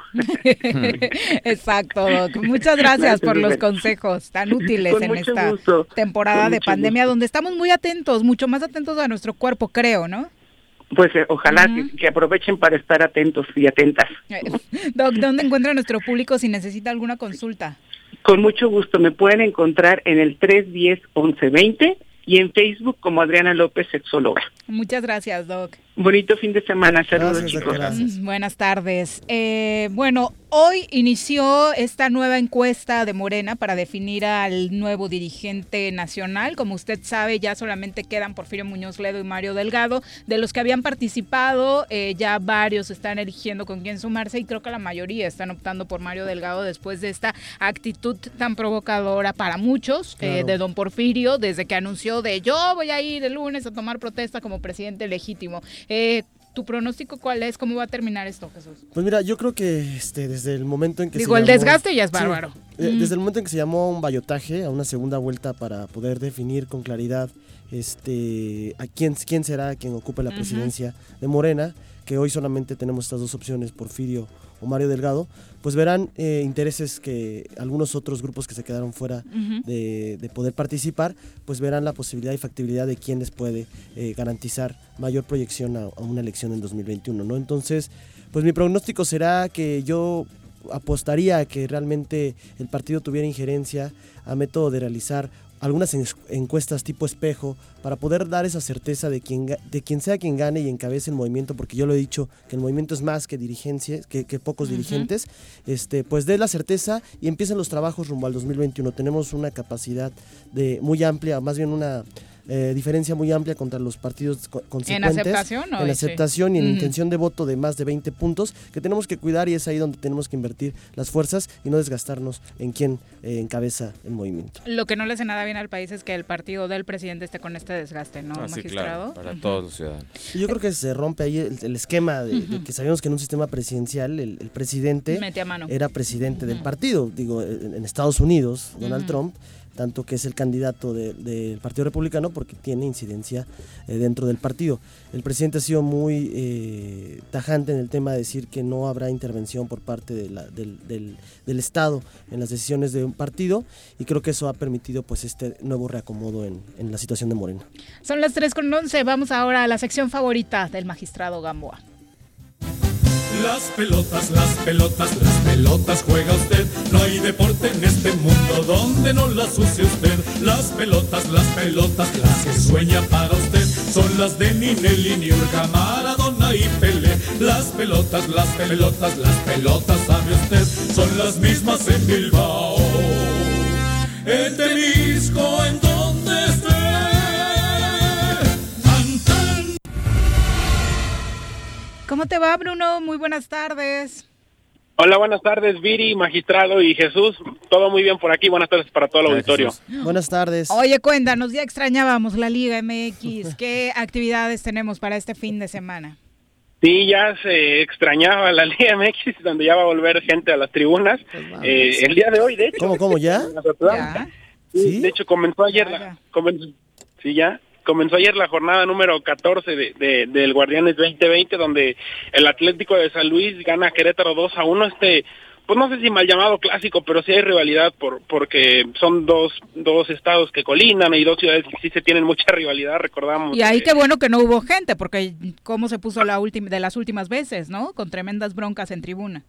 Exacto, Doc. Muchas gracias por los consejos tan útiles en esta temporada de pandemia, donde estamos muy atentos, mucho más atentos a nuestro cuerpo, creo, ¿no? Pues ojalá que aprovechen para estar atentos y atentas. Doc, ¿dónde encuentra nuestro público si necesita alguna consulta? Con mucho gusto, me pueden encontrar en el 310-1120 y en Facebook como Adriana López, sexóloga. Muchas gracias, Doc. Bonito fin de semana, saludos, chicos. Gracias. Buenas tardes. Bueno, hoy inició esta nueva encuesta de Morena para definir al nuevo dirigente nacional. Como usted sabe, ya solamente quedan Porfirio Muñoz Ledo y Mario Delgado. De los que habían participado, ya varios están eligiendo con quién sumarse y creo que la mayoría están optando por Mario Delgado después de esta actitud tan provocadora para muchos de don Porfirio, desde que anunció de yo voy a ir el lunes a tomar protesta como presidente legítimo. ¿Tu pronóstico cuál es? ¿Cómo va a terminar esto, Jesús? Pues mira, yo creo que desde el momento en que el desgaste ya es bárbaro. Sí, desde el momento en que se llamó a un ballotaje, a una segunda vuelta para poder definir con claridad a quién será quien ocupe la presidencia de Morena, que hoy solamente tenemos estas dos opciones, Porfirio o Mario Delgado, pues verán intereses que algunos otros grupos que se quedaron fuera de poder participar, pues verán la posibilidad y factibilidad de quién les puede garantizar mayor proyección a una elección en 2021, ¿no? Entonces, pues mi pronóstico será que yo apostaría a que realmente el partido tuviera injerencia a método de realizar algunas encuestas tipo espejo para poder dar esa certeza de quien sea quien gane y encabece el movimiento, porque yo lo he dicho que el movimiento es más que dirigencia, que pocos dirigentes, pues dé la certeza y empiecen los trabajos rumbo al 2021. Tenemos una capacidad muy amplia, más bien una diferencia muy amplia contra los partidos consecuentes. ¿En aceptación? En aceptación y en intención de voto de más de 20 puntos que tenemos que cuidar, y es ahí donde tenemos que invertir las fuerzas y no desgastarnos en quién encabeza el movimiento. Lo que no le hace nada bien al país es que el partido del presidente esté con este desgaste, ¿no, magistrado? Claro, para todos los ciudadanos. Y yo creo que se rompe ahí el esquema de que sabíamos que en un sistema presidencial el presidente era presidente del partido. Digo, en Estados Unidos, Donald Trump, tanto que es el candidato del Partido Republicano porque tiene incidencia dentro del partido. El presidente ha sido muy tajante en el tema de decir que no habrá intervención por parte del Estado en las decisiones de un partido, y creo que eso ha permitido pues este nuevo reacomodo en la situación de Morena. Son las 3:11, vamos ahora a la sección favorita del magistrado Gamboa. Las pelotas, las pelotas, las pelotas juega usted. No hay deporte en este mundo donde no las use usted. Las pelotas, las que sueña para usted son las de Ninelli, Niurka, Maradona y Pelé. Las pelotas, las pelotas, las pelotas, sabe usted, son las mismas en Bilbao, en Temisco, en donde esté. ¿Cómo te va, Bruno? Muy buenas tardes. Hola, buenas tardes, Viri, Magistrado y Jesús. Todo muy bien por aquí. Buenas tardes para todo el auditorio. Buenas tardes. Oye, cuéntanos, ya extrañábamos la Liga MX. ¿Qué actividades tenemos para este fin de semana? Sí, ya se extrañaba la Liga MX, donde ya va a volver gente a las tribunas. El día de hoy, de hecho. ¿Cómo ya? Sí, de hecho, comenzó ayer comenzó ayer la jornada número 14 del Guardianes 2020, donde el Atlético de San Luis gana a Querétaro 2-1. Pues no sé si mal llamado clásico, pero sí hay rivalidad porque son dos estados que colinan y dos ciudades que sí se tienen mucha rivalidad, recordamos. Y ahí qué bueno que no hubo gente, porque cómo se puso de las últimas veces, ¿no? Con tremendas broncas en tribuna.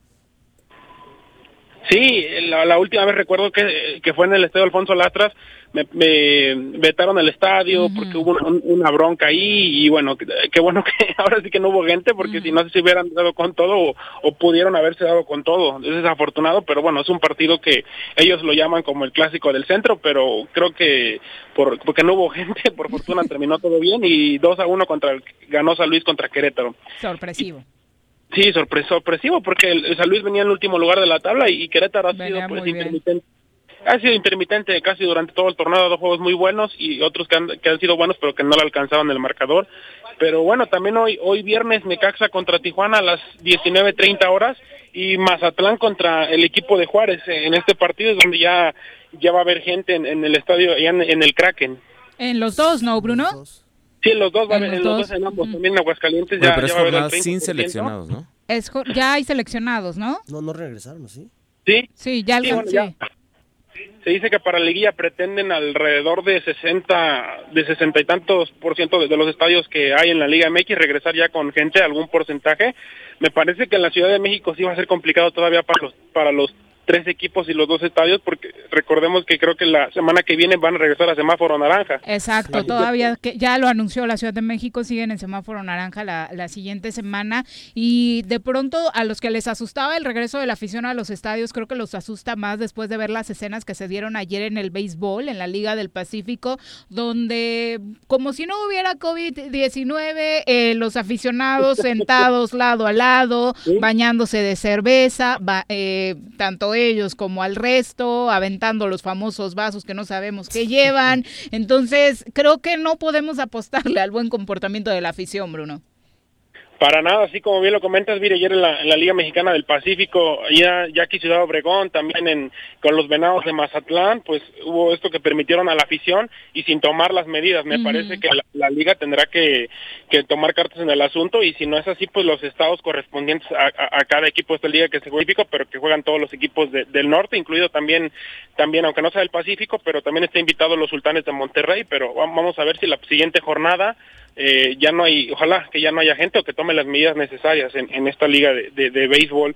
Sí, la última vez recuerdo que fue en el estadio Alfonso Lastras, me vetaron el estadio porque hubo una bronca ahí y bueno, qué bueno que ahora sí que no hubo gente porque si no se hubieran dado con todo o pudieron haberse dado con todo. Es desafortunado, pero bueno, es un partido que ellos lo llaman como el clásico del centro, pero creo que porque no hubo gente, por fortuna terminó todo bien y 2-1 ganó San Luis contra Querétaro. Sorpresivo. Sí, sorpresivo porque el San Luis venía en el último lugar de la tabla y Querétaro ha sido pues intermitente. Ha sido intermitente casi durante todo el torneo, 2 juegos muy buenos y otros que han sido buenos pero que no le alcanzaban el marcador. Pero bueno, también hoy viernes Necaxa contra Tijuana a las 19:30 horas y Mazatlán contra el equipo de Juárez. En este partido es donde ya va a haber gente en el estadio, ya en el Kraken. En los dos, ¿no, Bruno? Sí, los dos va a haber, en los dos en ambos, también en Aguascalientes. Pero es va a haber jornada sin seleccionados, ¿no? Ya hay seleccionados, ¿no? No regresaron, ¿sí? Sí, ya alcancé. Bueno, se dice que para la liguilla pretenden alrededor de 60 y tantos % de los estadios que hay en la Liga MX regresar ya con gente, algún porcentaje. Me parece que en la Ciudad de México sí va a ser complicado todavía para los 3 equipos y los 2 estadios, porque recordemos que creo que la semana que viene van a regresar a semáforo naranja. Exacto, todavía que ya lo anunció la Ciudad de México, siguen en semáforo naranja la siguiente semana y de pronto a los que les asustaba el regreso de la afición a los estadios, creo que los asusta más después de ver las escenas que se dieron ayer en el béisbol, en la Liga del Pacífico, donde como si no hubiera COVID-19, los aficionados sentados lado a lado, bañándose de cerveza, tanto ellos como al resto, aventando los famosos vasos que no sabemos qué llevan. Entonces, creo que no podemos apostarle al buen comportamiento de la afición, Bruno. Para nada, así como bien lo comentas, mire, ayer en la Liga Mexicana del Pacífico, ya aquí Ciudad Obregón, también con los Venados de Mazatlán, pues hubo esto que permitieron a la afición y sin tomar las medidas. Me parece que la Liga tendrá que tomar cartas en el asunto y si no es así, pues los estados correspondientes a cada equipo de esta Liga que se juega, pero que juegan todos los equipos del norte, incluido también, aunque no sea del Pacífico, pero también está invitado los Sultanes de Monterrey, pero vamos a ver si la siguiente jornada ya no hay, ojalá que ya no haya gente o que tome las medidas necesarias en esta liga de béisbol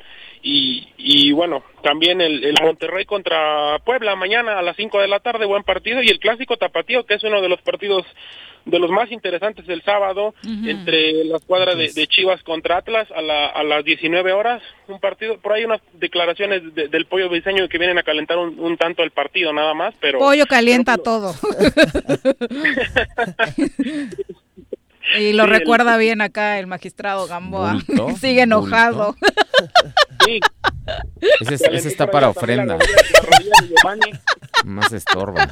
y bueno, también el Monterrey contra Puebla mañana a las 5 de la tarde, buen partido, y el clásico tapatío, que es uno de los partidos de los más interesantes del sábado, entre la escuadra de Chivas contra Atlas a las 19 horas, un partido, por ahí unas declaraciones del Pollo Briseño que vienen a calentar un tanto el partido nada más, pero... Pollo calienta todo. Y lo recuerda bien acá el magistrado Gamboa. Sigue enojado. Sí. Ese está para ofrenda. Más estorba.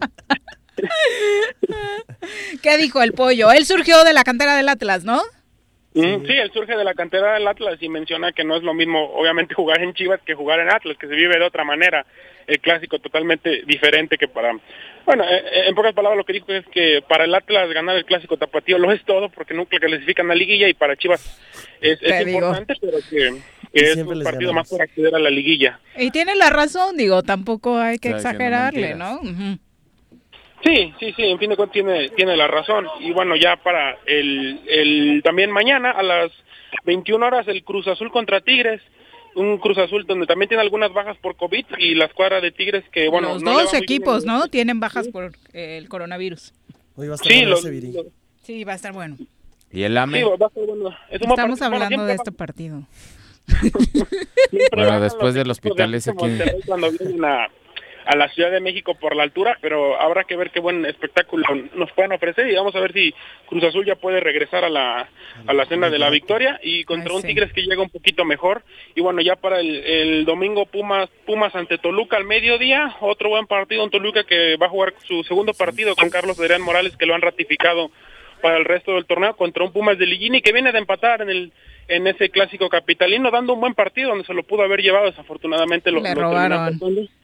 ¿Qué dijo el Pollo? Él surgió de la cantera del Atlas, ¿no? Sí, él surge de la cantera del Atlas y menciona que no es lo mismo, obviamente, jugar en Chivas que jugar en Atlas, que se vive de otra manera. El clásico totalmente diferente que para... Bueno, en pocas palabras lo que dijo es que para el Atlas ganar el clásico tapatío lo es todo porque nunca clasifican a liguilla y para Chivas es importante, pero que es un partido más para acceder a la liguilla. Y tiene la razón, digo, tampoco hay que exagerarle, ¿no? Sí, en fin de cuentas tiene la razón. Y bueno, ya para el también mañana a las 21 horas el Cruz Azul contra Tigres. Un Cruz Azul donde también tiene algunas bajas por COVID y la escuadra de Tigres que, bueno... Los dos equipos, ¿no? Tienen bajas por el coronavirus. Hoy va a estar bueno Sí, va a estar bueno. ¿Y el AME? Sí, va a estar bueno. Estamos hablando de este partido. Bueno, después del hospital ese que... Cuando vienen a la Ciudad de México por la altura, pero habrá que ver qué buen espectáculo nos pueden ofrecer y vamos a ver si Cruz Azul ya puede regresar a la senda de la victoria y contra un Tigres que llega un poquito mejor. Y bueno, ya para el domingo Pumas ante Toluca al mediodía, otro buen partido en Toluca que va a jugar su segundo partido con Carlos Adrián Morales, que lo han ratificado para el resto del torneo, contra un Pumas de Liguini que viene de empatar en ese clásico capitalino, dando un buen partido donde se lo pudo haber llevado, desafortunadamente le robaron.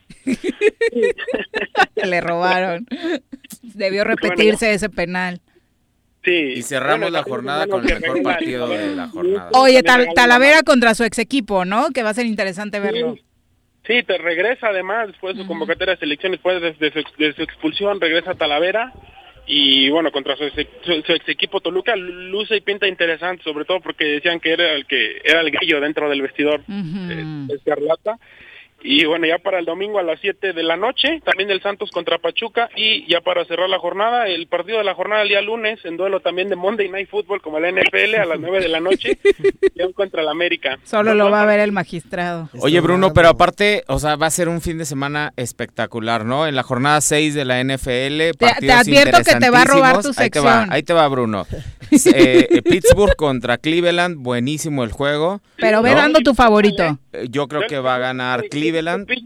Le robaron. Debió repetirse ese penal. Sí. Y cerramos la jornada con el mejor partido de la jornada. Oye, Talavera contra su ex equipo, ¿no? Que va a ser interesante verlo. Sí, te regresa además después de su convocatoria de selección, después de su expulsión, regresa Talavera. Y bueno, contra su ex equipo Toluca luce y pinta interesante, sobre todo porque decían que era el grillo dentro del vestidor Escarlata. Y bueno, ya para el domingo a las 7 de la noche, también el Santos contra Pachuca, y ya para cerrar la jornada, el partido de la jornada el día lunes, en duelo también de Monday Night Football, como la NFL, a las 9 de la noche, León contra el América. Solo lo va a ver el magistrado. Oye, Bruno, pero aparte, o sea, va a ser un fin de semana espectacular, ¿no? En la jornada 6 de la NFL, te advierto que te va a robar tu sección. Ahí te va, Bruno. Pittsburgh contra Cleveland, buenísimo el juego. Pero ve dando tu favorito. Yo creo que va a ganar Cleveland.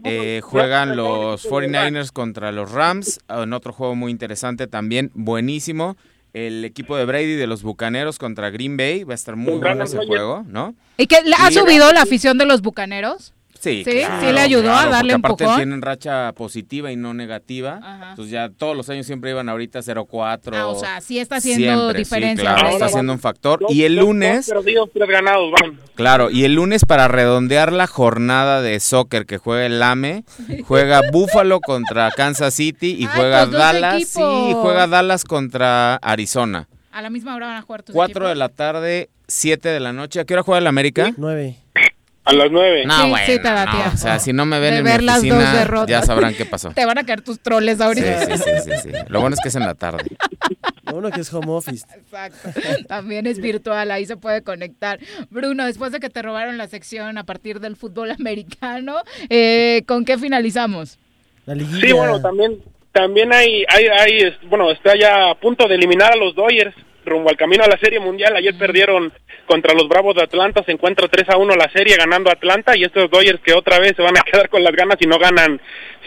Juegan los 49ers contra los Rams, en otro juego muy interesante también, buenísimo. El equipo de Brady de los Bucaneros contra Green Bay, va a estar muy bueno ese juego, ¿no? ¿Y que ha subido la afición de los Bucaneros? Sí, sí, claro, sí le ayudó a darle un aparte empujón. Tienen racha positiva y no negativa. Ajá. Entonces ya todos los años siempre iban ahorita 0-4. O sea, sí está haciendo diferencia. Sí, claro, está haciendo un factor. Y el lunes... 2 perdidos, 3 ganados, van. Claro, y el lunes para redondear la jornada de soccer que juega el AME, juega Buffalo contra Kansas City y juega Dallas. Sí, juega Dallas contra Arizona. A la misma hora van a jugar tus 4 equipos. de la tarde, 7 de la noche. ¿A qué hora juega el América? 9. A las 9. No, sí, bueno, sí te da no, tiempo. o sea, si no me ven de en mi ver las dos oficina, derrotas. ya sabrán qué pasó. Te van a caer tus troles ahorita. Sí. Lo bueno es que es en la tarde. Lo bueno que es home office. Exacto. También es virtual, ahí se puede conectar. Bruno, después de que te robaron la sección a partir del fútbol americano, ¿con qué finalizamos? La liguilla. Sí, bueno, también hay bueno, está ya a punto de eliminar a los Dodgers rumbo al camino a la Serie Mundial. Ayer perdieron contra los Bravos de Atlanta, se encuentra 3-1 la serie ganando Atlanta, y estos Dodgers que otra vez se van a quedar con las ganas si no ganan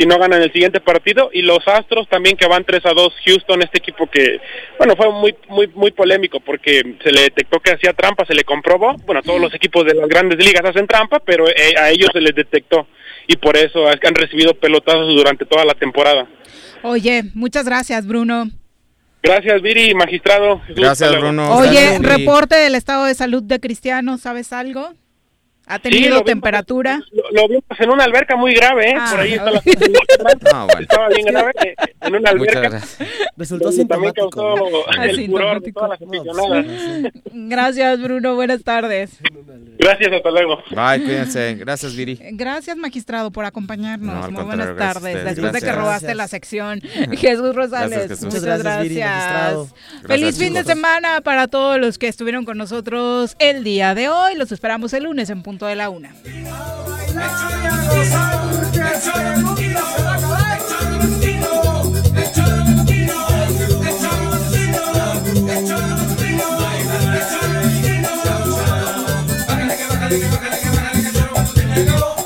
el siguiente partido. Y los Astros también, que van 3-2 Houston, este equipo que, bueno, fue muy polémico porque se le detectó que hacía trampa, se le comprobó. Bueno, todos los equipos de las grandes ligas hacen trampa, pero a ellos se les detectó, y por eso han recibido pelotazos durante toda la temporada. Oye, muchas gracias, Bruno. Gracias, Viri, magistrado. Gracias, Bruno. Oye, gracias, reporte del estado de salud de Cristiano, ¿sabes algo? ¿Ha tenido temperatura? Lo vimos en una alberca muy grave, por ahí está la... Bueno. Estaba bien grave en una alberca. Resultó también causó el Asintomático. furor de todas las aficionadas. Gracias, Bruno, buenas tardes. Gracias, hasta luego. Bye, cuídense. Gracias, Viri. Gracias, magistrado, por acompañarnos. No, al muy contrario, buenas gracias a tardes. ustedes. Después de que Gracias. robaste la sección, Jesús Rosales, Gracias, Jesús. muchas Muchas gracias. Viri, magistrado. Feliz Gracias, fin de chicos. semana para todos los que estuvieron con nosotros el día de hoy. Los esperamos el lunes en punto de la 1. Bájale que bájale que bájale que bájale que bájale que bájale.